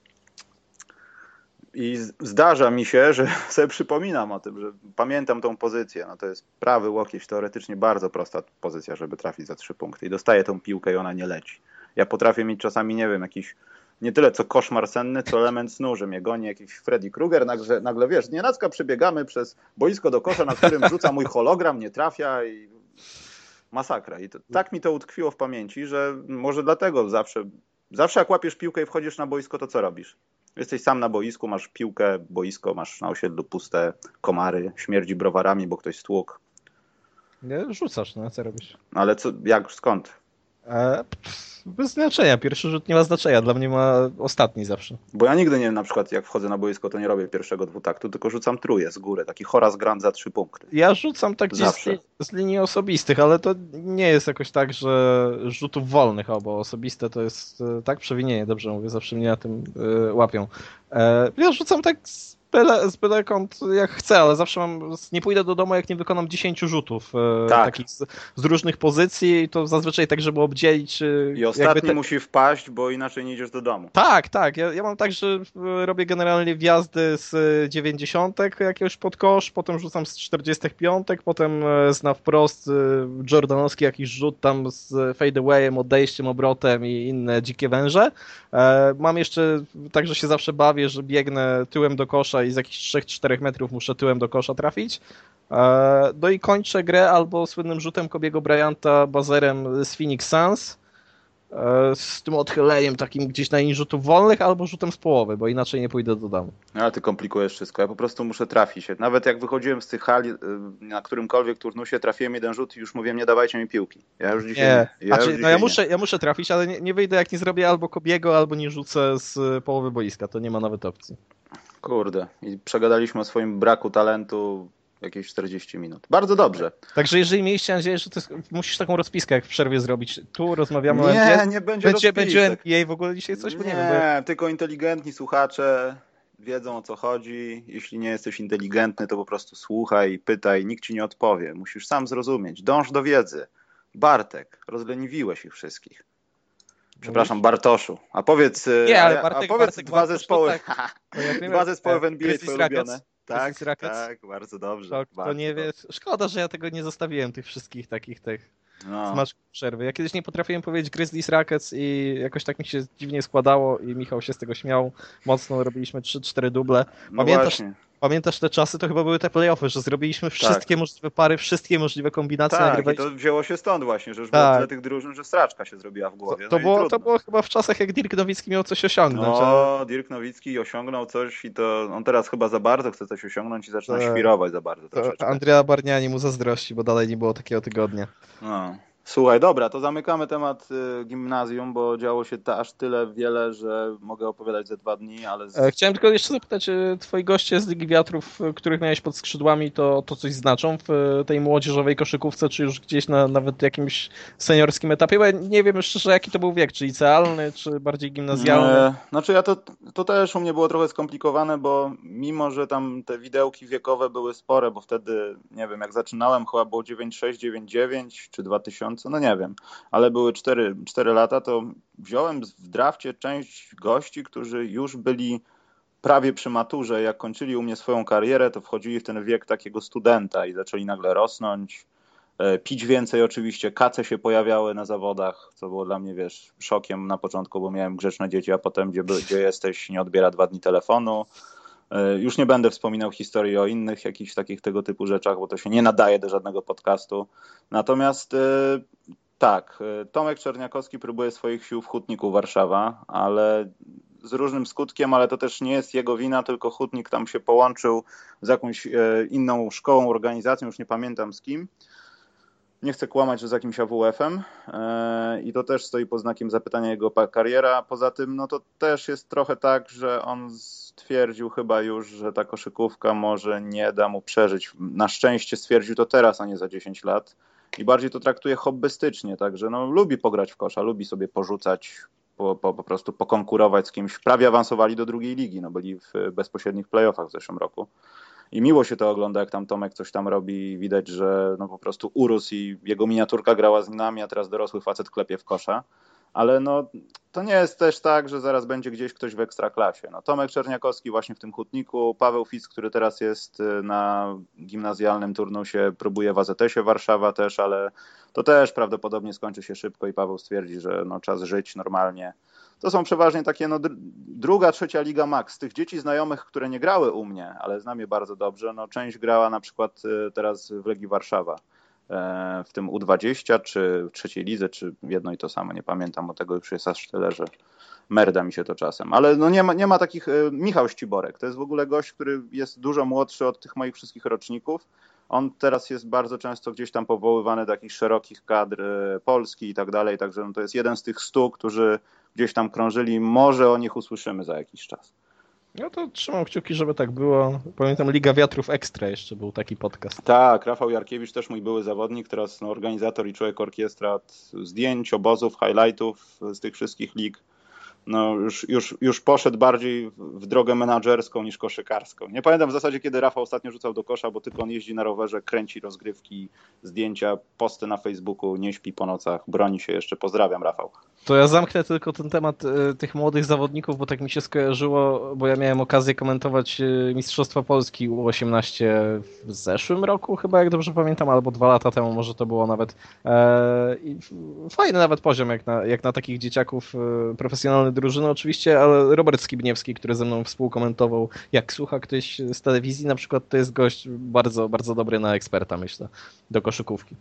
Speaker 1: I zdarza mi się, że sobie przypominam o tym, że pamiętam tą pozycję. No to jest prawy łokieć, teoretycznie bardzo prosta pozycja, żeby trafić za 3 punkty. I dostaję tą piłkę i ona nie leci. Ja potrafię mieć czasami, nie wiem, jakiś nie tyle co koszmar senny, co element snu, że mnie goni jakiś Freddy Krueger, nagle wiesz, nienacka przebiegamy przez boisko do kosza, na którym rzuca mój hologram, nie trafia i masakra. I tak mi to utkwiło w pamięci, że może dlatego zawsze jak łapiesz piłkę i wchodzisz na boisko, to co robisz? Jesteś sam na boisku, masz piłkę, boisko, masz na osiedlu puste komary, śmierdzi browarami, bo ktoś stłukł.
Speaker 2: Nie, rzucasz, no co robisz?
Speaker 1: Ale skąd?
Speaker 2: Bez znaczenia, pierwszy rzut nie ma znaczenia, dla mnie ma ostatni zawsze.
Speaker 1: Bo ja nigdy nie, na przykład jak wchodzę na boisko, to nie robię pierwszego dwutaktu, tylko rzucam truje z góry, taki Horace Grant za 3 punkty.
Speaker 2: Ja rzucam tak gdzieś
Speaker 1: Zawsze.
Speaker 2: z linii osobistych, ale to nie jest jakoś tak, że rzutów wolnych, bo osobiste to jest tak przewinienie, dobrze mówię, zawsze mnie na tym łapią. Ja rzucam tak z byle kąt jak chcę, ale zawsze nie pójdę do domu, jak nie wykonam 10 rzutów takich z różnych pozycji i to zazwyczaj tak, żeby obdzielić.
Speaker 1: I ostatni musi wpaść, bo inaczej nie idziesz do domu.
Speaker 2: Tak. Ja mam tak, że robię generalnie wjazdy z 90 jakiegoś pod kosz, potem rzucam z 45, potem na wprost jordanowski jakiś rzut tam z fadeawayem, odejściem, obrotem i inne dzikie węże. Mam jeszcze tak, że się zawsze bawię, że biegnę tyłem do kosza i z jakichś 3-4 metrów muszę tyłem do kosza trafić. No i kończę grę albo słynnym rzutem Kobiego Bryanta bazerem z Phoenix Suns, z tym odchyleniem takim gdzieś na linii rzutów wolnych, albo rzutem z połowy, bo inaczej nie pójdę do domu.
Speaker 1: Ale ty komplikujesz wszystko, ja po prostu muszę trafić. Nawet jak wychodziłem z tych hali, na którymkolwiek turnusie trafiłem jeden rzut i już mówiłem, nie dawajcie mi piłki. Ja już dzisiaj
Speaker 2: ja muszę trafić, ale nie wyjdę jak nie zrobię albo Kobiego, albo nie rzucę z połowy boiska, to nie ma nawet opcji.
Speaker 1: Kurde, i przegadaliśmy o swoim braku talentu jakieś 40 minut. Bardzo dobrze.
Speaker 2: Także jeżeli mieliście nadzieję, że musisz taką rozpiskę jak w przerwie zrobić. Tu rozmawiamy o
Speaker 1: NBA. Nie będzie
Speaker 2: NBA w ogóle dzisiaj coś? Bo nie wiem,
Speaker 1: bo tylko inteligentni słuchacze wiedzą, o co chodzi. Jeśli nie jesteś inteligentny, to po prostu słuchaj, pytaj, nikt ci nie odpowie. Musisz sam zrozumieć. Dąż do wiedzy. Bartek, rozleniwiłeś ich wszystkich. Przepraszam, Bartoszu. A powiedz,
Speaker 2: Bartek,
Speaker 1: dwa zespoły.
Speaker 2: Tak.
Speaker 1: Dwa zespoły w NBA twoje ulubione.
Speaker 2: Tak,
Speaker 1: bardzo dobrze.
Speaker 2: To nie wie. Szkoda, że ja tego nie zostawiłem, tych wszystkich takich smaczków przerwy. Ja kiedyś nie potrafiłem powiedzieć Grizzlies Rockets i jakoś tak mi się dziwnie składało i Michał się z tego śmiał. Mocno robiliśmy 3-4 duble. Pamiętasz te czasy? To chyba były te playoffy, że zrobiliśmy wszystkie możliwe pary, wszystkie możliwe kombinacje.
Speaker 1: Tak, i to wzięło się stąd właśnie, że już było tyle tych drużyn, że straczka się zrobiła w głowie.
Speaker 2: To było chyba w czasach, jak Dirk Nowicki miał coś osiągnąć.
Speaker 1: Dirk Nowicki osiągnął coś i to on teraz chyba za bardzo chce coś osiągnąć i zaczyna świrować za bardzo troszeczkę.
Speaker 2: Andrea Bargnani mu zazdrości, bo dalej nie było takiego tygodnia.
Speaker 1: Słuchaj, dobra, to zamykamy temat gimnazjum, bo działo się aż tyle wiele, że mogę opowiadać ze 2 dni, ale...
Speaker 2: Chciałem tylko jeszcze zapytać, twoi goście z Ligi Wiatrów, których miałeś pod skrzydłami, to coś znaczą w tej młodzieżowej koszykówce, czy już gdzieś na nawet jakimś seniorskim etapie? Bo ja nie wiem szczerze, jaki to był wiek, czy licealny, czy bardziej gimnazjalny?
Speaker 1: Znaczy to też u mnie było trochę skomplikowane, bo mimo, że tam te widełki wiekowe były spore, bo wtedy, nie wiem, jak zaczynałem, chyba było 9,6, 9,9 czy 2000, no nie wiem, ale były 4 lata, to wziąłem w drafcie część gości, którzy już byli prawie przy maturze. Jak kończyli u mnie swoją karierę, to wchodzili w ten wiek takiego studenta i zaczęli nagle rosnąć, pić więcej oczywiście, kace się pojawiały na zawodach, co było dla mnie, wiesz, szokiem na początku, bo miałem grzeczne dzieci, a potem gdzie jesteś, nie odbiera 2 dni telefonu. Już nie będę wspominał historii o innych jakichś takich tego typu rzeczach, bo to się nie nadaje do żadnego podcastu. Natomiast tak, Tomek Czerniakowski próbuje swoich sił w Hutniku Warszawa, ale z różnym skutkiem, ale to też nie jest jego wina, tylko Hutnik tam się połączył z jakąś inną szkołą, organizacją, już nie pamiętam z kim. Nie chcę kłamać, że z jakimś AWF-em i to też stoi pod znakiem zapytania jego kariera. Poza tym, no to też jest trochę tak, że on stwierdził chyba już, że ta koszykówka może nie da mu przeżyć. Na szczęście stwierdził to teraz, a nie za 10 lat. I bardziej to traktuje hobbystycznie, także no, lubi pograć w kosza, lubi sobie porzucać, po prostu pokonkurować z kimś. Prawie awansowali do 2. ligi, no byli w bezpośrednich playoffach w zeszłym roku. I miło się to ogląda, jak tam Tomek coś tam robi i widać, że no po prostu urósł i jego miniaturka grała z nami, a teraz dorosły facet klepie w kosza. Ale no to nie jest też tak, że zaraz będzie gdzieś ktoś w Ekstraklasie. No, Tomek Czerniakowski właśnie w tym Hutniku, Paweł Fic, który teraz jest na gimnazjalnym turnusie, próbuje w AZS-ie Warszawa też, ale to też prawdopodobnie skończy się szybko i Paweł stwierdzi, że no, czas żyć normalnie. To są przeważnie takie no, druga, trzecia liga max. Z tych dzieci znajomych, które nie grały u mnie, ale znam je bardzo dobrze, no, część grała na przykład teraz w Legii Warszawa. W tym U20, czy w trzeciej lidze, czy jedno i to samo, nie pamiętam, bo tego już jest aż tyle, że merda mi się to czasem. Ale no nie ma takich, Michał Ściborek, to jest w ogóle gość, który jest dużo młodszy od tych moich wszystkich roczników. On teraz jest bardzo często gdzieś tam powoływany do jakichś szerokich kadr Polski i tak dalej, także no to jest jeden z tych 100, którzy gdzieś tam krążyli, może o nich usłyszymy za jakiś czas.
Speaker 2: No to trzymam kciuki, żeby tak było. Pamiętam Liga Wiatrów Ekstra jeszcze był taki podcast.
Speaker 1: Tak, Rafał Jarkiewicz, też mój były zawodnik, teraz no, organizator i człowiek orkiestra od zdjęć, obozów, highlightów z tych wszystkich lig. No już poszedł bardziej w drogę menadżerską niż koszykarską. Nie pamiętam w zasadzie, kiedy Rafał ostatnio rzucał do kosza, bo tylko on jeździ na rowerze, kręci rozgrywki, zdjęcia, posty na Facebooku, nie śpi po nocach, broni się jeszcze. Pozdrawiam, Rafał.
Speaker 2: To ja zamknę tylko ten temat tych młodych zawodników, bo tak mi się skojarzyło, bo ja miałem okazję komentować Mistrzostwa Polski U18 w zeszłym roku chyba, jak dobrze pamiętam, albo 2 lata temu może to było nawet. I fajny nawet poziom jak na takich dzieciaków, profesjonalne drużyny oczywiście, ale Robert Skibniewski, który ze mną współkomentował, jak słucha ktoś z telewizji na przykład, to jest gość bardzo, bardzo dobry na eksperta, myślę, do koszykówki.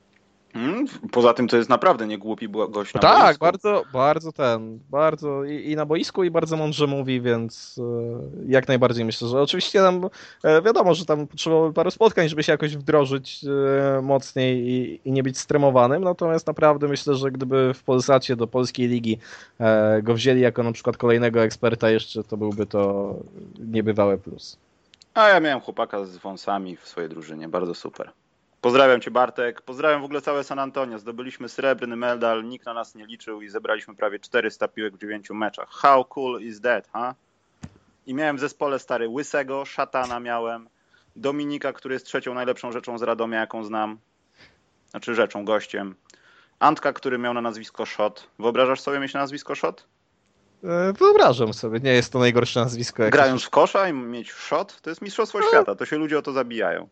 Speaker 1: Poza tym to jest naprawdę nie głupi gość na
Speaker 2: tak,
Speaker 1: boisku.
Speaker 2: bardzo i na boisku i bardzo mądrze mówi, więc jak najbardziej myślę, że oczywiście tam wiadomo, że tam potrzeba paru spotkań, żeby się jakoś wdrożyć mocniej i nie być stremowanym, natomiast naprawdę myślę, że gdyby w Polsacie do polskiej ligi go wzięli jako na przykład kolejnego eksperta jeszcze, to byłby to niebywały plus.
Speaker 1: A ja miałem chłopaka z wąsami w swojej drużynie, bardzo super. Pozdrawiam Cię, Bartek. Pozdrawiam w ogóle całe San Antonio. Zdobyliśmy srebrny medal, nikt na nas nie liczył i zebraliśmy prawie 400 piłek w 9 meczach. How cool is that, huh? I miałem w zespole stary Łysego, Szatana miałem, Dominika, który jest trzecią najlepszą rzeczą z Radomia, jaką znam. Znaczy rzeczą, gościem. Antka, który miał na nazwisko Shot. Wyobrażasz sobie mieć na nazwisko Shot?
Speaker 2: Wyobrażam sobie, nie jest to najgorsze nazwisko.
Speaker 1: Grając w kosza i mieć Shot? To jest mistrzostwo świata, to się ludzie o to zabijają.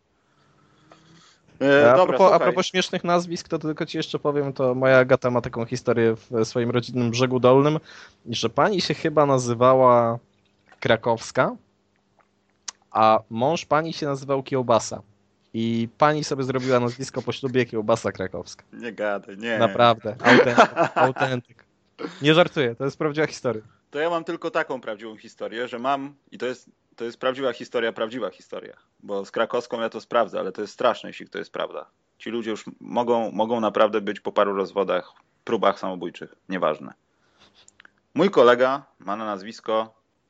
Speaker 2: A propos śmiesznych nazwisk, to tylko ci jeszcze powiem, to moja Agata ma taką historię w swoim rodzinnym Brzegu Dolnym, że pani się chyba nazywała Krakowska, a mąż pani się nazywał Kiełbasa. I pani sobie zrobiła nazwisko po ślubie Kiełbasa Krakowska.
Speaker 1: Nie gadaj, nie.
Speaker 2: Naprawdę, autentyk. Nie żartuję, to jest prawdziwa historia.
Speaker 1: To ja mam tylko taką prawdziwą historię, że mam, i to jest prawdziwa historia, bo z Krakowską ja to sprawdzę, ale to jest straszne, jeśli to jest prawda. Ci ludzie już mogą naprawdę być po paru rozwodach, próbach samobójczych, nieważne. Mój kolega ma na nazwisko,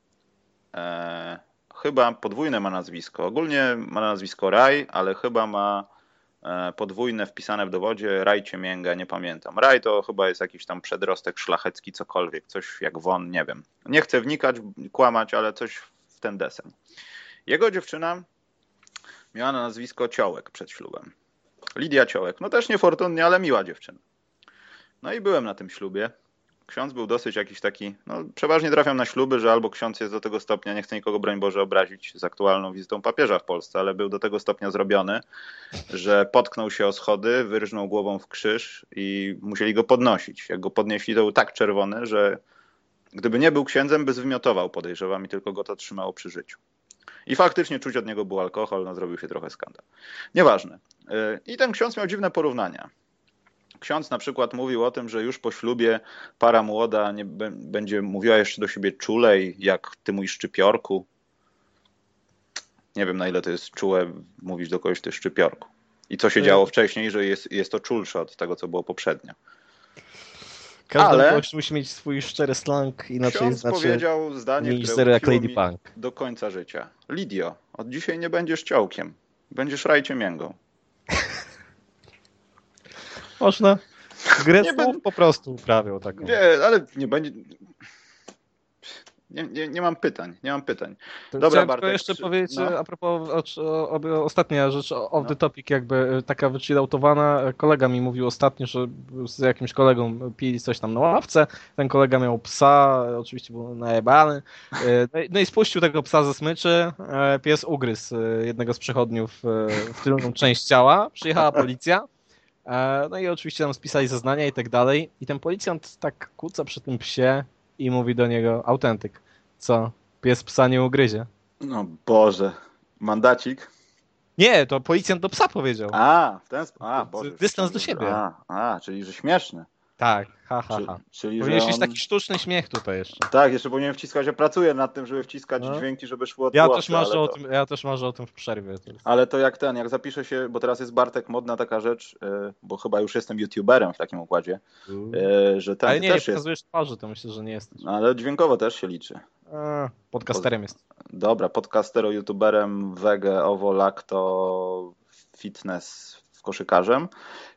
Speaker 1: chyba podwójne ma nazwisko, ogólnie ma na nazwisko Raj, ale chyba ma podwójne wpisane w dowodzie, Raj Ciemięga, nie pamiętam. Raj to chyba jest jakiś tam przedrostek szlachecki, cokolwiek, coś jak Won, nie wiem. Nie chcę wnikać, kłamać, ale coś w ten deseń. Jego dziewczyna miała na nazwisko Ciołek przed ślubem. Lidia Ciołek, no też niefortunnie, ale miła dziewczyna. No i byłem na tym ślubie. Ksiądz był dosyć jakiś taki, no przeważnie trafiam na śluby, że albo ksiądz jest do tego stopnia, nie chcę nikogo, broń Boże, obrazić z aktualną wizytą papieża w Polsce, ale był do tego stopnia zrobiony, że potknął się o schody, wyrżnął głową w krzyż i musieli go podnosić. Jak go podnieśli, to był tak czerwony, że gdyby nie był księdzem, by zwymiotował, podejrzewam, i tylko go to trzymało przy życiu. I faktycznie czuć od niego był alkohol, no zrobił się trochę skandal. Nieważne. I ten ksiądz miał dziwne porównania. Ksiądz na przykład mówił o tym, że już po ślubie para młoda nie będzie mówiła jeszcze do siebie czulej, jak ty mój szczypiorku. Nie wiem, na ile to jest czułe mówić do kogoś ty szczypiorku. I co się działo wcześniej, że jest to czulsze od tego, co było poprzednio.
Speaker 2: Każdy gość musi mieć swój szczery slang, inaczej
Speaker 1: ksiądz powiedział zdanie, które utkwiło mi do końca życia. Lidio, od dzisiaj nie będziesz ciołkiem, będziesz Raj Ciemięgą.
Speaker 2: Można. Grę słów po prostu uprawiał taką.
Speaker 1: Nie, ale nie będzie... Nie mam pytań, nie mam pytań.
Speaker 2: To
Speaker 1: Dobra,
Speaker 2: chciałem tylko
Speaker 1: Bartek.
Speaker 2: jeszcze powiedzieć
Speaker 1: No,
Speaker 2: a propos, ostatnia rzecz, off the topic, jakby taka wychilloutowana. Kolega mi mówił ostatnio, że z jakimś kolegą pili coś tam na ławce, ten kolega miał psa, oczywiście był najebany, no i spuścił tego psa ze smyczy, pies ugryzł jednego z przechodniów w tylną część ciała, przyjechała policja, no i oczywiście tam spisali zeznania i tak dalej i ten policjant tak kuca przy tym psie i mówi do niego, autentyk, co? Pies psa nie ugryzie.
Speaker 1: no Boże. Mandacik?
Speaker 2: Nie, to policjant do psa powiedział.
Speaker 1: Boże.
Speaker 2: Dystans do siebie.
Speaker 1: Czyli że śmieszny.
Speaker 2: Tak, ha, ha, ha.
Speaker 1: Czyli, że
Speaker 2: Powinieneś mieć
Speaker 1: on...
Speaker 2: taki sztuczny śmiech tutaj jeszcze.
Speaker 1: Tak, jeszcze powinienem wciskać, ja pracuję nad tym, żeby wciskać dźwięki, żeby szło od
Speaker 2: Ja
Speaker 1: głosu,
Speaker 2: też marzę o tym, ja też marzę o tym w przerwie.
Speaker 1: Ale to jak zapiszę się, bo teraz jest Bartek modna taka rzecz, bo chyba już jestem youtuberem w takim układzie, że ten
Speaker 2: ale nie,
Speaker 1: też
Speaker 2: nie
Speaker 1: jest.
Speaker 2: pokazujesz twarzy, to myślę, że nie jesteś.
Speaker 1: Ale dźwiękowo też się liczy.
Speaker 2: Podcasterem jest.
Speaker 1: Dobra, podcastero, youtuberem, wege, ovo, lacto, fitness, koszykarzem.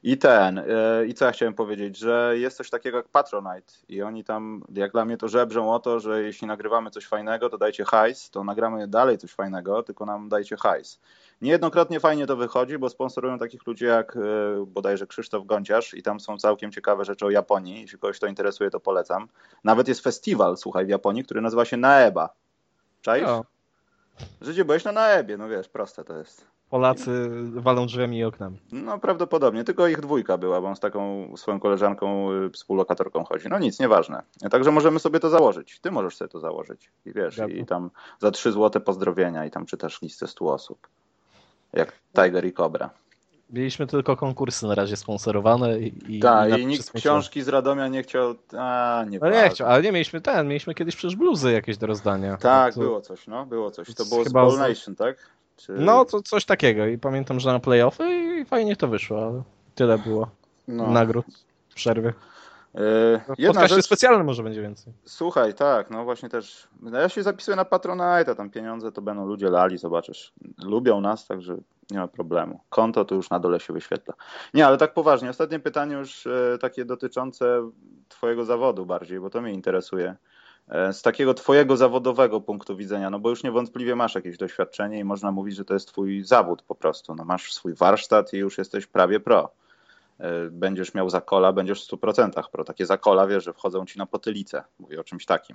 Speaker 1: I co ja chciałem powiedzieć, że jest coś takiego jak Patronite i oni tam, jak dla mnie to żebrzą o to, że jeśli nagrywamy coś fajnego, to dajcie hajs, to nagramy dalej coś fajnego, tylko nam dajcie hajs. Niejednokrotnie fajnie to wychodzi, bo sponsorują takich ludzi jak bodajże Krzysztof Gonciarz i tam są całkiem ciekawe rzeczy o Japonii. Jeśli kogoś to interesuje, to polecam. Nawet jest festiwal, słuchaj, w Japonii, który nazywa się Naeba. Czaisz?
Speaker 2: No.
Speaker 1: Życie, byłeś na Naebie, no wiesz, proste to jest.
Speaker 2: Polacy walą drzwiami i oknami.
Speaker 1: No prawdopodobnie, tylko ich dwójka była, bo on z taką swoją koleżanką, współlokatorką chodzi. No nic, nieważne. Także możemy sobie to założyć. Ty możesz sobie to założyć. I wiesz, i tam za 3 złote pozdrowienia i tam czytasz listę 100 osób. Jak Tiger i Cobra.
Speaker 2: Mieliśmy tylko konkursy na razie sponsorowane i
Speaker 1: nikt książki z Radomia nie chciał.
Speaker 2: No nie chciał, ale nie mieliśmy kiedyś przecież bluzy jakieś do rozdania.
Speaker 1: Tak, było coś. To było z Ball Nation, tak?
Speaker 2: No, to coś takiego i pamiętam, że na play-offy i fajnie to wyszło, ale tyle było nagród w przerwie. W podcaście specjalnym może będzie więcej.
Speaker 1: Słuchaj, tak, no właśnie też. Ja się zapisuję na Patronite, tam pieniądze to będą ludzie lali, zobaczysz. Lubią nas, także nie ma problemu. Konto to już na dole się wyświetla. Nie, ale tak poważnie, ostatnie pytanie już takie dotyczące twojego zawodu bardziej, bo to mnie interesuje. Z takiego twojego zawodowego punktu widzenia, no bo już niewątpliwie masz jakieś doświadczenie i można mówić, że to jest twój zawód po prostu. No masz swój warsztat i już jesteś prawie pro. Będziesz miał zakola, będziesz w 100% pro. Takie zakola, wiesz, że wchodzą ci na potylicę. Mówię o czymś takim.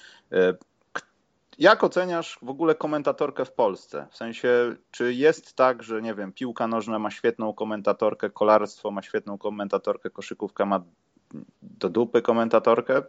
Speaker 1: Jak oceniasz w ogóle komentatorkę w Polsce? W sensie, czy jest tak, że nie wiem, piłka nożna ma świetną komentatorkę, kolarstwo ma świetną komentatorkę, koszykówka ma do dupy komentatorkę?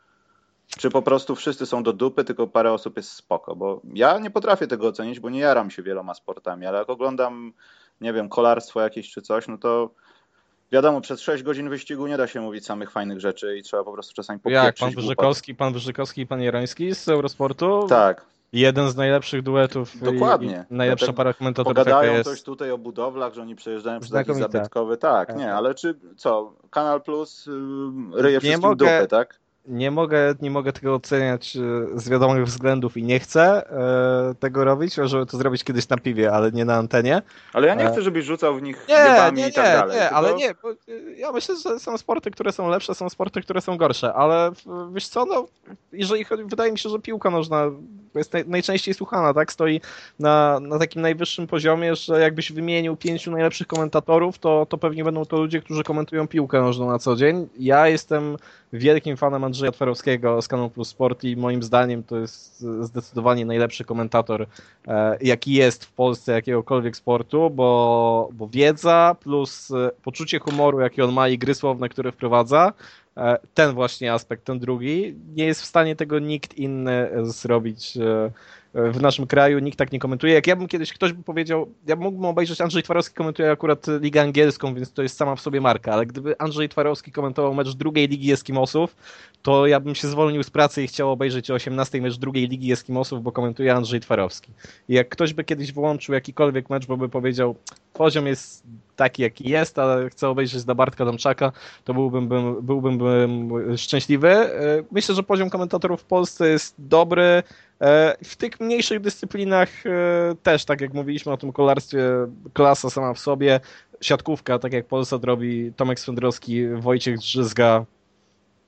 Speaker 1: Czy po prostu wszyscy są do dupy, tylko parę osób jest spoko? Bo ja nie potrafię tego ocenić, bo nie jaram się wieloma sportami, ale jak oglądam, nie wiem, kolarstwo jakieś czy coś, no to wiadomo, przez 6 godzin wyścigu nie da się mówić samych fajnych rzeczy i trzeba po prostu czasami popieprzyć.
Speaker 2: Jak pan Wyżykowski i pan Jarański z Eurosportu?
Speaker 1: Tak.
Speaker 2: Jeden z najlepszych duetów.
Speaker 1: Dokładnie.
Speaker 2: Najlepsza para komentatorów.
Speaker 1: Pogadają coś tutaj o budowlach, że oni przejeżdżają przez jakiś zabytkowy. Tak, nie, ale czy co? Kanal Plus ryje wszystkim dupy, tak?
Speaker 2: Nie mogę tego oceniać z wiadomych względów i nie chcę tego robić, żeby to zrobić kiedyś na piwie, ale nie na antenie.
Speaker 1: Ale ja nie chcę, żebyś rzucał w nich jebami i tak dalej.
Speaker 2: Nie, ale nie, bo ja myślę, że są sporty, które są lepsze, są sporty, które są gorsze, ale wiesz co, no, jeżeli chodzi, wydaje mi się, że piłka nożna jest najczęściej słuchana, tak, stoi na takim najwyższym poziomie, że jakbyś wymienił 5 najlepszych komentatorów, to pewnie będą to ludzie, którzy komentują piłkę nożną na co dzień. Ja jestem wielkim fanem Andrzeja Twarowskiego z Kanał Plus Sport i moim zdaniem to jest zdecydowanie najlepszy komentator, jaki jest w Polsce jakiegokolwiek sportu, bo wiedza plus poczucie humoru, jakie on ma i gry słowne, które wprowadza, ten właśnie aspekt, ten drugi, nie jest w stanie tego nikt inny zrobić w naszym kraju, nikt tak nie komentuje. Jak ja bym kiedyś, ktoś by powiedział, ja mógłbym obejrzeć, Andrzej Twarowski komentuje akurat Ligę Angielską, więc to jest sama w sobie marka, ale gdyby Andrzej Twarowski komentował mecz drugiej Ligi Eskimosów, to ja bym się zwolnił z pracy i chciał obejrzeć o 18 mecz drugiej Ligi Eskimosów, bo komentuje Andrzej Twarowski. I jak ktoś by kiedyś wyłączył jakikolwiek mecz, bo by powiedział, poziom jest taki, jaki jest, ale chcę obejrzeć dla Bartka Domczaka, to byłbym szczęśliwy. Myślę, że poziom komentatorów w Polsce jest dobry. W tych mniejszych dyscyplinach też, tak jak mówiliśmy o tym kolarstwie, klasa sama w sobie. Siatkówka, tak jak Polsat robi, Tomek Swędrowski, Wojciech Drzyzga.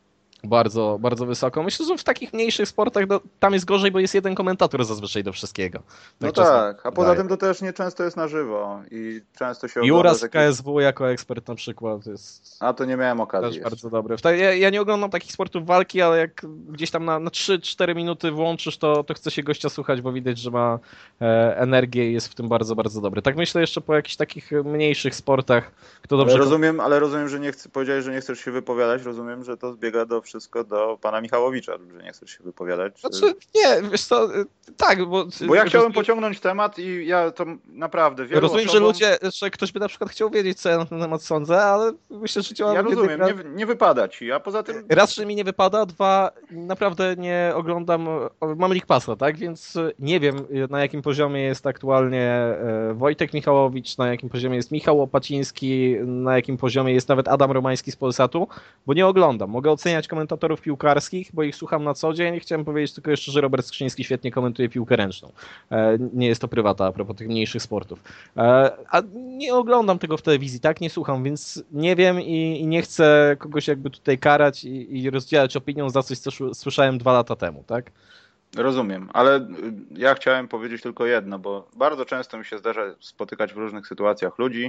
Speaker 2: bardzo, bardzo wysoko. Myślę, że w takich mniejszych sportach tam jest gorzej, bo jest jeden komentator zazwyczaj do wszystkiego.
Speaker 1: No
Speaker 2: czasem
Speaker 1: tak, a poza
Speaker 2: wydaje.
Speaker 1: tym to też nie często jest na żywo i często się ogląda
Speaker 2: Juras
Speaker 1: z
Speaker 2: w
Speaker 1: jakichś...
Speaker 2: KSW jako ekspert na przykład jest
Speaker 1: A to nie miałem okazji
Speaker 2: też
Speaker 1: jeszcze.
Speaker 2: bardzo dobry. Ja nie oglądam takich sportów walki, ale jak gdzieś tam na 3-4 minuty włączysz, to chce się gościa słuchać, bo widać, że ma energię i jest w tym bardzo, bardzo dobry. Tak myślę jeszcze po jakichś takich mniejszych sportach, kto dobrze...
Speaker 1: Ale rozumiem, że powiedziałeś, że nie chcesz się wypowiadać. Rozumiem, że to zbiega wszystko do pana Michałowicza, że nie chcesz się wypowiadać.
Speaker 2: Znaczy, nie, wiesz co, tak,
Speaker 1: Bo ja chciałem pociągnąć temat i ja to naprawdę wielu
Speaker 2: rozumiem,
Speaker 1: osobom...
Speaker 2: że ktoś by na przykład chciał wiedzieć, co ja na ten temat sądzę, ale myślę, że
Speaker 1: Ja rozumiem, nie wypada ci, a poza tym...
Speaker 2: Raz, że mi nie wypada, dwa, naprawdę nie oglądam, mam League Passa, tak, więc nie wiem, na jakim poziomie jest aktualnie Wojtek Michałowicz, na jakim poziomie jest Michał Łopaciński, na jakim poziomie jest nawet Adam Romański z Polsatu, bo nie oglądam. Mogę oceniać komentatorów piłkarskich, bo ich słucham na co dzień. Chciałem powiedzieć tylko jeszcze, że Robert Skrzyński świetnie komentuje piłkę ręczną. Nie jest to prywata a propos tych mniejszych sportów. A nie oglądam tego w telewizji, tak, nie słucham, więc nie wiem i nie chcę kogoś jakby tutaj karać i rozdzielać opinią za coś, co słyszałem 2 lata temu, tak?
Speaker 1: Rozumiem, ale ja chciałem powiedzieć tylko jedno, bo bardzo często mi się zdarza spotykać w różnych sytuacjach ludzi,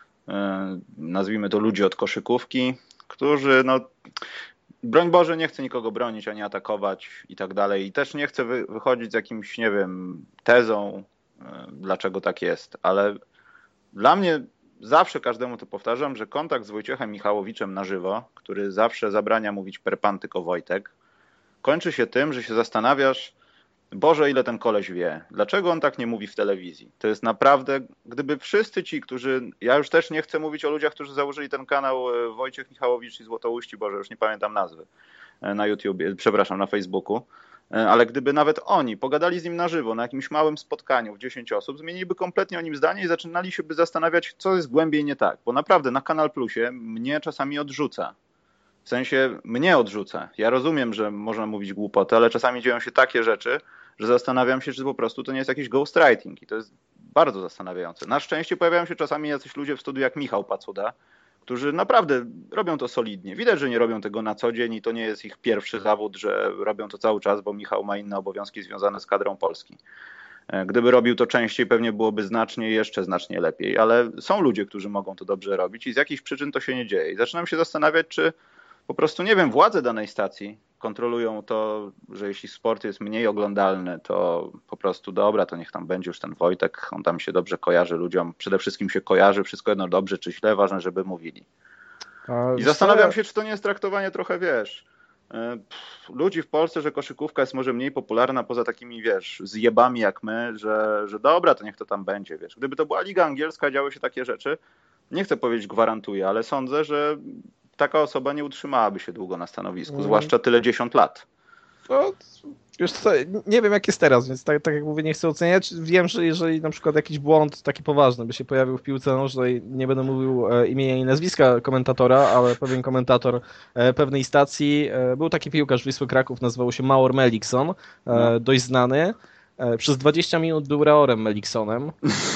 Speaker 1: nazwijmy to ludzi od koszykówki, którzy, no, broń Boże, nie chcę nikogo bronić ani atakować i tak dalej. I też nie chcę wychodzić z jakimś, nie wiem, tezą, dlaczego tak jest, ale dla mnie zawsze każdemu to powtarzam, że kontakt z Wojciechem Michałowiczem na żywo, który zawsze zabrania mówić per pan, tylko Wojtek, kończy się tym, że się zastanawiasz, Boże, ile ten koleś wie, dlaczego on tak nie mówi w telewizji. To jest naprawdę, gdyby wszyscy ci, którzy, ja już też nie chcę mówić o ludziach, którzy założyli ten kanał Wojciech Michałowicz i Złotouści, Boże, już nie pamiętam nazwy, na YouTubie, przepraszam, na Facebooku, ale gdyby nawet oni pogadali z nim na żywo, na jakimś małym spotkaniu w 10 osób, zmieniliby kompletnie o nim zdanie i zaczynali się by zastanawiać, co jest głębiej nie tak. Bo naprawdę na Kanal Plusie mnie czasami odrzuca. W sensie mnie odrzuca. Ja rozumiem, że można mówić głupoty, ale czasami dzieją się takie rzeczy, że zastanawiam się, czy po prostu to nie jest jakiś ghostwriting. I to jest bardzo zastanawiające. Na szczęście pojawiają się czasami jacyś ludzie w studiu jak Michał Pacuda, którzy naprawdę robią to solidnie. Widać, że nie robią tego na co dzień i to nie jest ich pierwszy zawód, że robią to cały czas, bo Michał ma inne obowiązki związane z kadrą Polski. Gdyby robił to częściej, pewnie byłoby jeszcze znacznie lepiej, ale są ludzie, którzy mogą to dobrze robić i z jakichś przyczyn to się nie dzieje. I zaczynam się zastanawiać, czy po prostu, nie wiem, władze danej stacji kontrolują to, że jeśli sport jest mniej oglądalny, to po prostu dobra, to niech tam będzie już ten Wojtek, on tam się dobrze kojarzy ludziom, przede wszystkim się kojarzy, wszystko jedno dobrze czy źle, ważne, żeby mówili. I zastanawiam się, czy to nie jest traktowanie trochę, wiesz, ludzi w Polsce, że koszykówka jest może mniej popularna poza takimi, wiesz, zjebami jak my, że dobra, to niech to tam będzie, wiesz. Gdyby to była Liga Angielska, działy się takie rzeczy, nie chcę powiedzieć gwarantuję, ale sądzę, że taka osoba nie utrzymałaby się długo na stanowisku, zwłaszcza tyle 10 lat.
Speaker 2: No, już co, nie wiem jak jest teraz, więc tak jak mówię, nie chcę oceniać. Wiem, że jeżeli na przykład jakiś błąd taki poważny by się pojawił w piłce nożnej, nie będę mówił imienia i nazwiska komentatora, ale pewien komentator pewnej stacji, był taki piłkarz Wisły Kraków, nazywał się Maor Melikson, dość znany. Przez 20 minut był Reorem Meliksonem.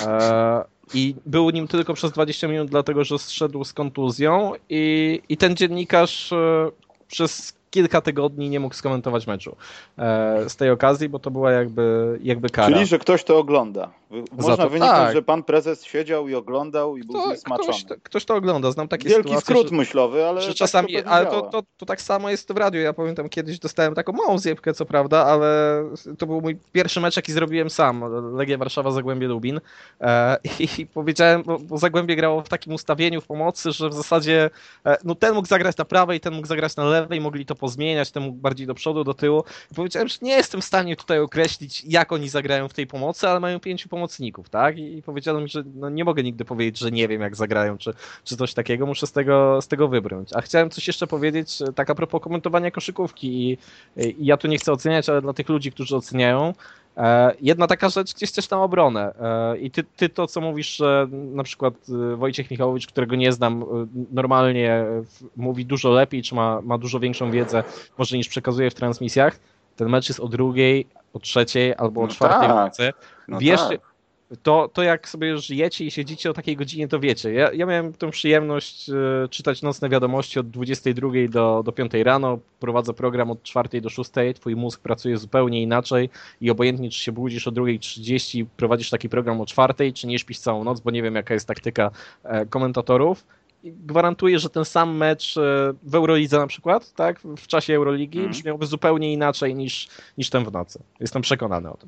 Speaker 2: I był nim tylko przez 20 minut, dlatego że zszedł z kontuzją i ten dziennikarz przez kilka tygodni nie mógł skomentować meczu z tej okazji, bo to była jakby kara.
Speaker 1: Czyli, że ktoś to ogląda. Można wyniknąć,
Speaker 2: tak,
Speaker 1: że pan prezes siedział i oglądał i był zniesmaczony.
Speaker 2: Ktoś to ogląda, znam takie
Speaker 1: Wielki
Speaker 2: sytuacje.
Speaker 1: skrót myślowy, ale
Speaker 2: że czasami,
Speaker 1: tak
Speaker 2: ale to tak samo jest w radiu. Ja pamiętam, kiedyś dostałem taką małą zjebkę, co prawda, ale to był mój pierwszy mecz, jaki zrobiłem sam. Legia Warszawa, Zagłębie Lubin. I powiedziałem, bo Zagłębie grało w takim ustawieniu w pomocy, że w zasadzie no ten mógł zagrać na prawej, ten mógł zagrać na lewej, mogli to pozmieniać, ten mógł bardziej do przodu, do tyłu. I powiedziałem, że nie jestem w stanie tutaj określić, jak oni zagrają w tej pomocy, ale mają 5 pomocników, tak? I powiedziałem, że no nie mogę nigdy powiedzieć, że nie wiem, jak zagrają, czy coś takiego, muszę z tego wybrnąć. A chciałem coś jeszcze powiedzieć, tak a propos komentowania koszykówki i ja tu nie chcę oceniać, ale dla tych ludzi, którzy oceniają, jedna taka rzecz gdzieś też na obronę. I ty to, co mówisz, że na przykład Wojciech Michałowicz, którego nie znam, normalnie mówi dużo lepiej, czy ma dużo większą wiedzę może niż przekazuje w transmisjach. Ten mecz jest o 2:00, o 3:00 albo o 4:00 w nocy.
Speaker 1: No
Speaker 2: Wiesz,
Speaker 1: tak.
Speaker 2: To jak sobie żyjecie i siedzicie o takiej godzinie, to wiecie. Ja miałem tę przyjemność czytać nocne wiadomości od 22 do 5 rano. Prowadzę program od 4 do 6. Twój mózg pracuje zupełnie inaczej i obojętnie, czy się budzisz o 2:30, prowadzisz taki program o 4, czy nie śpisz całą noc, bo nie wiem, jaka jest taktyka komentatorów. I gwarantuję, że ten sam mecz w Eurolidze na przykład, tak, w czasie Euroligi brzmiałby zupełnie inaczej niż ten w nocy. Jestem przekonany o tym.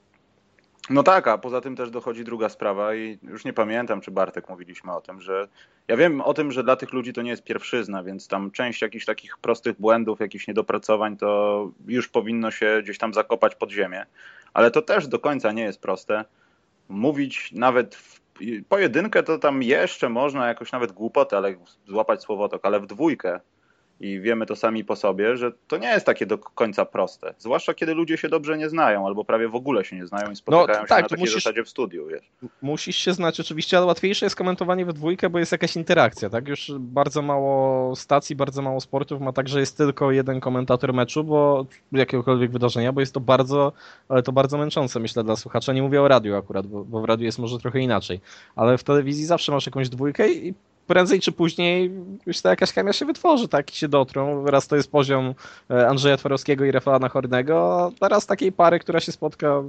Speaker 1: No tak, a poza tym też dochodzi druga sprawa i już nie pamiętam, czy Bartek mówiliśmy o tym, że ja wiem o tym, że dla tych ludzi to nie jest pierwszyzna, więc tam część jakichś takich prostych błędów, jakichś niedopracowań to już powinno się gdzieś tam zakopać pod ziemię, ale to też do końca nie jest proste. Mówić nawet w pojedynkę to tam jeszcze można jakoś nawet głupotę, ale złapać słowotok, ale w dwójkę i wiemy to sami po sobie, że to nie jest takie do końca proste. Zwłaszcza kiedy ludzie się dobrze nie znają, albo prawie w ogóle się nie znają i spotykają się na takiej zasadzie w studiu. Wiesz.
Speaker 2: Musisz się znać oczywiście, ale łatwiejsze jest komentowanie we dwójkę, bo jest jakaś interakcja, tak? Już bardzo mało stacji, bardzo mało sportów ma tak, że jest tylko jeden komentator meczu, bo jakiegokolwiek wydarzenia, bo jest to bardzo, ale to bardzo męczące, myślę, dla słuchacza. Nie mówię o radiu akurat, bo w radiu jest może trochę inaczej, ale w telewizji zawsze masz jakąś dwójkę i prędzej czy później już ta jakaś chemia się wytworzy, tak, i się dotrą. Raz to jest poziom Andrzeja Twarowskiego i Rafała Nachornego, a raz takiej pary, która się spotka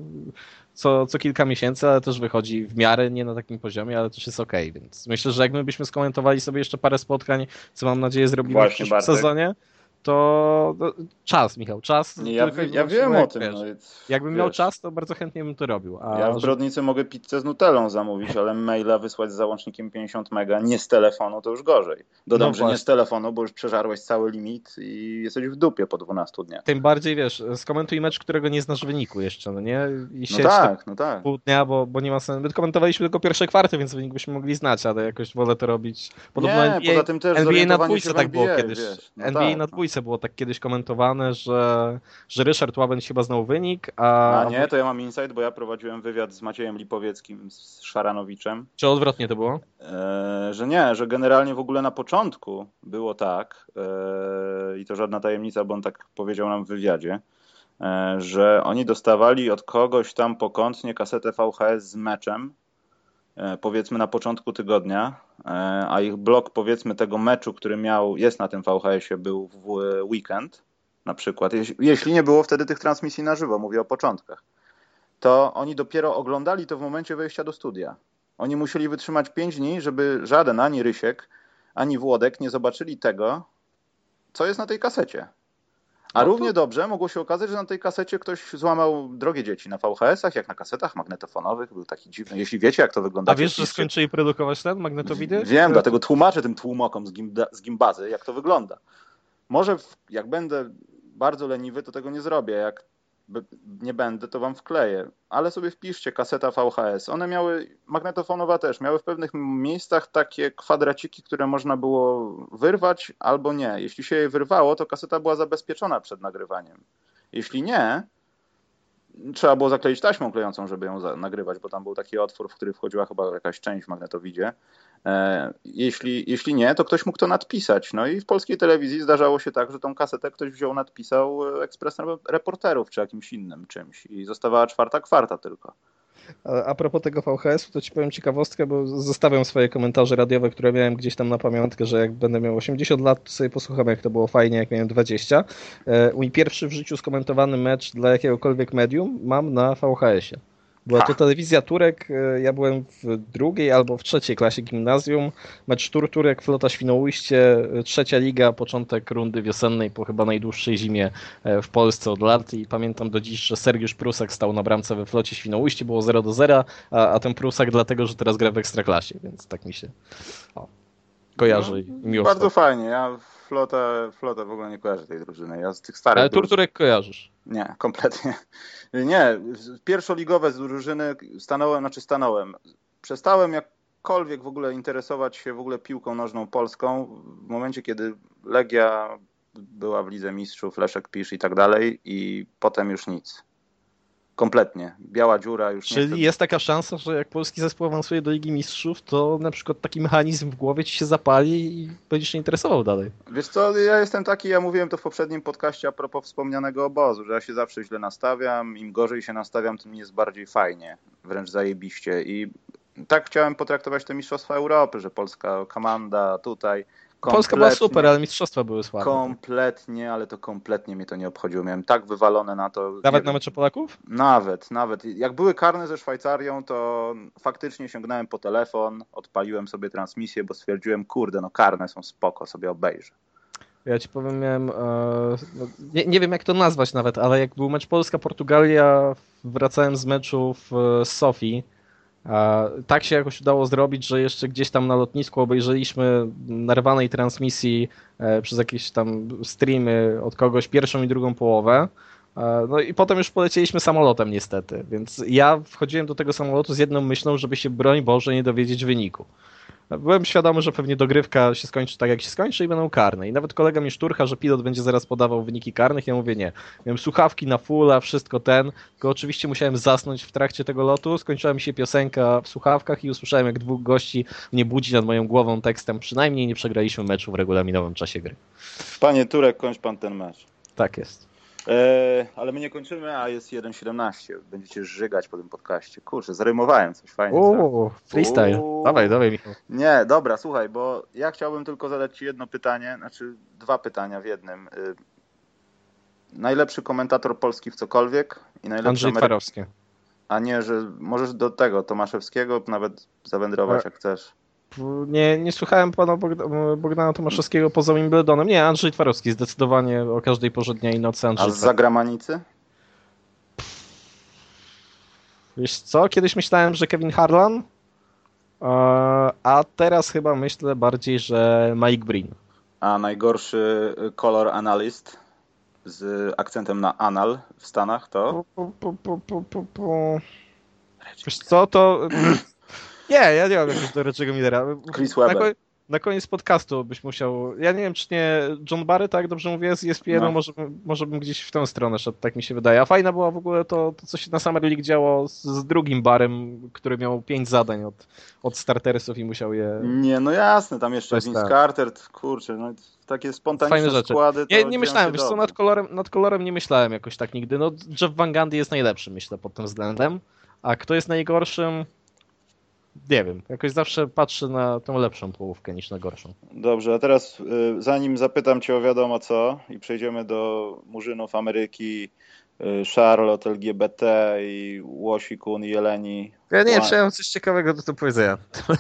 Speaker 2: co kilka miesięcy, ale też wychodzi w miarę nie na takim poziomie, ale też jest okej, więc myślę, że jak my byśmy skomentowali sobie jeszcze parę spotkań, co mam nadzieję zrobimy
Speaker 1: Właśnie,
Speaker 2: w przyszłym
Speaker 1: Bartek.
Speaker 2: sezonie, to czas, Michał, czas.
Speaker 1: Ja wiem o tym. No,
Speaker 2: jakbym miał czas, to bardzo chętnie bym to robił.
Speaker 1: Ja w Brodnicy mogę pizzę z nutellą zamówić, ale maila wysłać z załącznikiem 50 mega nie z telefonu to już gorzej. Dodam, że nie z telefonu, bo już przeżarłeś cały limit i jesteś w dupie po 12 dniach.
Speaker 2: Tym bardziej, wiesz, skomentuj mecz, którego nie znasz wyniku jeszcze, no nie? I
Speaker 1: no tak, no tak.
Speaker 2: Pół dnia, bo nie ma sensu. My komentowaliśmy tylko pierwsze kwarty, więc wynik byśmy mogli znać, ale jakoś wolę to robić.
Speaker 1: Podobno nie, NBA, poza tym też
Speaker 2: NBA na dwójce tak
Speaker 1: NBA,
Speaker 2: było kiedyś.
Speaker 1: wiesz, no
Speaker 2: NBA
Speaker 1: tak,
Speaker 2: na dwójce było tak kiedyś komentowane, że Ryszard Łabędź chyba znał wynik, a
Speaker 1: nie, to ja mam insight, bo ja prowadziłem wywiad z Maciejem Lipowieckim, z Szaranowiczem.
Speaker 2: Czy odwrotnie to było?
Speaker 1: Że nie, że generalnie w ogóle na początku było tak, i to żadna tajemnica, bo on tak powiedział nam w wywiadzie, że oni dostawali od kogoś tam pokątnie kasetę VHS z meczem, powiedzmy na początku tygodnia, a ich blok powiedzmy tego meczu, który jest na tym VHS-ie, był w weekend na przykład, jeśli nie było wtedy tych transmisji na żywo, mówię o początkach, to oni dopiero oglądali to w momencie wejścia do studia. Oni musieli wytrzymać 5 dni, żeby żaden, ani Rysiek, ani Włodek nie zobaczyli tego, co jest na tej kasecie. A równie dobrze mogło się okazać, że na tej kasecie ktoś złamał Drogie dzieci na VHS-ach, jak na kasetach magnetofonowych. Był taki dziwny. Jeśli wiecie, jak to wygląda.
Speaker 2: A wiesz, że skończyli produkować ten magnetowidy?
Speaker 1: Wiem, dlatego tłumaczę tym tłumokom z gimbazy, jak to wygląda. Może jak będę bardzo leniwy, to tego nie zrobię. Jak nie będę, to wam wkleję. Ale sobie wpiszcie kaseta VHS. One magnetofonowa też, miały w pewnych miejscach takie kwadraciki, które można było wyrwać albo nie. Jeśli się je wyrwało, to kaseta była zabezpieczona przed nagrywaniem. Jeśli nie, trzeba było zakleić taśmą klejącą, żeby ją nagrywać, bo tam był taki otwór, w który wchodziła chyba jakaś część w magnetowidzie. Jeśli nie, to ktoś mógł to nadpisać. No i w polskiej telewizji zdarzało się tak, że tą kasetę ktoś wziął, nadpisał Ekspresem Reporterów czy jakimś innym czymś i zostawała 4/4 tylko.
Speaker 2: A propos tego VHS-u, to ci powiem ciekawostkę, bo zostawiam swoje komentarze radiowe, które miałem gdzieś tam na pamiątkę, że jak będę miał 80 lat, to sobie posłucham, jak to było fajnie, jak miałem 20. Mój pierwszy w życiu skomentowany mecz dla jakiegokolwiek medium mam na VHS-ie. Była to telewizja Turek, ja byłem w drugiej albo w trzeciej klasie gimnazjum, mecz Turek, Flota Świnoujście, trzecia liga, początek rundy wiosennej po chyba najdłuższej zimie w Polsce od lat i pamiętam do dziś, że Sergiusz Prusak stał na bramce we Flocie Świnoujście, było 0-0, a ten Prusak dlatego, że teraz gra w Ekstraklasie, więc tak mi się kojarzy i miło.
Speaker 1: Bardzo fajnie, ja Flota w ogóle nie kojarzę tej drużyny, ja z tych starych...
Speaker 2: Ale Turek kojarzysz?
Speaker 1: Nie, kompletnie. Nie, pierwszoligowe drużyny stanąłem. Przestałem jakkolwiek w ogóle interesować się w ogóle piłką nożną polską w momencie, kiedy Legia była w Lidze Mistrzów, Leszek Pisz i tak dalej i potem już nic. Kompletnie. Biała dziura już nie
Speaker 2: Czyli
Speaker 1: chcę.
Speaker 2: jest taka szansa, że jak polski zespół awansuje do Ligi Mistrzów, to na przykład taki mechanizm w głowie ci się zapali i będziesz się interesował dalej.
Speaker 1: Wiesz co, ja jestem taki, ja mówiłem to w poprzednim podcaście a propos wspomnianego obozu, że ja się zawsze źle nastawiam, im gorzej się nastawiam, tym jest bardziej fajnie, wręcz zajebiście i tak chciałem potraktować te Mistrzostwa Europy, że polska komanda tutaj
Speaker 2: Polska była super, ale mistrzostwa były słabe.
Speaker 1: Kompletnie, ale to kompletnie mnie to nie obchodziło. Miałem tak wywalone na to.
Speaker 2: Nawet na mecze Polaków?
Speaker 1: Nawet. Jak były karne ze Szwajcarią, to faktycznie sięgnąłem po telefon, odpaliłem sobie transmisję, bo stwierdziłem, kurde, no karne są spoko, sobie obejrzę.
Speaker 2: Ja ci powiem, miałem, nie wiem jak to nazwać nawet, ale jak był mecz Polska-Portugalia, wracałem z meczu w Sofii. Tak się jakoś udało zrobić, że jeszcze gdzieś tam na lotnisku obejrzeliśmy narwanej transmisji przez jakieś tam streamy od kogoś pierwszą i drugą połowę. No i potem już polecieliśmy samolotem niestety, więc ja wchodziłem do tego samolotu z jedną myślą, żeby się broń Boże nie dowiedzieć wyniku. Byłem świadomy, że pewnie dogrywka się skończy tak, jak się skończy i będą karne. I nawet kolega mi szturcha, że pilot będzie zaraz podawał wyniki karnych. Ja mówię nie. Miałem słuchawki na fulla, wszystko tylko oczywiście musiałem zasnąć w trakcie tego lotu. Skończyła mi się piosenka w słuchawkach i usłyszałem, jak dwóch gości mnie budzi nad moją głową tekstem. Przynajmniej nie przegraliśmy meczu w regulaminowym czasie gry.
Speaker 1: Panie Turek, kończ pan ten mecz.
Speaker 2: Tak jest.
Speaker 1: Ale my nie kończymy, a jest 1.17. Będziecie żygać po tym podcaście. Kurczę, zarymowałem coś fajnie.
Speaker 2: Freestyle. Dawaj, Michał.
Speaker 1: Nie, dobra, słuchaj, bo ja chciałbym tylko zadać ci jedno pytanie, znaczy dwa pytania w jednym. Najlepszy komentator polski w cokolwiek i najlepszy
Speaker 2: Andrzej Twarowski.
Speaker 1: A nie, że możesz do tego Tomaszewskiego nawet zawędrować jak chcesz.
Speaker 2: Nie słuchałem pana Bogdana Tomaszewskiego poza Wimbledonem. Nie, Andrzej Twarowski zdecydowanie o każdej porze dnia i nocy.
Speaker 1: A z zagranicy?
Speaker 2: Wiesz co, kiedyś myślałem, że Kevin Harlan, a teraz chyba myślę bardziej, że Mike Breen.
Speaker 1: A najgorszy color analyst z akcentem na anal w Stanach to?
Speaker 2: Wiesz co, to... Nie, ja nie mam jakiegoś do Reggie'ego Millera.
Speaker 1: Chris Webber.
Speaker 2: Na koniec podcastu byś musiał... Ja nie wiem, czy nie John Barry, tak dobrze mówię, z ESPN-u,
Speaker 1: No.
Speaker 2: może bym gdzieś w tę stronę szedł, tak mi się wydaje. A fajna była w ogóle to co się na Summer League działo z drugim Barem, który miał 5 zadań od startersów i musiał je...
Speaker 1: Nie, no jasne, tam jeszcze Vince Carter, kurczę, no takie spontaniczne składy.
Speaker 2: Nie myślałem, wiesz co, nad kolorem nie myślałem jakoś tak nigdy. No Jeff Van Gundy jest najlepszy, myślę, pod tym względem. A kto jest najgorszym? Nie wiem, jakoś zawsze patrzę na tą lepszą połówkę niż na gorszą.
Speaker 1: Dobrze, a teraz zanim zapytam cię o wiadomo co i przejdziemy do murzynów Ameryki, Charlotte, LGBT i Łosikun i Jeleni.
Speaker 2: Ja nie wiem, czy ja mam coś ciekawego do powiedzenia.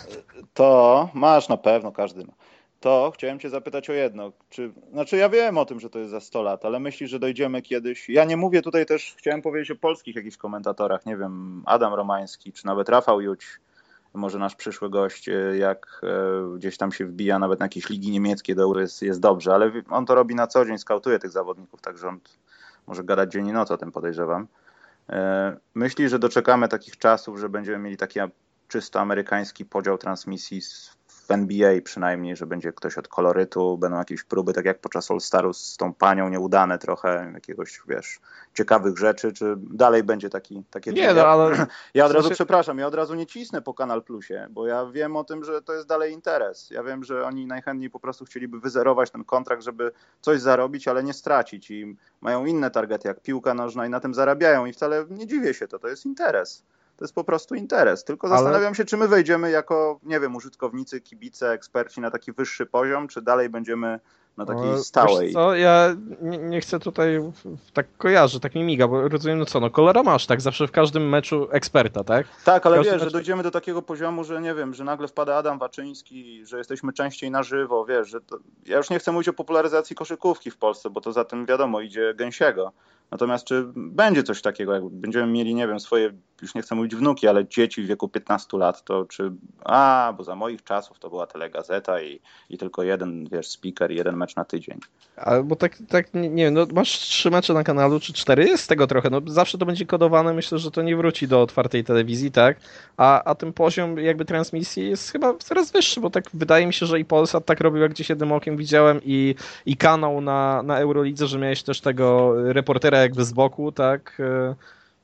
Speaker 1: To masz na pewno, każdy ma. To chciałem cię zapytać o jedno. Znaczy ja wiem o tym, że to jest za 100 lat, ale myślisz, że dojdziemy kiedyś? Ja nie mówię tutaj też, chciałem powiedzieć o polskich jakichś komentatorach, nie wiem, Adam Romański, czy nawet Rafał Juć, może nasz przyszły gość, jak gdzieś tam się wbija nawet na jakieś ligi niemieckie do Euro jest dobrze, ale on to robi na co dzień, skautuje tych zawodników, także on może gadać dzień i noc o tym, podejrzewam. Myślisz, że doczekamy takich czasów, że będziemy mieli taki czysto amerykański podział transmisji w NBA przynajmniej, że będzie ktoś od kolorytu, będą jakieś próby, tak jak podczas All-Staru z tą panią, nieudane trochę, jakiegoś, wiesz, ciekawych rzeczy, czy dalej będzie takie...
Speaker 2: Nie, no ale...
Speaker 1: Ja od razu, przepraszam, ja od razu nie cisnę po Kanal Plusie, bo ja wiem o tym, że to jest dalej interes. Ja wiem, że oni najchętniej po prostu chcieliby wyzerować ten kontrakt, żeby coś zarobić, ale nie stracić i mają inne targety, jak piłka nożna i na tym zarabiają i wcale nie dziwię się to jest interes. To jest po prostu interes. Tylko zastanawiam się, czy my wejdziemy jako, nie wiem, użytkownicy, kibice, eksperci na taki wyższy poziom, czy dalej będziemy na takiej stałej.
Speaker 2: Wiesz co, ja nie chcę tutaj tak kojarzy, tak mi miga, bo rozumiem, kolora masz, tak? Zawsze w każdym meczu eksperta, tak?
Speaker 1: Tak, ale wiesz, że dojdziemy do takiego poziomu, że nie wiem, że nagle wpada Adam Waczyński, że jesteśmy częściej na żywo, wiesz, że to... Ja już nie chcę mówić o popularyzacji koszykówki w Polsce, bo to za tym, wiadomo, idzie Gęsiego. Natomiast czy będzie coś takiego, jak będziemy mieli, nie wiem, swoje, już nie chcę mówić wnuki, ale dzieci w wieku 15 lat, to czy, bo za moich czasów to była telegazeta i tylko jeden, wiesz, speaker i jeden mecz na tydzień.
Speaker 2: Albo tak nie wiem, no masz 3 mecze na kanalu, czy 4, jest z tego trochę, no zawsze to będzie kodowane, myślę, że to nie wróci do otwartej telewizji, tak, a ten poziom jakby transmisji jest chyba coraz wyższy, bo tak wydaje mi się, że i Polsat tak robił, jak gdzieś jednym okiem widziałem i kanał na Eurolidze, że miałeś też tego reportera jakby z boku, tak,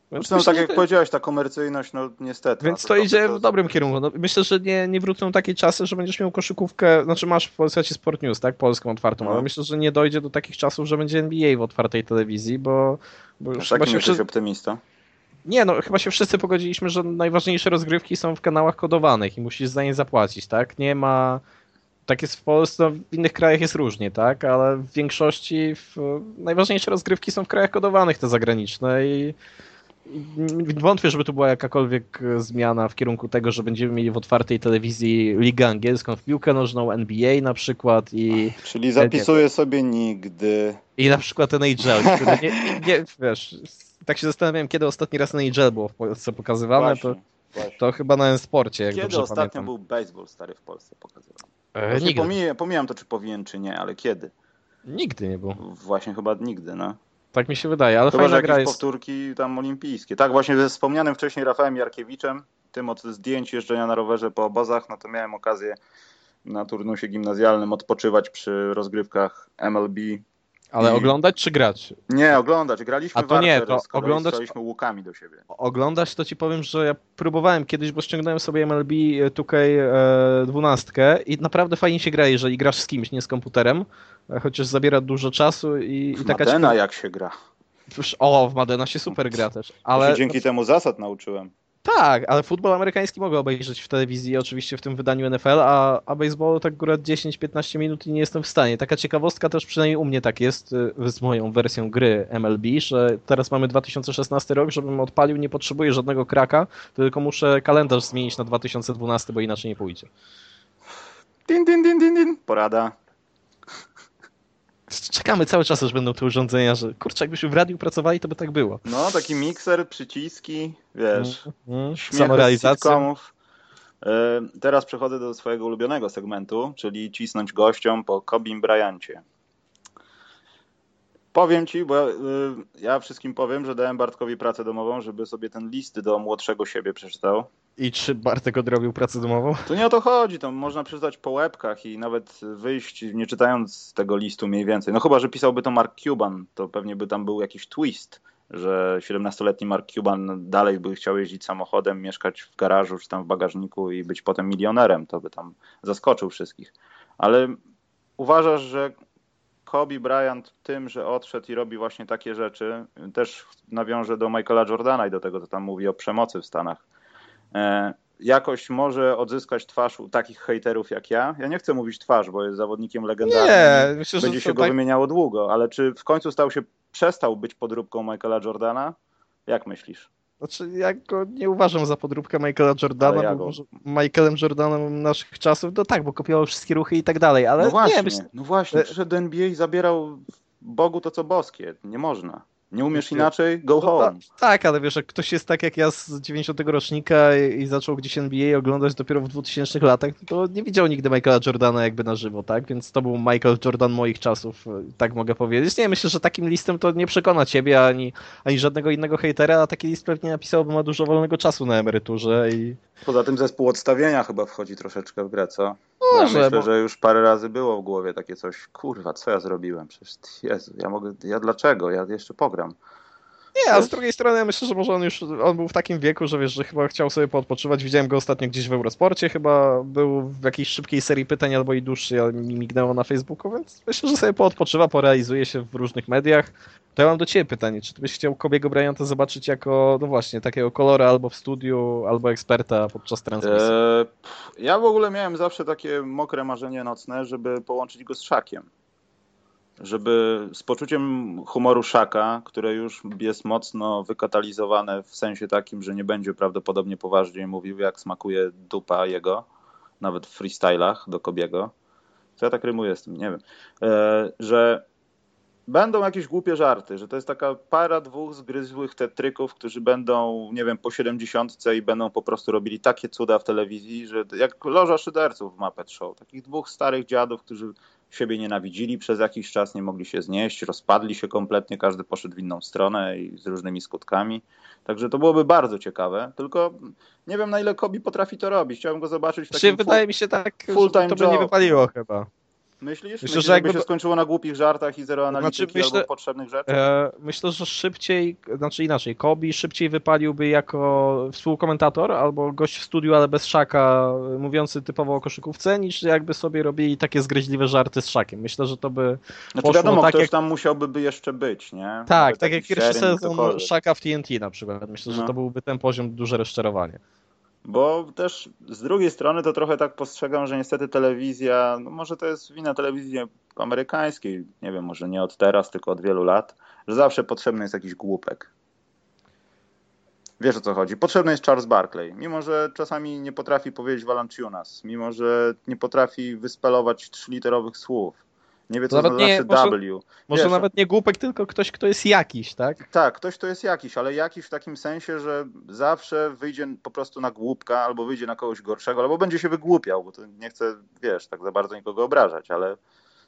Speaker 2: Więc
Speaker 1: Zresztą,
Speaker 2: myślę,
Speaker 1: tak
Speaker 2: że
Speaker 1: jak powiedziałeś, ta komercyjność, no niestety.
Speaker 2: Więc
Speaker 1: no
Speaker 2: to
Speaker 1: trochę
Speaker 2: idzie w dobrym kierunku. No, myślę, że nie wrócą takie czasy, że będziesz miał koszykówkę, znaczy masz w Polsce Sport News, tak, polską otwartą, ale
Speaker 1: No.
Speaker 2: myślę, że nie dojdzie do takich czasów, że będzie NBA w otwartej telewizji, bo
Speaker 1: A
Speaker 2: już chyba
Speaker 1: takim
Speaker 2: się
Speaker 1: jesteś optymista?
Speaker 2: Nie, no chyba się wszyscy pogodziliśmy, że najważniejsze rozgrywki są w kanałach kodowanych i musisz za nie zapłacić, tak? Nie ma... Tak jest w Polsce, no, w innych krajach jest różnie, tak? Ale w większości najważniejsze rozgrywki są w krajach kodowanych, te zagraniczne i wątpię, żeby tu była jakakolwiek zmiana w kierunku tego, że będziemy mieli w otwartej telewizji ligę angielską w piłkę nożną, NBA na przykład
Speaker 1: Czyli zapisuję sobie nigdy.
Speaker 2: i na przykład NHL, który wiesz, tak się zastanawiałem, kiedy ostatni raz NHL było w Polsce pokazywane,
Speaker 1: Właśnie.
Speaker 2: to chyba na N-Sporcie, jak
Speaker 1: Kiedy
Speaker 2: dobrze
Speaker 1: ostatnio
Speaker 2: pamiętam.
Speaker 1: był baseball stary w Polsce pokazywany?
Speaker 2: Nigdy.
Speaker 1: Pomijam to, czy powinien, czy nie, ale kiedy?
Speaker 2: Nigdy nie było.
Speaker 1: Właśnie chyba nigdy, no.
Speaker 2: Tak mi się wydaje, ale
Speaker 1: Chyba, że
Speaker 2: fajna gra
Speaker 1: jakieś
Speaker 2: jest.
Speaker 1: powtórki tam olimpijskie. Tak, właśnie ze wspomnianym wcześniej Rafałem Jarkiewiczem, tym od zdjęć jeżdżenia na rowerze po obozach, no to miałem okazję na turnusie gimnazjalnym odpoczywać przy rozgrywkach MLB.
Speaker 2: Ale oglądać czy grać?
Speaker 1: Nie, oglądać. Graliśmy
Speaker 2: A to nie,
Speaker 1: warterys,
Speaker 2: to oglądać.
Speaker 1: strzelaliśmy łukami do siebie.
Speaker 2: Oglądać to ci powiem, że ja próbowałem kiedyś, bo ściągnąłem sobie MLB 2K12 i naprawdę fajnie się gra, jeżeli grasz z kimś, nie z komputerem, chociaż zabiera dużo czasu i
Speaker 1: W
Speaker 2: taka
Speaker 1: Madena jak się gra.
Speaker 2: O, w Madena się super gra też,
Speaker 1: Ja
Speaker 2: ale
Speaker 1: się dzięki temu zasad nauczyłem.
Speaker 2: tak, ale futbol amerykański mogę obejrzeć w telewizji, oczywiście w tym wydaniu NFL, a baseballu tak akurat 10-15 minut i nie jestem w stanie. Taka ciekawostka też przynajmniej u mnie tak jest z moją wersją gry MLB, że teraz mamy 2016 rok, żebym odpalił, nie potrzebuję żadnego kraka, tylko muszę kalendarz zmienić na 2012, bo inaczej nie pójdzie.
Speaker 1: Din, din, din, din, din. Porada.
Speaker 2: Czekamy cały czas, aż będą te urządzenia, że kurczę, jakbyśmy w radiu pracowali, to by tak było.
Speaker 1: No, taki mikser, przyciski, wiesz, śmiechy z
Speaker 2: Samorealizacja.
Speaker 1: sitcomów. Teraz przechodzę do swojego ulubionego segmentu, czyli cisnąć gościom po Kobim Bryancie. Powiem ci, bo ja wszystkim powiem, że dałem Bartkowi pracę domową, żeby sobie ten list do młodszego siebie przeczytał.
Speaker 2: I czy Bartek odrobił pracę domową?
Speaker 1: Tu nie o to chodzi, to można przeczytać po łebkach i nawet wyjść nie czytając tego listu mniej więcej. No chyba, że pisałby to Mark Cuban, to pewnie by tam był jakiś twist, że 17-letni Mark Cuban dalej by chciał jeździć samochodem, mieszkać w garażu czy tam w bagażniku i być potem milionerem. To by tam zaskoczył wszystkich. Ale uważasz, że Kobe Bryant tym, że odszedł i robi właśnie takie rzeczy, też nawiąże do Michaela Jordana i do tego, co tam mówi o przemocy w Stanach, jakoś może odzyskać twarz u takich hejterów jak ja. Ja nie chcę mówić twarz, bo jest zawodnikiem legendarnym.
Speaker 2: Nie, myślę, że
Speaker 1: będzie się
Speaker 2: to
Speaker 1: go
Speaker 2: tak...
Speaker 1: wymieniało długo, ale czy w końcu przestał być podróbką Michaela Jordana? Jak myślisz?
Speaker 2: Znaczy, ja go nie uważam za podróbkę Michaela Jordana,
Speaker 1: Ja
Speaker 2: bo
Speaker 1: go...
Speaker 2: może Michaelem Jordanem naszych czasów, no tak, bo kopiował wszystkie ruchy i tak dalej, ale
Speaker 1: no właśnie,
Speaker 2: nie, myślę...
Speaker 1: No właśnie, przyszedł do NBA i zabierał Bogu to, co boskie. Nie można. Nie umiesz inaczej? Go home.
Speaker 2: Tak, ale wiesz, jak ktoś jest tak jak ja z 90 rocznika i zaczął gdzieś NBA oglądać dopiero w 2000 latach, to nie widział nigdy Michaela Jordana jakby na żywo, tak? Więc to był Michael Jordan moich czasów, tak mogę powiedzieć. Nie, myślę, że takim listem to nie przekona ciebie ani żadnego innego hejtera, a taki list pewnie napisał, bo ma dużo wolnego czasu na emeryturze i...
Speaker 1: Poza tym zespół odstawienia chyba wchodzi troszeczkę w grę, co?
Speaker 2: Może,
Speaker 1: myślę, że już parę razy było w głowie takie coś, kurwa, co ja zrobiłem? Przecież, Jezu, ja dlaczego? Ja jeszcze pogram.
Speaker 2: Nie, a z drugiej strony ja myślę, że może on był w takim wieku, że wiesz, że chyba chciał sobie poodpoczywać. Widziałem go ostatnio gdzieś w Eurosporcie, chyba był w jakiejś szybkiej serii pytań albo i dłuższej, ale mi mignęło na Facebooku, więc myślę, że sobie poodpoczywa, porealizuje się w różnych mediach. To ja mam do ciebie pytanie, czy ty byś chciał Kobiego Bryanta zobaczyć jako, no właśnie, takiego kolora albo w studiu, albo eksperta podczas transmisji?
Speaker 1: Ja w ogóle miałem zawsze takie mokre marzenie nocne, żeby połączyć go z Szakiem. Żeby z poczuciem humoru Szaka, które już jest mocno wykatalizowane w sensie takim, że nie będzie prawdopodobnie poważnie mówił, jak smakuje dupa jego, nawet w freestylach do Kobiego. Co ja tak rymuję z tym? Nie wiem. Że będą jakieś głupie żarty, że to jest taka para dwóch zgryzłych tetryków, którzy będą, nie wiem, po 70 i będą po prostu robili takie cuda w telewizji, że jak loża szyderców w Muppet Show. Takich dwóch starych dziadów, którzy siebie nienawidzili przez jakiś czas, nie mogli się znieść, rozpadli się kompletnie, każdy poszedł w inną stronę i z różnymi skutkami. Także to byłoby bardzo ciekawe, tylko nie wiem, na ile Kobe potrafi to robić. Chciałbym go zobaczyć w takim
Speaker 2: Wydaje mi się tak,
Speaker 1: full-time
Speaker 2: że to by nie
Speaker 1: job.
Speaker 2: wypaliło chyba.
Speaker 1: Myślisz, że jakby się skończyło na głupich żartach i zero analityki albo potrzebnych rzeczy?
Speaker 2: Myślę, że szybciej, znaczy inaczej, Kobe szybciej wypaliłby jako współkomentator albo gość w studiu, ale bez Shaka, mówiący typowo o koszykówce, niż jakby sobie robili takie zgryźliwe żarty z Shakiem. Myślę, że to by
Speaker 1: poszło wiadomo, tak, ktoś tam musiałby jeszcze być, nie?
Speaker 2: Tak, tak jak pierwszy sezon Shaka w TNT na przykład. Myślę, że to byłby ten poziom, duże rozczarowanie.
Speaker 1: Bo też z drugiej strony to trochę tak postrzegam, że niestety telewizja, no może to jest wina telewizji amerykańskiej, nie wiem, może nie od teraz, tylko od wielu lat, że zawsze potrzebny jest jakiś głupek. Wiesz, o co chodzi? Potrzebny jest Charles Barkley, mimo że czasami nie potrafi powiedzieć Valanciunas, mimo że nie potrafi wyspelować 3-literowych słów. Nie wie, co to znaczy W.
Speaker 2: Może nawet nie głupek, tylko ktoś, kto jest jakiś, tak?
Speaker 1: Tak, ktoś, kto jest jakiś, ale jakiś w takim sensie, że zawsze wyjdzie po prostu na głupka, albo wyjdzie na kogoś gorszego, albo będzie się wygłupiał, bo to nie chcę, wiesz, tak za bardzo nikogo obrażać, ale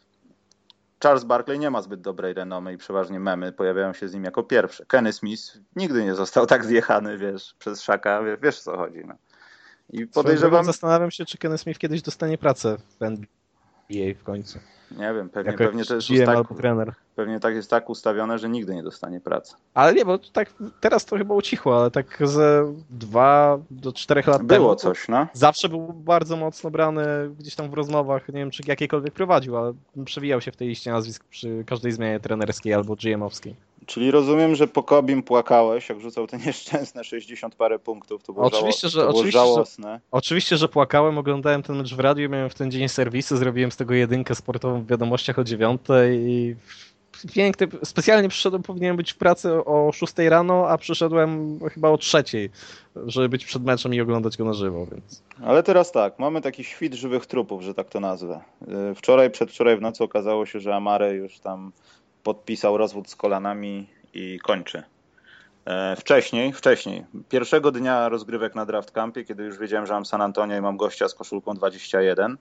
Speaker 1: Charles Barkley nie ma zbyt dobrej renomy i przeważnie memy pojawiają się z nim jako pierwsze. Kenny Smith nigdy nie został tak zjechany, wiesz, przez Shaka, wiesz o co chodzi. No. I podejrzewam...
Speaker 2: Zastanawiam się, czy Kenny Smith kiedyś dostanie pracę w NBA w końcu.
Speaker 1: Nie wiem, pewnie to jest tak,
Speaker 2: trener.
Speaker 1: Pewnie tak jest tak ustawione, że nigdy nie dostanie pracy.
Speaker 2: Ale nie, bo tak teraz to chyba ucichło, ale tak ze 2 do 4 lat temu
Speaker 1: było coś, no.
Speaker 2: Zawsze był bardzo mocno brany gdzieś tam w rozmowach, nie wiem czy jakiekolwiek prowadził, ale przewijał się w tej liście nazwisk przy każdej zmianie trenerskiej albo GM-owskiej.
Speaker 1: Czyli rozumiem, że po Kobim płakałeś, jak rzucał te nieszczęsne 60 parę punktów, to było żałosne.
Speaker 2: Oczywiście, że płakałem, oglądałem ten mecz w radiu, miałem w ten dzień serwisy, zrobiłem z tego jedynkę sportową w wiadomościach o 9 i piękny, specjalnie przyszedłem, powinienem być w pracy o 6 rano, a przyszedłem chyba o 3, żeby być przed meczem i oglądać go na żywo. Więc.
Speaker 1: Ale teraz tak, mamy taki świt żywych trupów, że tak to nazwę. Przedwczoraj w nocy okazało się, że Amare już tam podpisał rozwód z kolanami i kończy. Wcześniej, pierwszego dnia rozgrywek na Draft Campie, kiedy już wiedziałem, że mam San Antonio i mam gościa z koszulką 21,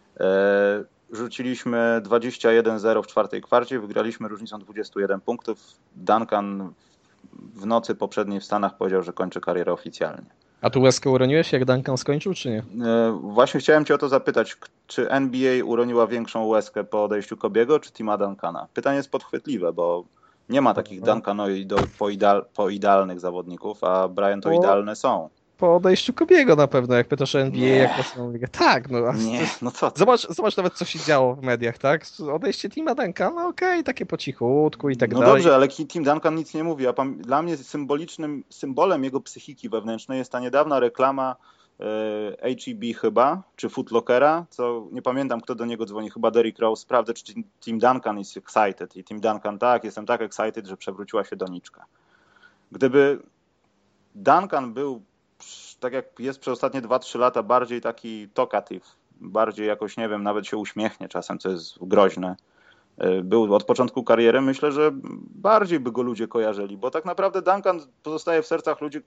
Speaker 1: rzuciliśmy 21-0 w czwartej kwarcie, wygraliśmy różnicą 21 punktów. Duncan w nocy poprzedniej w Stanach powiedział, że kończy karierę oficjalnie.
Speaker 2: A tu łezkę uroniłeś, jak Duncan skończył, czy nie?
Speaker 1: Właśnie chciałem cię o to zapytać. Czy NBA uroniła większą łezkę po odejściu Kobiego, czy Tima Duncana? Pytanie jest podchwytliwe, bo nie ma takich Duncanoidalnych zawodników, a Bryantoidalne są.
Speaker 2: Po odejściu Kobiego na pewno, jak pytasz o NBA, jak to ligę. Tak, no.
Speaker 1: Nie, no co ty?
Speaker 2: Zobacz nawet, co się działo w mediach, tak? Odejście Tima Duncana, okej, takie po cichutku i tak dalej.
Speaker 1: No dobrze, ale Tim Duncan nic nie mówi. Dla mnie symbolicznym symbolem jego psychiki wewnętrznej jest ta niedawna reklama H-E-B chyba, czy Foot Lockera, co nie pamiętam, kto do niego dzwoni, chyba Derrick Rose, sprawdzę, czy Tim Duncan jest excited. I Tim Duncan, tak, jestem tak excited, że przewróciła się doniczka. Gdyby Duncan był, tak jak jest przez ostatnie 2-3 lata, bardziej taki talkative, bardziej jakoś, nie wiem, nawet się uśmiechnie czasem, co jest groźne. Był od początku kariery, myślę, że bardziej by go ludzie kojarzyli, bo tak naprawdę Duncan pozostaje w sercach ludzi,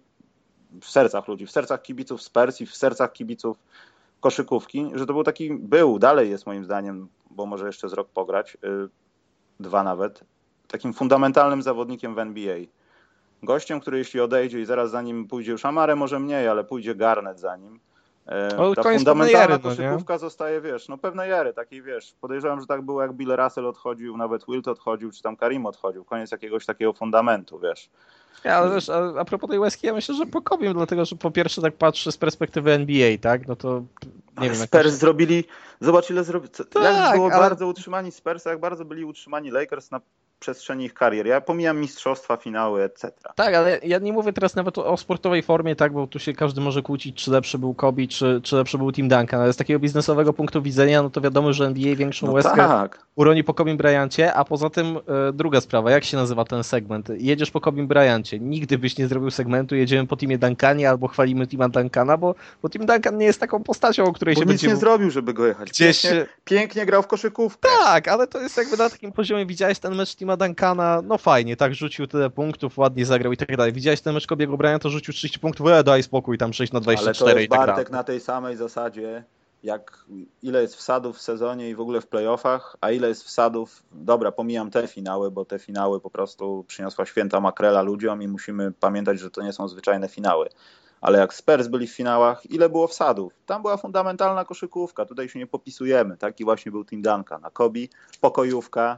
Speaker 1: w sercach kibiców z Persji, w sercach kibiców koszykówki, że to dalej jest moim zdaniem, bo może jeszcze z rok pograć, 2 nawet, takim fundamentalnym zawodnikiem w NBA. Gościem, który jeśli odejdzie i zaraz za nim pójdzie już Amare, może mniej, ale pójdzie Garnett za nim. Ta fundamentalna koszykówka zostaje, pewnej ery, takiej, podejrzewam, że tak było, jak Bill Russell odchodził, nawet Wilt odchodził, czy tam Karim odchodził, koniec jakiegoś takiego fundamentu,
Speaker 2: Ale a propos tej łezki, ja myślę, że po Kobim, dlatego, że po pierwsze tak patrzę z perspektywy NBA, tak, no to nie wiem.
Speaker 1: Spurs zrobili, zobacz ile zrobili, jak było bardzo utrzymani Spurs, jak bardzo byli utrzymani Lakers na przestrzeni ich karier. Ja pomijam mistrzostwa, finały, etc.
Speaker 2: Tak, ale ja nie mówię teraz nawet o sportowej formie, tak, bo tu się każdy może kłócić, czy lepszy był Kobe, czy lepszy był Tim Duncan, ale z takiego biznesowego punktu widzenia, no to wiadomo, że NBA większą łezkę uroni po Kobim Bryancie, a poza tym druga sprawa, jak się nazywa ten segment? Jedziesz po Kobim Bryancie, nigdy byś nie zrobił segmentu, jedziemy po Timie Duncanie albo chwalimy Tima Duncana, bo Tim Duncan nie jest taką postacią, o której się będzie...
Speaker 1: nic nie zrobił, żeby go jechać. Pięknie grał w koszykówkę.
Speaker 2: Tak, ale to jest jakby na takim poziomie, widziałeś ten mecz Tima Duncana, no fajnie, tak, rzucił tyle punktów, ładnie zagrał i tak dalej. Widziałeś ten mecz Kobiego Bryanta, rzucił 30 punktów, daj spokój, tam 6 na 24
Speaker 1: ale to jest
Speaker 2: i tak
Speaker 1: Bartek
Speaker 2: dalej.
Speaker 1: Na tej samej zasadzie, jak ile jest wsadów w sezonie i w ogóle w playoffach, a ile jest wsadów, dobra, pomijam te finały, bo te finały po prostu przyniosła święta makrela ludziom i musimy pamiętać, że to nie są zwyczajne finały. Ale jak Spurs byli w finałach, ile było wsadów? Tam była fundamentalna koszykówka, tutaj się nie popisujemy. Taki właśnie był Tim Duncan. A Kobe, pokojówka.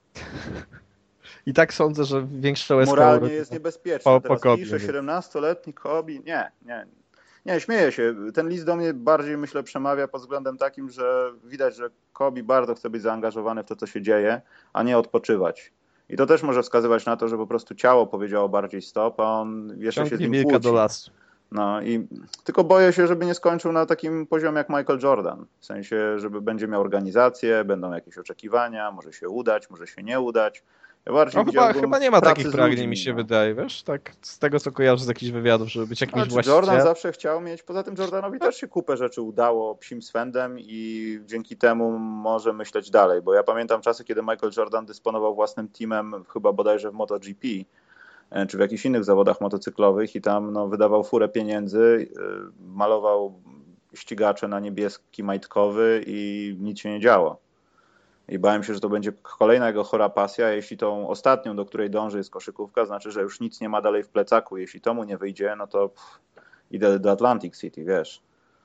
Speaker 2: I tak sądzę, że większe łezka
Speaker 1: Moralnie jest niebezpieczne. Teraz
Speaker 2: Kobe,
Speaker 1: pisze
Speaker 2: więc.
Speaker 1: 17-letni Kobe. Nie, śmieję się. Ten list do mnie bardziej, myślę, przemawia pod względem takim, że widać, że Kobe bardzo chce być zaangażowany w to, co się dzieje, a nie odpoczywać. I to też może wskazywać na to, że po prostu ciało powiedziało bardziej stop, a on jeszcze się z nim
Speaker 2: Wilka
Speaker 1: kłóci.
Speaker 2: do lasu.
Speaker 1: No i tylko boję się, żeby nie skończył na takim poziomie jak Michael Jordan. W sensie, żeby będzie miał organizację, będą jakieś oczekiwania, może się udać, może się nie udać. Ja bardziej
Speaker 2: Chyba nie ma takich pragnień,
Speaker 1: ludźmi,
Speaker 2: mi się wydaje, wiesz, tak z tego, co kojarzę z jakichś wywiadów, żeby być jakimś właścicielem.
Speaker 1: Jordan zawsze chciał mieć, poza tym Jordanowi też się kupę rzeczy udało psim swędem i dzięki temu może myśleć dalej, bo ja pamiętam czasy, kiedy Michael Jordan dysponował własnym teamem, chyba bodajże w MotoGP, czy w jakichś innych zawodach motocyklowych i tam wydawał furę pieniędzy, malował ścigacze na niebieski majtkowy i nic się nie działo. I bałem się, że to będzie kolejna jego chora pasja, jeśli tą ostatnią, do której dąży, jest koszykówka, znaczy, że już nic nie ma dalej w plecaku. Jeśli to mu nie wyjdzie, no to idę do Atlantic City, wiesz.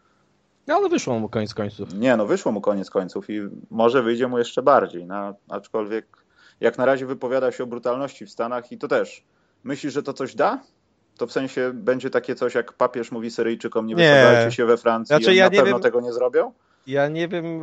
Speaker 2: No ale wyszło mu koniec końców.
Speaker 1: Nie, wyszło mu koniec końców i może wyjdzie mu jeszcze bardziej. Aczkolwiek jak na razie wypowiada się o brutalności w Stanach i to też. Myślisz, że to coś da? To w sensie będzie takie coś, jak papież mówi Syryjczykom, nie wysadzajcie się we Francji,
Speaker 2: znaczy,
Speaker 1: oni
Speaker 2: ja
Speaker 1: na pewno
Speaker 2: wiem,
Speaker 1: tego nie zrobią?
Speaker 2: Ja nie wiem,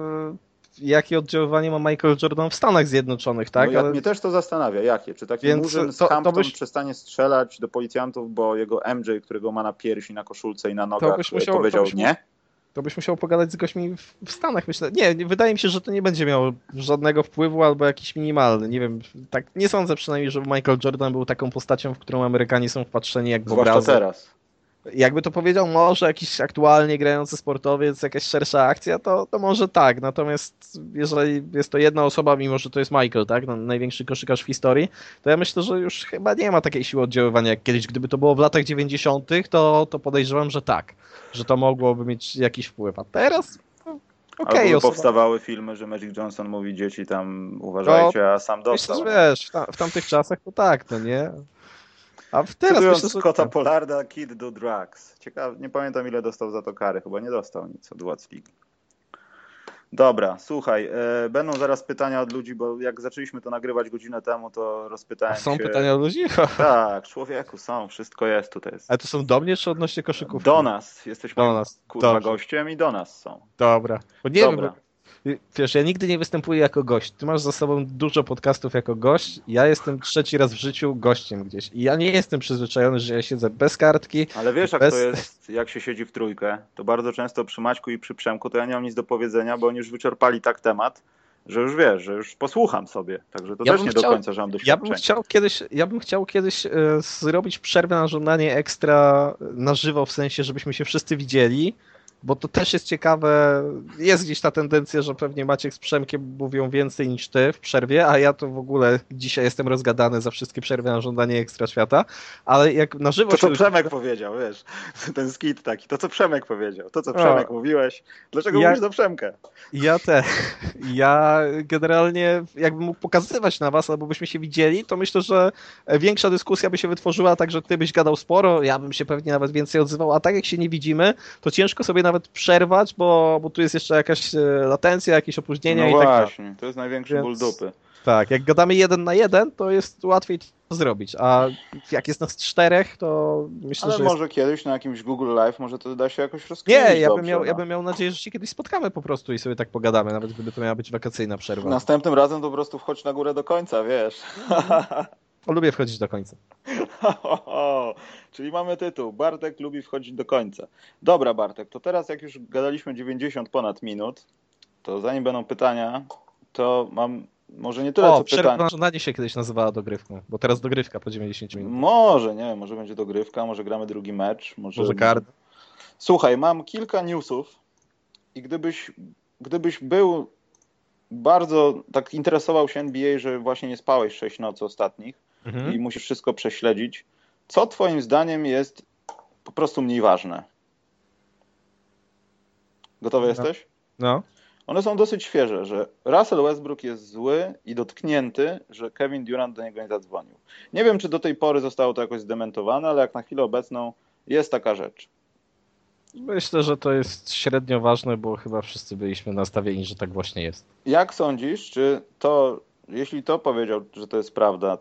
Speaker 2: jakie oddziaływanie ma Michael Jordan w Stanach Zjednoczonych, tak?
Speaker 1: No, mnie też to zastanawia, jakie? Czy taki murzyn z Hampton przestanie strzelać do policjantów, bo jego MJ, którego ma na piersi, na koszulce i na nogach, powiedział nie?
Speaker 2: To byś musiał pogadać z gośćmi w Stanach, myślę. Nie, wydaje mi się, że to nie będzie miało żadnego wpływu albo jakiś minimalny. Nie wiem, tak nie sądzę przynajmniej, żeby Michael Jordan był taką postacią, w którą Amerykanie są wpatrzeni jak w obrazy.
Speaker 1: Zwłaszcza teraz.
Speaker 2: Jakby to powiedział może jakiś aktualnie grający sportowiec, jakaś szersza akcja, to może tak. Natomiast jeżeli jest to jedna osoba, mimo że to jest Michael, tak, największy koszykarz w historii, to ja myślę, że już chyba nie ma takiej siły oddziaływania jak kiedyś. Gdyby to było w latach 90., to podejrzewam, że tak, że to mogłoby mieć jakiś wpływ. A teraz
Speaker 1: Albo powstawały filmy, że Magic Johnson mówi dzieci tam uważajcie, a sam dostał.
Speaker 2: Myślę, że wiesz, w tamtych czasach to tak, to nie? A teraz
Speaker 1: cytując Scotta Pollarda, Kid do drugs. Ciekawe, nie pamiętam ile dostał za to kary, chyba nie dostał nic od władz ligi. Dobra, słuchaj, będą zaraz pytania od ludzi, bo jak zaczęliśmy to nagrywać godzinę temu, to rozpytałem się...
Speaker 2: Są pytania od ludzi?
Speaker 1: Tak, człowieku, są, wszystko jest tutaj.
Speaker 2: Ale to są do mnie, czy odnośnie koszykówki?
Speaker 1: Do nas, jesteśmy kurwa gościem i do nas są.
Speaker 2: Dobra. Bo nie
Speaker 1: Dobra.
Speaker 2: Wiem, wiesz, ja nigdy nie występuję jako gość. Ty masz za sobą dużo podcastów jako gość. Ja jestem trzeci raz w życiu gościem gdzieś. I ja nie jestem przyzwyczajony, że ja siedzę bez kartki.
Speaker 1: Ale wiesz, jak to jest, jak się siedzi w trójkę, to bardzo często przy Maćku i przy Przemku to ja nie mam nic do powiedzenia, bo oni już wyczerpali tak temat, że już wiesz, że już posłucham sobie. Także to też nie do końca, że mam doświadczenie.
Speaker 2: Ja bym chciał kiedyś zrobić przerwę na żądanie ekstra na żywo, w sensie, żebyśmy się wszyscy widzieli. Bo to też jest ciekawe, jest gdzieś ta tendencja, że pewnie Maciek z Przemkiem mówią więcej niż ty w przerwie, a ja to w ogóle dzisiaj jestem rozgadany za wszystkie przerwy na żądanie ekstra świata, ale jak na żywo...
Speaker 1: To co Przemek powiedział, wiesz, ten skit taki, to co Przemek powiedział, to co Przemek mówiłeś, dlaczego mówisz do Przemka?
Speaker 2: Ja generalnie jakbym mógł pokazywać na was, albo byśmy się widzieli, to myślę, że większa dyskusja by się wytworzyła, tak że ty byś gadał sporo, ja bym się pewnie nawet więcej odzywał, a tak jak się nie widzimy, to ciężko sobie nawet przerwać, bo tu jest jeszcze jakaś latencja, jakieś opóźnienia i tak dalej.
Speaker 1: Właśnie, to jest największy ból dupy.
Speaker 2: Tak, jak gadamy 1 na 1, to jest łatwiej to zrobić, a jak jest nas 4, to myślę,
Speaker 1: że może kiedyś na jakimś Google Live może to da się jakoś rozkminić.
Speaker 2: Nie, ja bym miał nadzieję, że się kiedyś spotkamy po prostu i sobie tak pogadamy, nawet gdyby to miała być wakacyjna przerwa.
Speaker 1: Następnym razem to po prostu wchodź na górę do końca, wiesz.
Speaker 2: Lubię wchodzić do końca.
Speaker 1: Czyli mamy tytuł. Bartek lubi wchodzić do końca. Dobra, Bartek, to teraz jak już gadaliśmy 90 ponad minut, to zanim będą pytania, to mam może nie tyle co pytań.
Speaker 2: Przerwa na żądanie się kiedyś nazywała dogrywką, bo teraz dogrywka po 90 minut.
Speaker 1: Może, nie wiem, może będzie dogrywka, może gramy drugi mecz.
Speaker 2: Może kart.
Speaker 1: Słuchaj, mam kilka newsów i gdybyś był bardzo tak interesował się NBA, że właśnie nie spałeś 6 nocy ostatnich i musisz wszystko prześledzić, co twoim zdaniem jest po prostu mniej ważne? Gotowy jesteś?
Speaker 2: No.
Speaker 1: One są dosyć świeże, że Russell Westbrook jest zły i dotknięty, że Kevin Durant do niego nie zadzwonił. Nie wiem, czy do tej pory zostało to jakoś zdementowane, ale jak na chwilę obecną jest taka rzecz.
Speaker 2: Myślę, że to jest średnio ważne, bo chyba wszyscy byliśmy nastawieni, że tak właśnie jest.
Speaker 1: Jak sądzisz, czy to, jeśli to powiedział, że to jest prawda,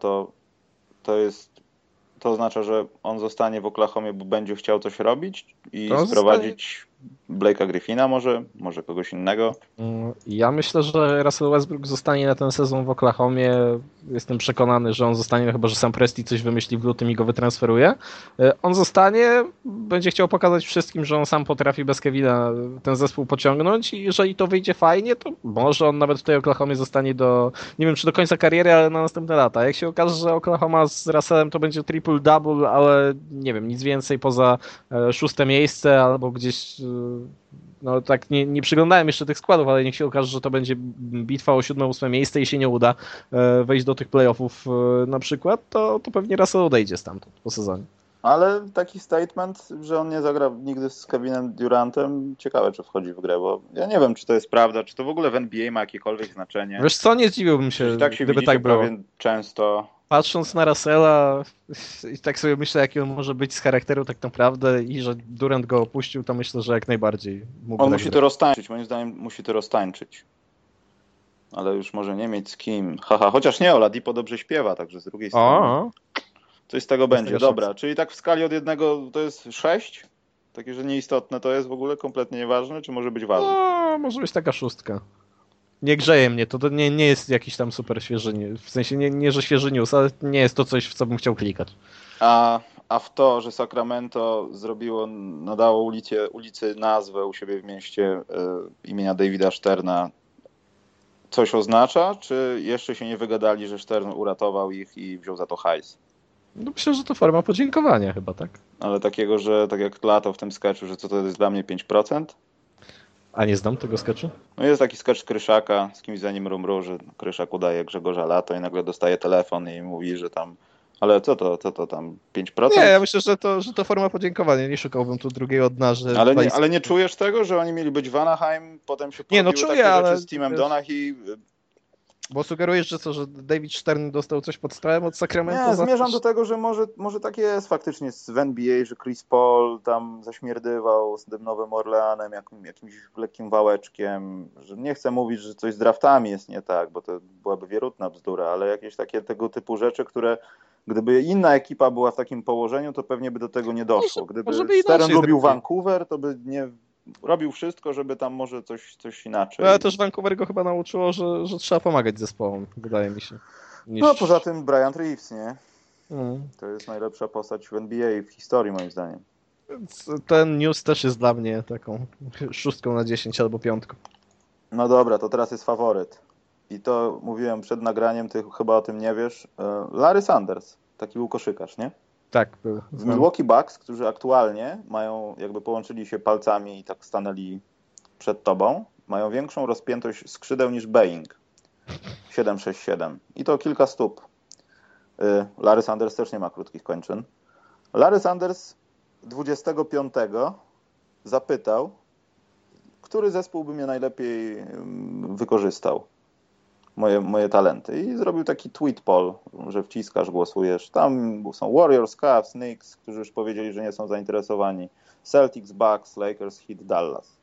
Speaker 1: to jest, to oznacza, że on zostanie w Oklahomie, bo będzie chciał coś robić
Speaker 2: To
Speaker 1: i
Speaker 2: on zostanie.
Speaker 1: sprowadzić Blake'a Griffina może kogoś innego?
Speaker 2: Ja myślę, że Russell Westbrook zostanie na ten sezon w Oklahomie. Jestem przekonany, że on zostanie, no chyba że Sam Presti coś wymyśli w lutym i go wytransferuje. On zostanie, będzie chciał pokazać wszystkim, że on sam potrafi bez Kevina ten zespół pociągnąć i jeżeli to wyjdzie fajnie, to może on nawet w tej Oklahomie zostanie nie wiem czy do końca kariery, ale na następne lata. Jak się okaże, że Oklahoma z Russellem to będzie triple-double, ale nie wiem, nic więcej poza szóste miejsce albo gdzieś no tak nie przyglądałem jeszcze tych składów, ale niech się okaże, że to będzie bitwa o 7-8 miejsce i się nie uda wejść do tych playoffów na przykład, to pewnie Russell odejdzie stamtąd po sezonie.
Speaker 1: Ale taki statement, że on nie zagra nigdy z Kevinem Durantem, ciekawe, czy wchodzi w grę, bo ja nie wiem, czy to jest prawda, czy to w ogóle w NBA ma jakiekolwiek znaczenie.
Speaker 2: Wiesz co, nie zdziwiłbym
Speaker 1: Przecież
Speaker 2: się,
Speaker 1: i tak się
Speaker 2: gdyby
Speaker 1: widzicie
Speaker 2: tak było.
Speaker 1: prawie często.
Speaker 2: Patrząc na Russella i tak sobie myślę, jaki on może być z charakteru tak naprawdę i że Durant go opuścił, to myślę, że jak najbardziej mógłby
Speaker 1: On
Speaker 2: tak
Speaker 1: musi
Speaker 2: grać.
Speaker 1: to roztańczyć, moim zdaniem musi to roztańczyć. Ale już może nie mieć z kim. Haha, chociaż nie, Oladipo dobrze śpiewa, także z drugiej strony
Speaker 2: O,
Speaker 1: coś z tego
Speaker 2: jest
Speaker 1: będzie.
Speaker 2: taka szansa.
Speaker 1: Dobra, czyli tak w skali od jednego to jest 6? Takie, że nieistotne to jest w ogóle, kompletnie nieważne, czy może być ważne?
Speaker 2: No, może być taka szóstka. Nie grzeje mnie, to nie jest jakiś tam super świeży news. W sensie nie, że świeży news, ale nie jest to coś, w co bym chciał klikać.
Speaker 1: A w to, że Sacramento nadało ulicy nazwę u siebie w mieście imienia Davida Sterna, coś oznacza, czy jeszcze się nie wygadali, że Stern uratował ich i wziął za to hajs?
Speaker 2: No myślę, że to forma podziękowania chyba, tak?
Speaker 1: Ale takiego, że tak jak Lato w tym sketchu, że co to jest dla mnie 5%?
Speaker 2: A nie znam tego sketchu?
Speaker 1: No jest taki sketch Kryszaka z kimś za nim rumru, że Kryszak udaje Grzegorza Lato i nagle dostaje telefon i mówi, że tam, ale co to tam,
Speaker 2: Nie,
Speaker 1: 5%?
Speaker 2: ja myślę, że to forma podziękowania. Nie szukałbym tu drugiego dna, że
Speaker 1: Ale nie czujesz tego, że oni mieli być w Anaheim, potem się
Speaker 2: Nie, no
Speaker 1: porobiły
Speaker 2: czuję,
Speaker 1: takie rzeczy
Speaker 2: ale
Speaker 1: z Timem
Speaker 2: wiesz,
Speaker 1: Donaghy.
Speaker 2: bo sugerujesz, że co, że David Stern dostał coś pod stołem od Sacramento
Speaker 1: Nie,
Speaker 2: za
Speaker 1: zmierzam
Speaker 2: coś?
Speaker 1: do tego, że może tak jest faktycznie w NBA, że Chris Paul tam zaśmierdywał z tym Nowym Orleanem jakimś lekkim wałeczkiem, że nie chcę mówić, że coś z draftami jest nie tak, bo to byłaby wierutna bzdura, ale jakieś takie tego typu rzeczy, które gdyby inna ekipa była w takim położeniu, to pewnie by do tego nie doszło.
Speaker 2: Może
Speaker 1: Gdyby
Speaker 2: by
Speaker 1: Stern
Speaker 2: inaczej
Speaker 1: lubił
Speaker 2: zrobili.
Speaker 1: Vancouver, to by nie robił wszystko, żeby tam może coś
Speaker 2: No, ale
Speaker 1: inaczej.
Speaker 2: też Vancouver go chyba nauczyło, że trzeba pomagać zespołom, wydaje mi się.
Speaker 1: No poza
Speaker 2: Niż...
Speaker 1: tym Bryant Reeves, nie?
Speaker 2: Mm.
Speaker 1: To jest najlepsza postać w NBA w historii moim zdaniem.
Speaker 2: Więc ten news też jest dla mnie taką 6/10 albo 5.
Speaker 1: No dobra, to teraz jest faworyt. I to mówiłem przed nagraniem, ty chyba o tym nie wiesz. Larry Sanders, taki był koszykarz, nie?
Speaker 2: Tak, był.
Speaker 1: W
Speaker 2: Znam.
Speaker 1: Milwaukee Bucks, którzy aktualnie jakby połączyli się palcami i tak stanęli przed tobą, mają większą rozpiętość skrzydeł niż Boeing 767. I to kilka stóp. Larry Sanders też nie ma krótkich kończyn. Larry Sanders 25 zapytał, który zespół by mnie najlepiej wykorzystał, moje talenty. I zrobił taki tweet poll, że wciskasz, głosujesz. Tam są Warriors, Cavs, Knicks, którzy już powiedzieli, że nie są zainteresowani. Celtics, Bucks, Lakers, Heat, Dallas.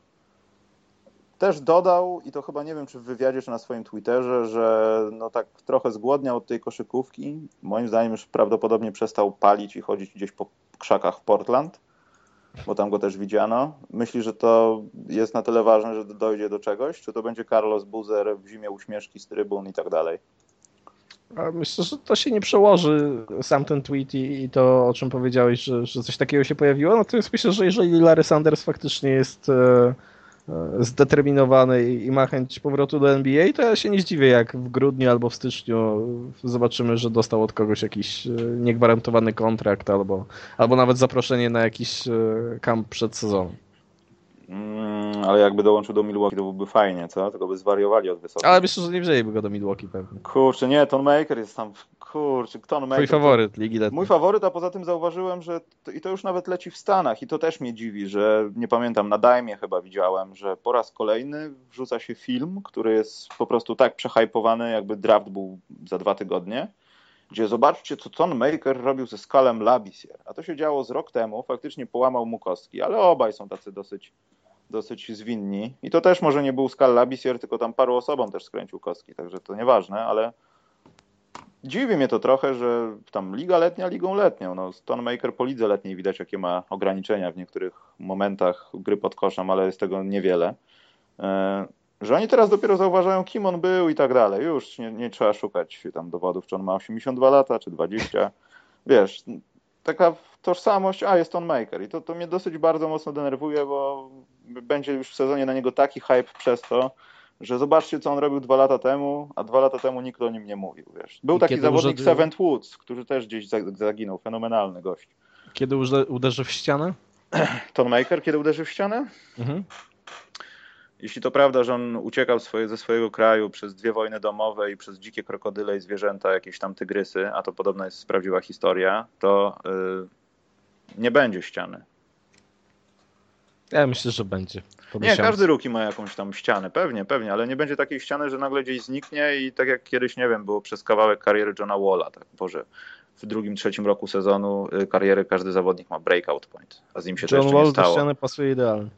Speaker 1: Też dodał, i to chyba nie wiem, czy w wywiadzie, czy na swoim Twitterze, że no tak trochę zgłodniał od tej koszykówki. Moim zdaniem już prawdopodobnie przestał palić i chodzić gdzieś po krzakach w Portland, bo tam go też widziano. Myśli, że to jest na tyle ważne, że dojdzie do czegoś? Czy to będzie Carlos Boozer w zimie uśmieszki z trybun i tak dalej?
Speaker 2: A myślę, że to się nie przełoży, sam ten tweet i to, o czym powiedziałeś, że coś takiego się pojawiło. Natomiast myślę, że jeżeli Larry Sanders faktycznie jest zdeterminowany i ma chęć powrotu do NBA, to ja się nie zdziwię, jak w grudniu albo w styczniu zobaczymy, że dostał od kogoś jakiś niegwarantowany kontrakt albo nawet zaproszenie na jakiś kamp przed sezonem.
Speaker 1: Ale jakby dołączył do Milwaukee, to byłby fajnie, co? Tylko by zwariowali od wysokości.
Speaker 2: Ale myślę, że nie wzięliby go do Milwaukee pewnie.
Speaker 1: Kurczę, nie, Ton Maker jest tam, kurczę, Ton
Speaker 2: Twój
Speaker 1: Maker.
Speaker 2: faworyt Ligi Letniej.
Speaker 1: Mój faworyt, a poza tym zauważyłem, że i to już nawet leci w Stanach i to też mnie dziwi, że nie pamiętam, na Dime chyba widziałem, że po raz kolejny wrzuca się film, który jest po prostu tak przehypowany, jakby draft był za 2 tygodnie gdzie zobaczcie, co Thon Maker robił ze Skalem Labissiere. A to się działo z rok temu, faktycznie połamał mu kostki, ale obaj są tacy dosyć zwinni. I to też może nie był Skal Labissiere, tylko tam paru osobom też skręcił kostki, także to nieważne, ale dziwi mnie to trochę, że tam liga letnia ligą letnią. No, Thon Maker po lidze letniej widać, jakie ma ograniczenia w niektórych momentach gry pod koszem, ale jest tego niewiele. Że oni teraz dopiero zauważają, kim on był i tak dalej. Już nie trzeba szukać tam dowodów, czy on ma 82 lata, czy 20. Wiesz, taka tożsamość, jest Thon Maker. I to mnie dosyć bardzo mocno denerwuje, bo będzie już w sezonie na niego taki hype przez to, że zobaczcie, co on robił 2 lata temu, a 2 lata temu nikt o nim nie mówił. Wiesz. Był taki zawodnik Seventh Woods, który też gdzieś zaginął. Fenomenalny gość.
Speaker 2: Kiedy uderzy w ścianę?
Speaker 1: Thon Maker, kiedy uderzy w ścianę?
Speaker 2: Mhm.
Speaker 1: Jeśli to prawda, że on uciekał ze swojego kraju przez 2 wojny domowe i przez dzikie krokodyle i zwierzęta, jakieś tam tygrysy, a to podobno jest prawdziwa historia, to nie będzie ściany.
Speaker 2: Ja myślę, że będzie.
Speaker 1: Nie, każdy rookie ma jakąś tam ścianę, pewnie, ale nie będzie takiej ściany, że nagle gdzieś zniknie i tak jak kiedyś, nie wiem, było przez kawałek kariery Johna Walla, tak, Boże, w 2., 3. roku sezonu kariery każdy zawodnik ma breakout point, a z nim się to jeszcze nie stało.
Speaker 2: John Wall do ściany pasuje idealnie.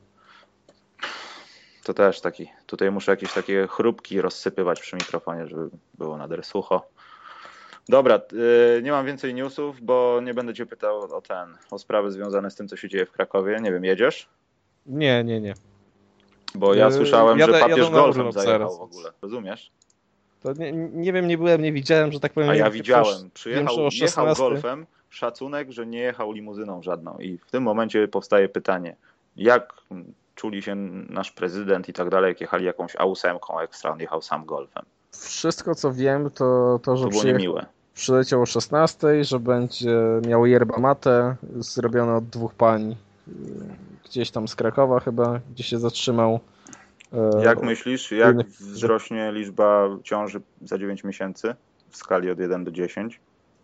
Speaker 1: To też tutaj muszę jakieś takie chrupki rozsypywać przy mikrofonie, żeby było nader sucho. Dobra, nie mam więcej newsów, bo nie będę cię pytał o sprawy związane z tym, co się dzieje w Krakowie. Nie wiem, jedziesz?
Speaker 2: Nie.
Speaker 1: Bo ja słyszałem, że papież golfem zajechał w ogóle. Rozumiesz?
Speaker 2: To nie wiem, nie byłem, nie widziałem, że tak powiem.
Speaker 1: A ja widziałem. Jechał golfem, szacunek, że nie jechał limuzyną żadną. I w tym momencie powstaje pytanie, jak czuli się nasz prezydent i tak dalej, jak jechali jakąś A8 ekstra, on jechał sam golfem.
Speaker 2: Wszystko, co wiem, to że
Speaker 1: było niemiłe.
Speaker 2: Przyleciał o 16, że będzie miał yerba mate zrobione od 2 pań gdzieś tam z Krakowa chyba, gdzie się zatrzymał.
Speaker 1: Jak myślisz, jak wzrośnie liczba ciąży za 9 miesięcy w skali od 1 do 10?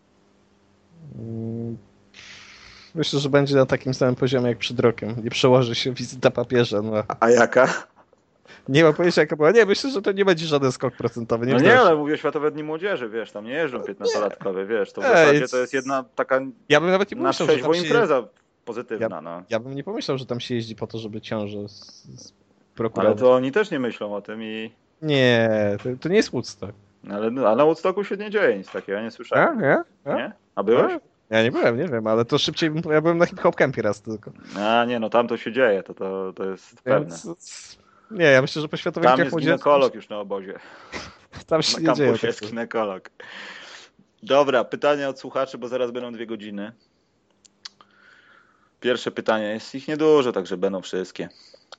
Speaker 2: Myślę, że będzie na takim samym poziomie jak przed rokiem. Nie przełoży się wizyta papieża. No.
Speaker 1: A jaka?
Speaker 2: Nie mam pojęcia, jaka była. Nie, myślę, że to nie będzie żaden skok procentowy.
Speaker 1: Nie, ale mówię Światowe Dni Młodzieży, wiesz, tam nie jeżdżą 15-latkowie, wiesz, to w zasadzie to jest jedna taka
Speaker 2: ja bym nawet nie pomyślał,
Speaker 1: na trzeźwo impreza pozytywna.
Speaker 2: Ja bym nie pomyślał, że tam się jeździ po to, żeby ciążę z prokuratorem.
Speaker 1: Ale to oni też nie myślą o tym i...
Speaker 2: Nie, to nie jest Woodstock.
Speaker 1: Ale na Woodstocku się nie dzieje nic takiego, ja nie słyszałem. Nie? A byłeś?
Speaker 2: Ja nie byłem, nie wiem, ale to szybciej ja byłem na hip-hop campie raz tylko.
Speaker 1: No tam to się dzieje, to jest pewne.
Speaker 2: Nie, ja myślę, że po Światowych
Speaker 1: Dniach Młodzieży... Tam jest ginekolog już na obozie.
Speaker 2: Tam się nie dzieje.
Speaker 1: Jest ginekolog. Dobra, pytania od słuchaczy, bo zaraz będą 2 godziny. Pierwsze pytanie, jest ich niedużo, także będą wszystkie.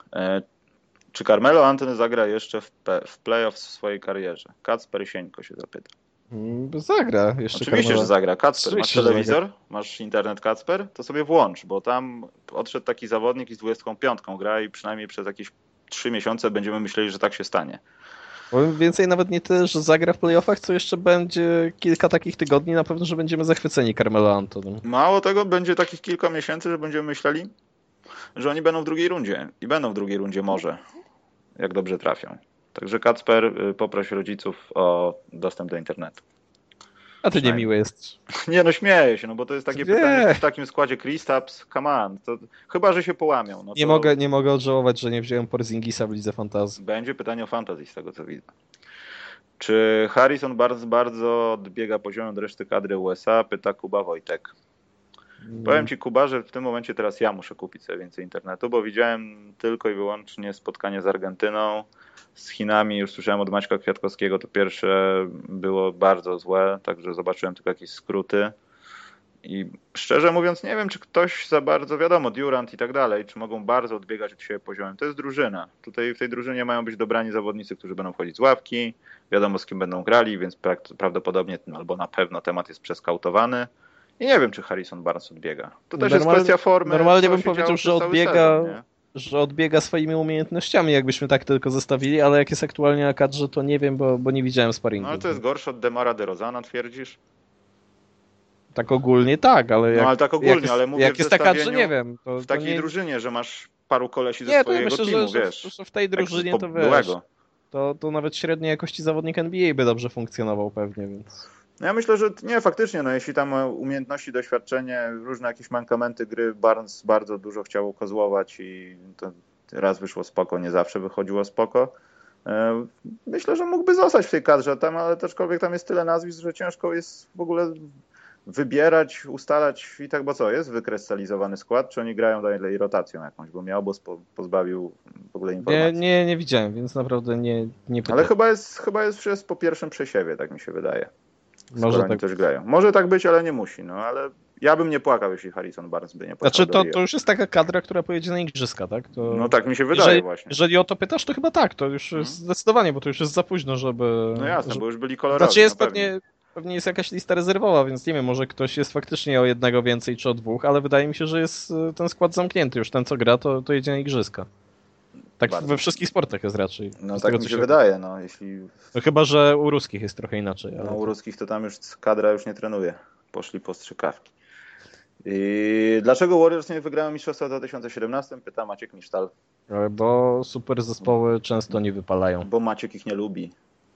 Speaker 1: Czy Carmelo Anthony zagra jeszcze w playoff w swojej karierze? Kacper Sieńko się zapyta.
Speaker 2: Zagra jeszcze.
Speaker 1: Oczywiście, że zagra. Kacper, masz telewizor? Masz internet, Kacper? To sobie włącz, bo tam odszedł taki zawodnik i z 25 gra i przynajmniej przez jakieś 3 miesiące będziemy myśleli, że tak się stanie.
Speaker 2: Powiem więcej, nawet nie tyle, że zagra w playoffach, co jeszcze będzie kilka takich tygodni na pewno, że będziemy zachwyceni Carmelo Anthony.
Speaker 1: Mało tego, będzie takich kilka miesięcy, że będziemy myśleli, że oni będą w 2. rundzie. I będą w 2. rundzie może, jak dobrze trafią. Także Kacper, poproś rodziców o dostęp do internetu.
Speaker 2: A ty niemiły jesteś.
Speaker 1: Nie, no śmieję się, bo to jest takie pytanie w takim składzie Kristaps, come on. To, chyba, że się połamią. No to...
Speaker 2: Nie mogę odżałować, że nie wziąłem Porzingisa w lidze fantasy.
Speaker 1: Będzie pytanie o fantasy z tego, co widzę. Czy Harrison bardzo odbiega poziomem od reszty kadry USA? Pyta Kuba Wojtek. Powiem ci, Kuba, że w tym momencie teraz ja muszę kupić sobie więcej internetu, bo widziałem tylko i wyłącznie spotkanie z Argentyną, z Chinami. Już słyszałem od Maćka Kwiatkowskiego, to pierwsze było bardzo złe, także zobaczyłem tylko jakieś skróty. I szczerze mówiąc nie wiem, czy ktoś za bardzo, wiadomo, Durant i tak dalej, czy mogą bardzo odbiegać od siebie poziomem. To jest drużyna. Tutaj w tej drużynie mają być dobrani zawodnicy, którzy będą wchodzić z ławki, wiadomo z kim będą grali, więc prawdopodobnie albo na pewno temat jest przeskautowany. I nie wiem, czy Harrison Barnes odbiega. To też jest kwestia formy.
Speaker 2: Normalnie bym powiedział, że odbiega swoimi umiejętnościami, jakbyśmy tak tylko zostawili, ale jak jest aktualnie na kadrze, to nie wiem, bo nie widziałem sparingu.
Speaker 1: No ale to jest gorsze od DeMara DeRozana, twierdzisz?
Speaker 2: Tak ogólnie tak, ale jak,
Speaker 1: ale tak ogólnie, ale mówię
Speaker 2: jak jest ta kadrze, nie wiem.
Speaker 1: W takiej drużynie, że masz paru kolesi ze swojego teamu, wiesz.
Speaker 2: Że w tej drużynie to wiesz. To nawet średniej jakości zawodnik NBA by dobrze funkcjonował pewnie, więc...
Speaker 1: No ja myślę, że nie, faktycznie, no jeśli tam umiejętności, doświadczenie, różne jakieś mankamenty gry, Barnes bardzo dużo chciał kozłować i to raz wyszło spoko, nie zawsze wychodziło spoko. Myślę, że mógłby zostać w tej kadrze tam, ale aczkolwiek tam jest tyle nazwisk, że ciężko jest w ogóle wybierać, ustalać i tak, bo co, jest wykrystalizowany skład, czy oni grają dalej rotacją jakąś, bo mnie obóz pozbawił w ogóle informacji.
Speaker 2: Nie widziałem, więc naprawdę nie pytam.
Speaker 1: Ale chyba jest po pierwszym przesiewie, tak mi się wydaje.
Speaker 2: Może
Speaker 1: Skoro oni
Speaker 2: tak.
Speaker 1: coś grają. Może tak być, ale nie musi, no ale ja bym nie płakał, jeśli Harrison Barnes by nie płakał
Speaker 2: Znaczy
Speaker 1: do Rio.
Speaker 2: to już jest taka kadra, która pojedzie na igrzyska, tak?
Speaker 1: No tak mi się wydaje właśnie.
Speaker 2: Jeżeli o to pytasz, to chyba tak, to już jest zdecydowanie, bo to już jest za późno, żeby...
Speaker 1: No jasne, bo już byli kolorowi.
Speaker 2: Znaczy jest
Speaker 1: no pewnie.
Speaker 2: pewnie jest jakaś lista rezerwowa, więc nie wiem, może ktoś jest faktycznie o jednego więcej czy o dwóch, ale wydaje mi się, że jest ten skład zamknięty już. Ten, co gra, to jedzie na igrzyska. Tak
Speaker 1: Bardzo.
Speaker 2: we wszystkich sportach jest raczej.
Speaker 1: No
Speaker 2: z
Speaker 1: tak
Speaker 2: tego,
Speaker 1: mi
Speaker 2: co
Speaker 1: się wydaje, no jeśli...
Speaker 2: No chyba, że u ruskich jest trochę inaczej.
Speaker 1: No
Speaker 2: Ale
Speaker 1: u ruskich to tam już kadra już nie trenuje. Poszli po strzykawki. I dlaczego Warriors nie wygrają mistrzostwa w 2017? Pyta Maciek Misztal.
Speaker 2: Bo super zespoły często nie wypalają.
Speaker 1: Bo Maciek ich nie lubi.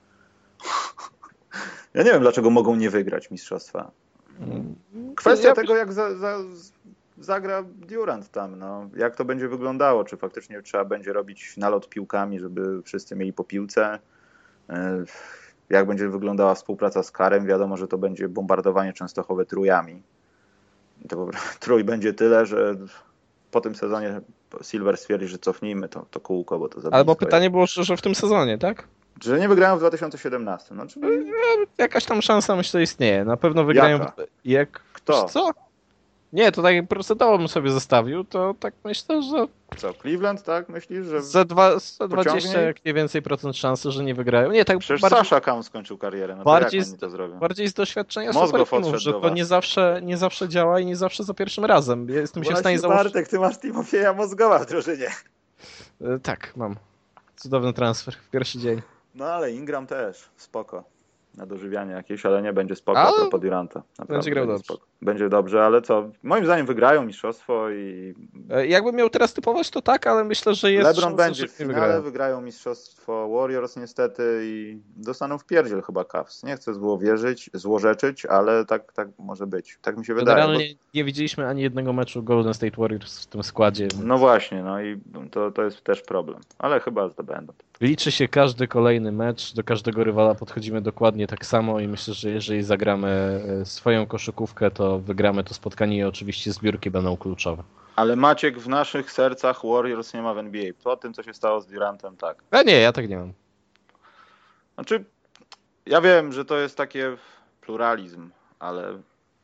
Speaker 1: Ja nie wiem, dlaczego mogą nie wygrać mistrzostwa. Kwestia tego, jak zagra Durant tam, no. Jak to będzie wyglądało, czy faktycznie trzeba będzie robić nalot piłkami, żeby wszyscy mieli po piłce, jak będzie wyglądała współpraca z Karem, wiadomo, że to będzie bombardowanie Częstochowe trójami. I to trój będzie tyle, że po tym sezonie Silver stwierdzi, że cofnijmy to kółko, bo to za
Speaker 2: Albo
Speaker 1: blisko
Speaker 2: pytanie
Speaker 1: jest.
Speaker 2: było, że w tym sezonie, tak?
Speaker 1: Że nie wygrają w 2017. No, czyli...
Speaker 2: Jakaś tam szansa, myślę, istnieje. Na pewno wygrają.
Speaker 1: Jaka? Kto?
Speaker 2: Co? Nie, to tak procentowo bym sobie zostawił, to tak myślę, że
Speaker 1: Co, Cleveland, tak? Myślisz, że
Speaker 2: za 20, jak nie więcej procent szansy, że nie wygrają. Nie, tak
Speaker 1: przecież
Speaker 2: bardziej,
Speaker 1: Sasha Kaun skończył karierę, no
Speaker 2: bardziej,
Speaker 1: to jak oni to zrobią?
Speaker 2: bardziej z doświadczenia
Speaker 1: Mozgow
Speaker 2: superteamów,
Speaker 1: odszedł
Speaker 2: że
Speaker 1: do
Speaker 2: to
Speaker 1: was.
Speaker 2: nie zawsze działa i nie zawsze za pierwszym razem. Ja jestem się w stanie założyć...
Speaker 1: Bartek, ty masz Timofieja Mozgowa w drużynie.
Speaker 2: Tak, mam. Cudowny transfer w pierwszy dzień.
Speaker 1: No ale Ingram też, spoko. Na dożywianie jakieś, ale nie będzie spoko,
Speaker 2: Ale
Speaker 1: a propos Duranta. Naprawdę
Speaker 2: będzie grał dobrze.
Speaker 1: spoko. Będzie dobrze, ale co? Moim zdaniem wygrają mistrzostwo i...
Speaker 2: Jakbym miał teraz typować, to tak, ale myślę, że jest
Speaker 1: LeBron
Speaker 2: szansa,
Speaker 1: będzie
Speaker 2: że
Speaker 1: w
Speaker 2: nie
Speaker 1: finale, wygrają mistrzostwo Warriors niestety i dostaną w pierdziel chyba Cavs. Nie chcę złorzeczyć, ale tak może być. Tak mi się wydaje.
Speaker 2: Generalnie nie widzieliśmy ani jednego meczu Golden State Warriors w tym składzie.
Speaker 1: No właśnie, no i to jest też problem. Ale chyba zdobędą.
Speaker 2: Liczy się każdy kolejny mecz, do każdego rywala podchodzimy dokładnie tak samo i myślę, że jeżeli zagramy swoją koszykówkę, to wygramy to spotkanie i oczywiście zbiórki będą kluczowe.
Speaker 1: Ale Maciek, w naszych sercach Warriors nie ma w NBA. Po tym, co się stało z Durantem, tak.
Speaker 2: Nie, ja tak nie mam.
Speaker 1: Znaczy, ja wiem, że to jest takie pluralizm, ale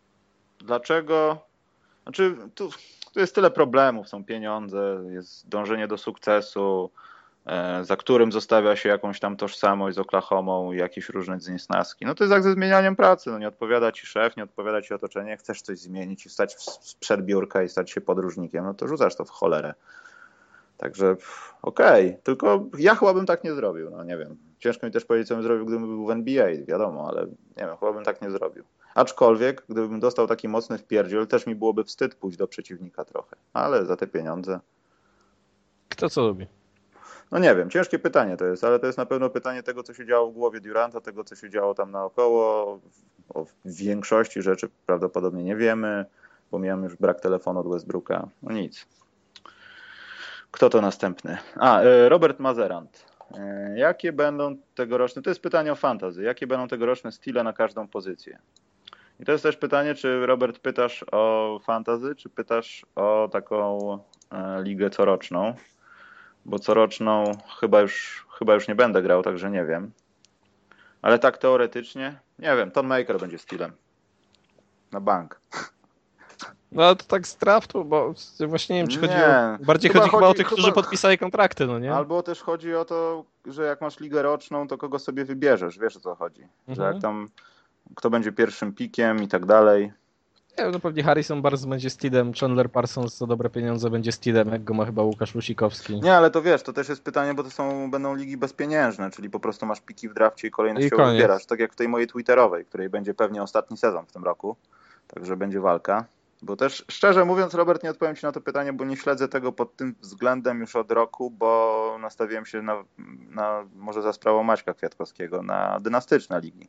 Speaker 1: dlaczego? Znaczy, tu jest tyle problemów, są pieniądze, jest dążenie do sukcesu, za którym zostawia się jakąś tam tożsamość z Oklahomą i jakieś różne zniesnaski. No to jest jak ze zmienianiem pracy, no nie odpowiada ci szef, nie odpowiada ci otoczenie, chcesz coś zmienić i wstać sprzed biurka i stać się podróżnikiem, no to rzucasz to w cholerę. Także okej, tylko ja chyba bym tak nie zrobił, no nie wiem. Ciężko mi też powiedzieć, co bym zrobił, gdybym był w NBA, wiadomo, ale nie wiem, chyba bym tak nie zrobił. Aczkolwiek, gdybym dostał taki mocny wpierdziel, też mi byłoby wstyd pójść do przeciwnika trochę, ale za te pieniądze...
Speaker 2: Kto co lubi?
Speaker 1: No nie wiem, ciężkie pytanie to jest, ale to jest na pewno pytanie tego, co się działo w głowie Duranta, tego, co się działo tam naokoło. O większości rzeczy prawdopodobnie nie wiemy, bo miałem już brak telefonu od Westbrooka. No nic. Kto to następny? Robert Mazerant. Jakie będą tegoroczne, to jest pytanie o fantasy, jakie będą tegoroczne stile na każdą pozycję? I to jest też pytanie, czy Robert pytasz o fantasy, czy pytasz o taką ligę coroczną? Bo coroczną chyba już nie będę grał, także nie wiem. Ale tak teoretycznie, nie wiem, Ton Maker będzie stylem. Na bank.
Speaker 2: No ale to tak z draftu, bo właśnie nie wiem, czy bardziej chodzi chyba o tych, którzy podpisali kontrakty, no nie?
Speaker 1: Albo też chodzi o to, że jak masz ligę roczną, to kogo sobie wybierzesz, wiesz o co chodzi. Że jak tam, kto będzie pierwszym pikiem i tak dalej.
Speaker 2: Nie wiem, no pewnie Harrison Barnes będzie Steedem, Chandler Parsons za dobre pieniądze będzie Steedem, jak go ma chyba Łukasz Lusikowski.
Speaker 1: Nie, ale to wiesz, to też jest pytanie, bo będą ligi bezpieniężne, czyli po prostu masz piki w drafcie i kolejność się wybierasz. Tak jak w tej mojej twitterowej, której będzie pewnie ostatni sezon w tym roku, także będzie walka. Bo też, szczerze mówiąc, Robert, nie odpowiem ci na to pytanie, bo nie śledzę tego pod tym względem już od roku, bo nastawiłem się na może za sprawą Maćka Kwiatkowskiego, na dynastyczne ligi,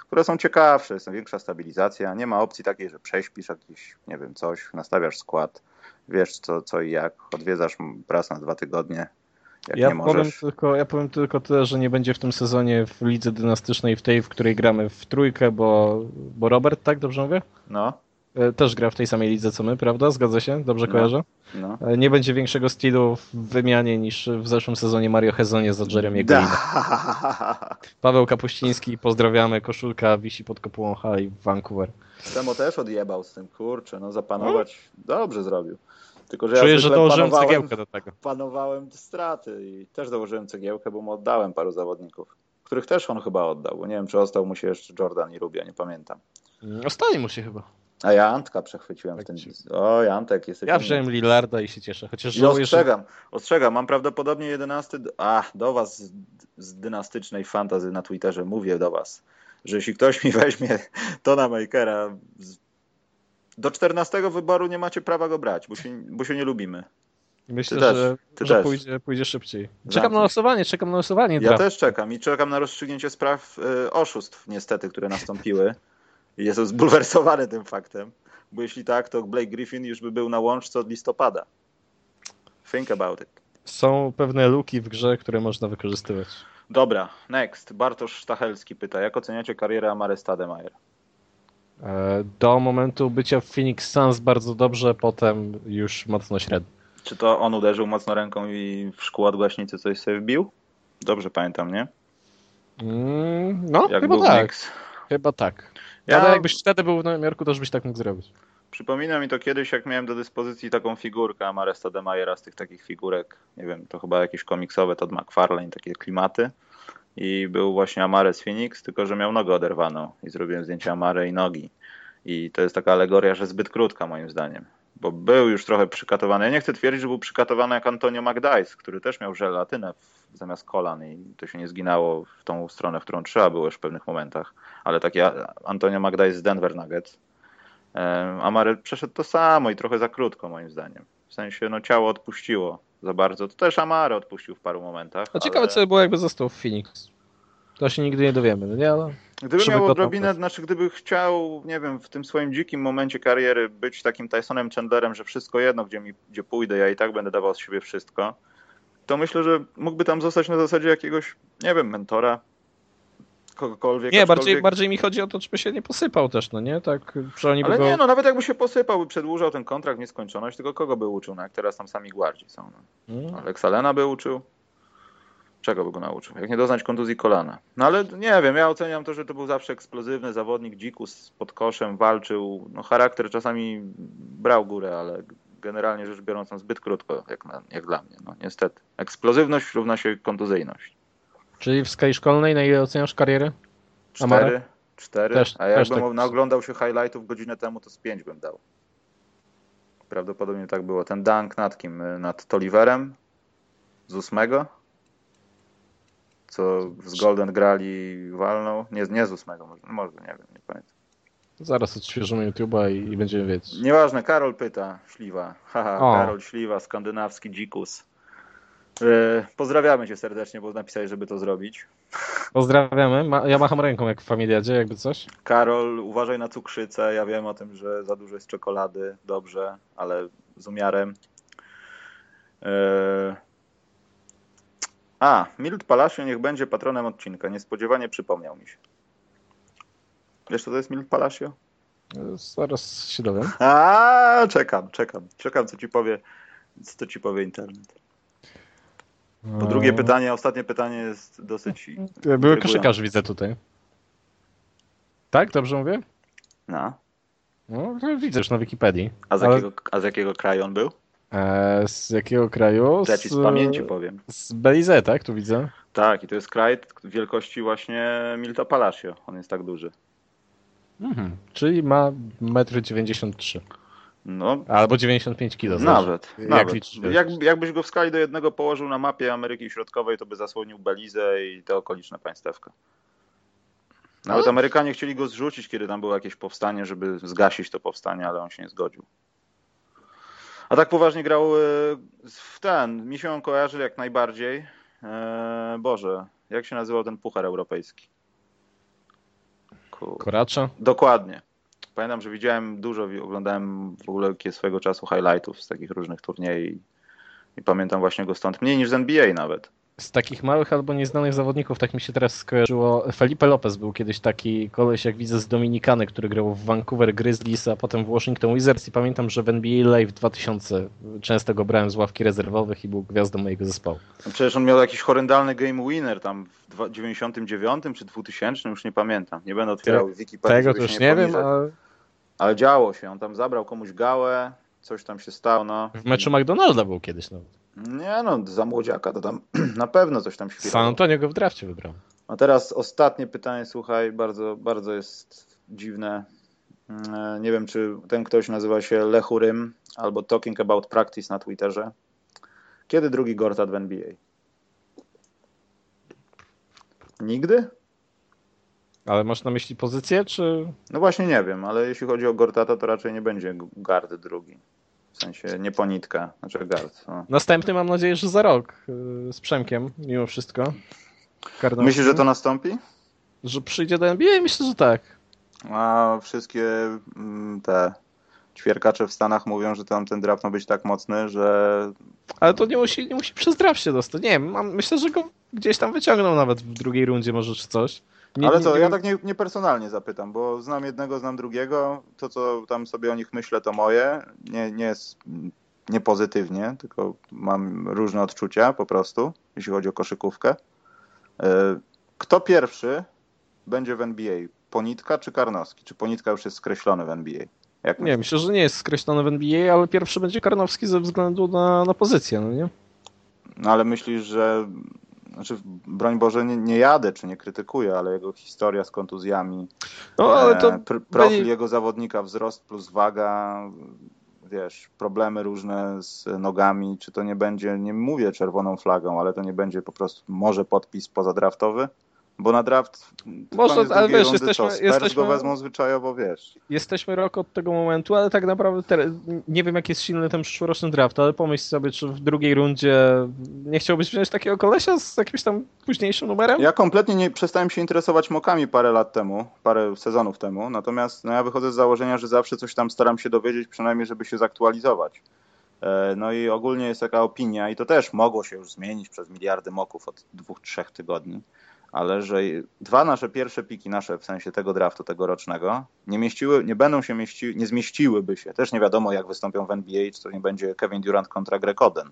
Speaker 1: które są ciekawsze, jest większa stabilizacja, nie ma opcji takiej, że prześpisz jakiś, nie wiem, coś, nastawiasz skład, wiesz co i jak, odwiedzasz raz na 2 tygodnie, jak nie możesz.
Speaker 2: Ja powiem tylko tyle, że nie będzie w tym sezonie w lidze dynastycznej, w tej, w której gramy w trójkę, bo Robert, tak dobrze mówię?
Speaker 1: No,
Speaker 2: Też gra w tej samej lidze co my, prawda? Zgadza się? Dobrze
Speaker 1: no,
Speaker 2: kojarzę?
Speaker 1: no.
Speaker 2: Nie będzie większego stylu w wymianie niż w zeszłym sezonie Mario Hezonie za Jeremy'ego
Speaker 1: Da.
Speaker 2: Grina. Paweł Kapuściński, pozdrawiamy, koszulka wisi pod kopułą hali w Vancouver.
Speaker 1: Temo też odjebał z tym, kurczę, no zapanować dobrze zrobił. Tylko, że ja
Speaker 2: Czuję, że
Speaker 1: zwykle
Speaker 2: dołożyłem cegiełkę do tego.
Speaker 1: panowałem straty i też dołożyłem cegiełkę, bo mu oddałem paru zawodników, których też on chyba oddał, bo nie wiem, czy ostał mu się jeszcze Jordan i Rubio, nie pamiętam.
Speaker 2: Ostali mu się chyba.
Speaker 1: A ja Antka przechwyciłem
Speaker 2: Tak
Speaker 1: w tym.
Speaker 2: się-
Speaker 1: O, Antek, jesteś
Speaker 2: Ja
Speaker 1: inny.
Speaker 2: wziąłem Lillarda i się cieszę. Chociaż
Speaker 1: I
Speaker 2: żałuję, że...
Speaker 1: ostrzegam, mam prawdopodobnie 11. Do was z dynastycznej fantazy na Twitterze mówię do was, że jeśli ktoś mi weźmie Tona Makera, do 14 wyboru nie macie prawa go brać, bo się nie lubimy.
Speaker 2: Myślę,
Speaker 1: Ty też,
Speaker 2: że,
Speaker 1: ty
Speaker 2: że
Speaker 1: też.
Speaker 2: pójdzie szybciej.
Speaker 1: Zamknij.
Speaker 2: Czekam na losowanie
Speaker 1: Ja
Speaker 2: draftu.
Speaker 1: też czekam i czekam na rozstrzygnięcie spraw oszustw niestety, które nastąpiły. I jestem zbulwersowany tym faktem, bo jeśli tak, to Blake Griffin już by był na łączce od listopada. Think about it.
Speaker 2: Są pewne luki w grze, które można wykorzystywać.
Speaker 1: Dobra, next. Bartosz Sztachelski pyta, jak oceniacie karierę Amare Stoudemire?
Speaker 2: Do momentu bycia w Phoenix Suns bardzo dobrze, potem już mocno średnio.
Speaker 1: Czy to on uderzył mocno ręką i w szkło od głaśnicy coś sobie wbił? Dobrze pamiętam, nie?
Speaker 2: No,
Speaker 1: Jak
Speaker 2: chyba
Speaker 1: był
Speaker 2: tak.
Speaker 1: Knicks.
Speaker 2: Chyba tak.
Speaker 1: Ja-
Speaker 2: Ale jakbyś wtedy był w Nowym Jorku, to już byś tak mógł zrobić.
Speaker 1: Przypomina mi to kiedyś, jak miałem do dyspozycji taką figurkę Amare Stoudemire'a z tych takich figurek, nie wiem, to chyba jakieś komiksowe, Todd McFarlane, takie klimaty. I był właśnie Amare z Phoenix, tylko że miał nogę oderwaną i zrobiłem zdjęcie Amare i nogi. I to jest taka alegoria, że zbyt krótka moim zdaniem, bo był już trochę przykatowany. Ja nie chcę twierdzić, że był przykatowany jak Antonio McDyess, który też miał żelatynę zamiast kolan i to się nie zginało w tą stronę, w którą trzeba było już w pewnych momentach. Ale taki Antonio McDyess z Denver Nuggets. Amare przeszedł to samo i trochę za krótko moim zdaniem. W sensie no ciało odpuściło za bardzo. To też Amare odpuścił w paru momentach.
Speaker 2: A ciekawe, co by było, jakby został w Phoenix. To się nigdy nie dowiemy, no nie? Ale...
Speaker 1: Gdyby
Speaker 2: Żeby
Speaker 1: miał
Speaker 2: go
Speaker 1: odrobinę,
Speaker 2: tam-
Speaker 1: znaczy gdyby chciał, nie wiem, w tym swoim dzikim momencie kariery być takim Tysonem Chandlerem, że wszystko jedno, gdzie pójdę, ja i tak będę dawał z siebie wszystko, to myślę, że mógłby tam zostać na zasadzie jakiegoś, nie wiem, mentora, kogokolwiek.
Speaker 2: Nie,
Speaker 1: aczkolwiek...
Speaker 2: bardziej mi chodzi o to, żeby się nie posypał też, no nie? Tak, że oni by
Speaker 1: Ale
Speaker 2: go...
Speaker 1: nie, no nawet jakby się posypał, by przedłużał ten kontrakt w nieskończoność, tylko kogo by uczył, no jak teraz tam sami Guardzi są. No. Alexa Lena by uczył. Czego by go nauczył? Jak nie doznać kontuzji kolana. No ale nie wiem, ja oceniam to, że to był zawsze eksplozywny zawodnik, dzikus pod koszem, walczył. No charakter czasami brał górę, ale generalnie rzecz biorąc on zbyt krótko, jak dla mnie. No niestety. Eksplozywność równa się kontuzyjność.
Speaker 2: Czyli w skali szkolnej na ile oceniasz karierę?
Speaker 1: 4.
Speaker 2: Też-
Speaker 1: A
Speaker 2: też
Speaker 1: jakbym
Speaker 2: tak.
Speaker 1: naoglądał się highlightów godzinę temu, to z 5 bym dał. Prawdopodobnie tak było. Ten dunk nad kim? Nad Toliverem? Z 8? Co z Golden grali i walnął? Nie z 8, może nie wiem, nie pamiętam.
Speaker 2: Zaraz odświeżymy YouTube'a i będziemy wiedzieć.
Speaker 1: Nieważne, Karol pyta, Śliwa. Haha,
Speaker 2: O.
Speaker 1: Karol Śliwa, skandynawski dzikus. Pozdrawiamy cię serdecznie, bo napisałeś, żeby to zrobić.
Speaker 2: Pozdrawiamy. Ja macham ręką jak w familiadzie, jakby coś.
Speaker 1: Karol, uważaj na cukrzycę. Ja wiem o tym, że za dużo jest czekolady, dobrze, ale z umiarem. Milt Palacio niech będzie patronem odcinka. Niespodziewanie przypomniał mi się. Wiesz, co to jest Milt Palacio?
Speaker 2: Zaraz się dowiem.
Speaker 1: Czekam, co ci powie internet. Po drugie pytanie, ostatnie pytanie jest dosyć...
Speaker 2: Były
Speaker 1: intrygujące.
Speaker 2: koszykarz, widzę tutaj. Tak? Dobrze mówię?
Speaker 1: No.
Speaker 2: No, to widzę już na Wikipedii.
Speaker 1: A z jakiego kraju on był?
Speaker 2: Z jakiego kraju?
Speaker 1: To ja ci z pamięci powiem.
Speaker 2: Z Belize, tak? Tu widzę.
Speaker 1: Tak, i to jest kraj wielkości właśnie Milta Palacio. On jest tak duży.
Speaker 2: Czyli ma 1,93 m.
Speaker 1: No,
Speaker 2: Albo 95 kg.
Speaker 1: nawet.
Speaker 2: liczysz?
Speaker 1: Jakbyś go w skali do jednego położył na mapie Ameryki Środkowej, to by zasłonił Belizę i te okoliczne państewka. Nawet Amerykanie chcieli go zrzucić, kiedy tam było jakieś powstanie, żeby zgasić to powstanie, ale on się nie zgodził. A tak poważnie grał w mi się on kojarzy jak najbardziej. Boże, jak się nazywał ten puchar europejski?
Speaker 2: Koracza?
Speaker 1: Dokładnie. Pamiętam, że widziałem dużo, oglądałem w ogóle swego czasu highlightów z takich różnych turniejów i pamiętam właśnie go stąd. Mniej niż z NBA nawet.
Speaker 2: Z takich małych albo nieznanych zawodników, tak mi się teraz skojarzyło, Felipe Lopez był kiedyś taki koleś, jak widzę, z Dominikany, który grał w Vancouver Grizzlies, a potem w Washington Wizards i pamiętam, że w NBA Live 2000 często go brałem z ławki rezerwowych i był gwiazdą mojego zespołu.
Speaker 1: Przecież on miał jakiś horrendalny game winner tam w 99 czy 2000, już nie pamiętam. Nie będę otwierał Wikipedii.
Speaker 2: Tego to już nie wiem,
Speaker 1: ale działo się. On tam zabrał komuś gałę, coś tam się stało. No.
Speaker 2: W meczu McDonalda był kiedyś nawet.
Speaker 1: Nie no, za młodziaka to tam na pewno coś tam świrało.
Speaker 2: San Antonio go w drafcie wybrał.
Speaker 1: A teraz ostatnie pytanie, słuchaj, bardzo, bardzo jest dziwne. Nie wiem, czy ten ktoś nazywa się Lechurym albo Talking About Practice na Twitterze. Kiedy drugi Gortat w NBA? Nigdy?
Speaker 2: Ale masz na myśli pozycję, czy...
Speaker 1: No właśnie nie wiem, ale jeśli chodzi o Gortata, to raczej nie będzie guard drugi. W sensie nie ponitka, znaczy guard. No.
Speaker 2: Następny mam nadzieję, że za rok z Przemkiem, mimo wszystko. Karnowskim.
Speaker 1: Myślisz, że to nastąpi?
Speaker 2: Że przyjdzie do NBA? Myślę, że tak.
Speaker 1: A wszystkie te ćwierkacze w Stanach mówią, że tam ten draft ma być tak mocny, że...
Speaker 2: Ale to nie musi przez draft się dostać. Nie wiem, myślę, że go gdzieś tam wyciągną nawet w drugiej rundzie może czy coś.
Speaker 1: Ale co, ja tak nie personalnie zapytam, bo znam jednego, znam drugiego. To, co tam sobie o nich myślę, to moje. Nie jest niepozytywnie, tylko mam różne odczucia po prostu, jeśli chodzi o koszykówkę. Kto pierwszy będzie w NBA? Ponitka czy Karnowski? Czy Ponitka już jest skreślony w NBA?
Speaker 2: Nie, myślę, że nie jest skreślony w NBA, ale pierwszy będzie Karnowski ze względu na pozycję, no nie?
Speaker 1: No ale myślisz, że... Znaczy, broń Boże, nie jadę, czy nie krytykuję, ale jego historia z kontuzjami,
Speaker 2: no, ale to
Speaker 1: profil jego zawodnika, wzrost plus waga, wiesz, problemy różne z nogami, czy to nie będzie, nie mówię czerwoną flagą, ale to nie będzie po prostu może podpis pozadraftowy? Bo na draft
Speaker 2: może, ale wiesz,
Speaker 1: jesteśmy go wezmą zwyczajowo, wiesz.
Speaker 2: Jesteśmy rok od tego momentu, ale tak naprawdę nie wiem, jak jest silny ten przyszłoroczny draft, ale pomyśl sobie, czy w drugiej rundzie nie chciałbyś wziąć takiego kolesia z jakimś tam późniejszym numerem?
Speaker 1: Ja kompletnie nie przestałem się interesować mokami parę sezonów temu, natomiast no, ja wychodzę z założenia, że zawsze coś tam staram się dowiedzieć, przynajmniej żeby się zaktualizować. No i ogólnie jest taka opinia, i to też mogło się już zmienić przez miliardy moków od 2-3 tygodni, ale że dwa nasze pierwsze piki, w sensie tego draftu tegorocznego, nie zmieściłyby się. Też nie wiadomo, jak wystąpią w NBA, czy to nie będzie Kevin Durant kontra Greg Oden.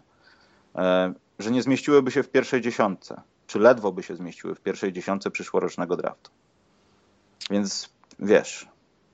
Speaker 1: Że nie zmieściłyby się w pierwszej dziesiątce, czy ledwo by się zmieściły w pierwszej dziesiątce przyszłorocznego draftu. Więc wiesz.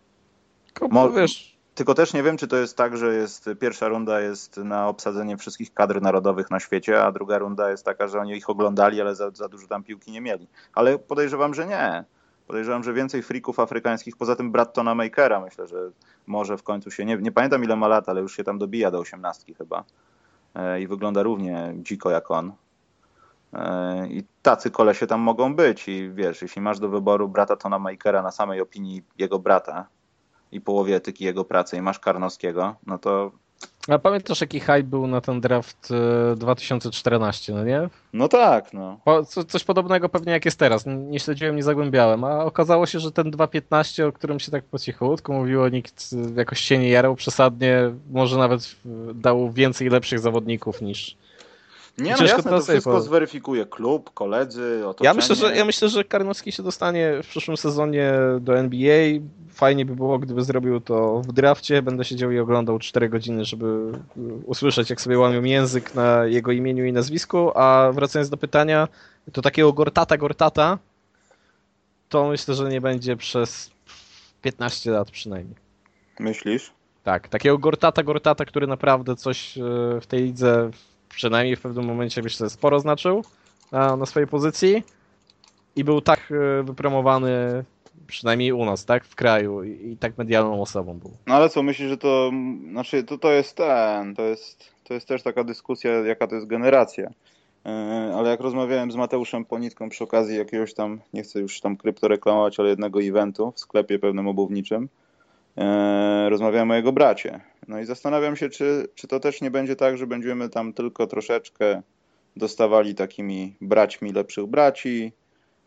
Speaker 1: Tylko też nie wiem, czy to jest tak, że pierwsza runda jest na obsadzenie wszystkich kadr narodowych na świecie, a druga runda jest taka, że oni ich oglądali, ale za dużo tam piłki nie mieli. Ale podejrzewam, że nie. Podejrzewam, że więcej frików afrykańskich, poza tym brat Tona Makera, myślę, że może w końcu się, nie pamiętam ile ma lat, ale już się tam dobija do 18 chyba. I wygląda równie dziko jak on. I tacy kolesie tam mogą być. I wiesz, jeśli masz do wyboru brata Tona Makera na samej opinii jego brata i połowie etyki jego pracy i masz Karnowskiego, no to...
Speaker 2: A pamiętasz, jaki hype był na ten draft 2014, no nie?
Speaker 1: No tak, no.
Speaker 2: Coś podobnego pewnie jak jest teraz. Nie śledziłem, nie zagłębiałem, a okazało się, że ten 2.15, o którym się tak po cichutku mówiło, nikt jakoś się nie jarał przesadnie, może nawet dał więcej lepszych zawodników niż...
Speaker 1: Nie, no jasne, to wszystko zweryfikuje klub, koledzy, otoczenie.
Speaker 2: Ja myślę, że Karnowski się dostanie w przyszłym sezonie do NBA. Fajnie by było, gdyby zrobił to w drafcie. Będę siedział i oglądał 4 godziny, żeby usłyszeć, jak sobie łamią język na jego imieniu i nazwisku. A wracając do pytania, to takiego Gortata, to myślę, że nie będzie przez 15 lat przynajmniej.
Speaker 1: Myślisz?
Speaker 2: Tak, takiego Gortata, który naprawdę coś w tej lidze przynajmniej w pewnym momencie, myślę, sporo znaczył na swojej pozycji i był tak wypromowany, przynajmniej u nas, tak, w kraju i tak medialną osobą był.
Speaker 1: No ale co, myślisz, że to, znaczy to jest też taka dyskusja, jaka to jest generacja. Ale jak rozmawiałem z Mateuszem Ponitką przy okazji jakiegoś tam, nie chcę już tam kryptoreklamować, ale jednego eventu w sklepie pewnym obuwniczym, rozmawiałem o jego bracie. No i zastanawiam się, czy to też nie będzie tak, że będziemy tam tylko troszeczkę dostawali takimi braćmi lepszych braci,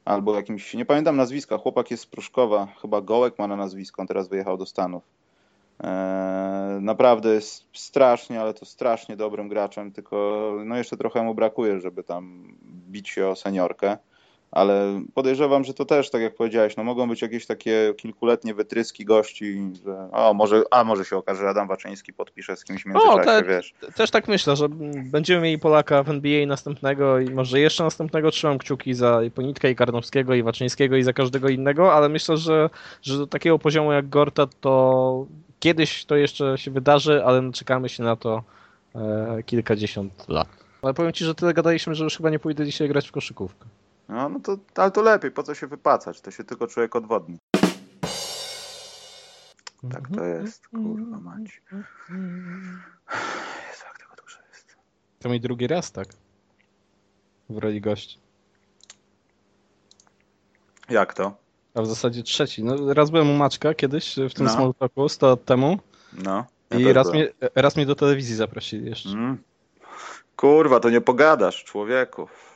Speaker 1: albo jakimś, nie pamiętam nazwiska, chłopak jest z Pruszkowa, chyba Gołek ma na nazwisko, on teraz wyjechał do Stanów. Naprawdę jest strasznie, ale to strasznie dobrym graczem, tylko no jeszcze trochę mu brakuje, żeby tam bić się o seniorkę. Ale podejrzewam, że to też, tak jak powiedziałeś, no mogą być jakieś takie kilkuletnie wytryski gości, że może się okaże, że Adam Waczyński podpisze z kimś w międzyczasie, wiesz.
Speaker 3: Też tak myślę, że będziemy mieli Polaka w NBA następnego i może jeszcze następnego. Trzymam kciuki za i Ponitkę, i Karnowskiego, i Waczyńskiego, i za każdego innego, ale myślę, że do takiego poziomu jak Gorta to kiedyś to jeszcze się wydarzy, ale czekamy się na to kilkadziesiąt lat. Ale powiem Ci, że tyle gadaliśmy, że już chyba nie pójdę dzisiaj grać w koszykówkę.
Speaker 1: No to, ale to lepiej, po co się wypacać, to się tylko człowiek odwodni. Tak to jest, kurwa mać. Jezu, jak tego dużo jest.
Speaker 2: To mój drugi raz, tak? W roli gości.
Speaker 1: Jak to?
Speaker 2: A w zasadzie trzeci. No, raz byłem u Maćka kiedyś w tym
Speaker 1: No.
Speaker 2: Small Talku 100 lat temu
Speaker 1: No. ja
Speaker 2: i
Speaker 1: też
Speaker 2: raz
Speaker 1: byłem.
Speaker 2: raz mnie do telewizji zaprosili jeszcze.
Speaker 1: Kurwa, to nie pogadasz, człowieku.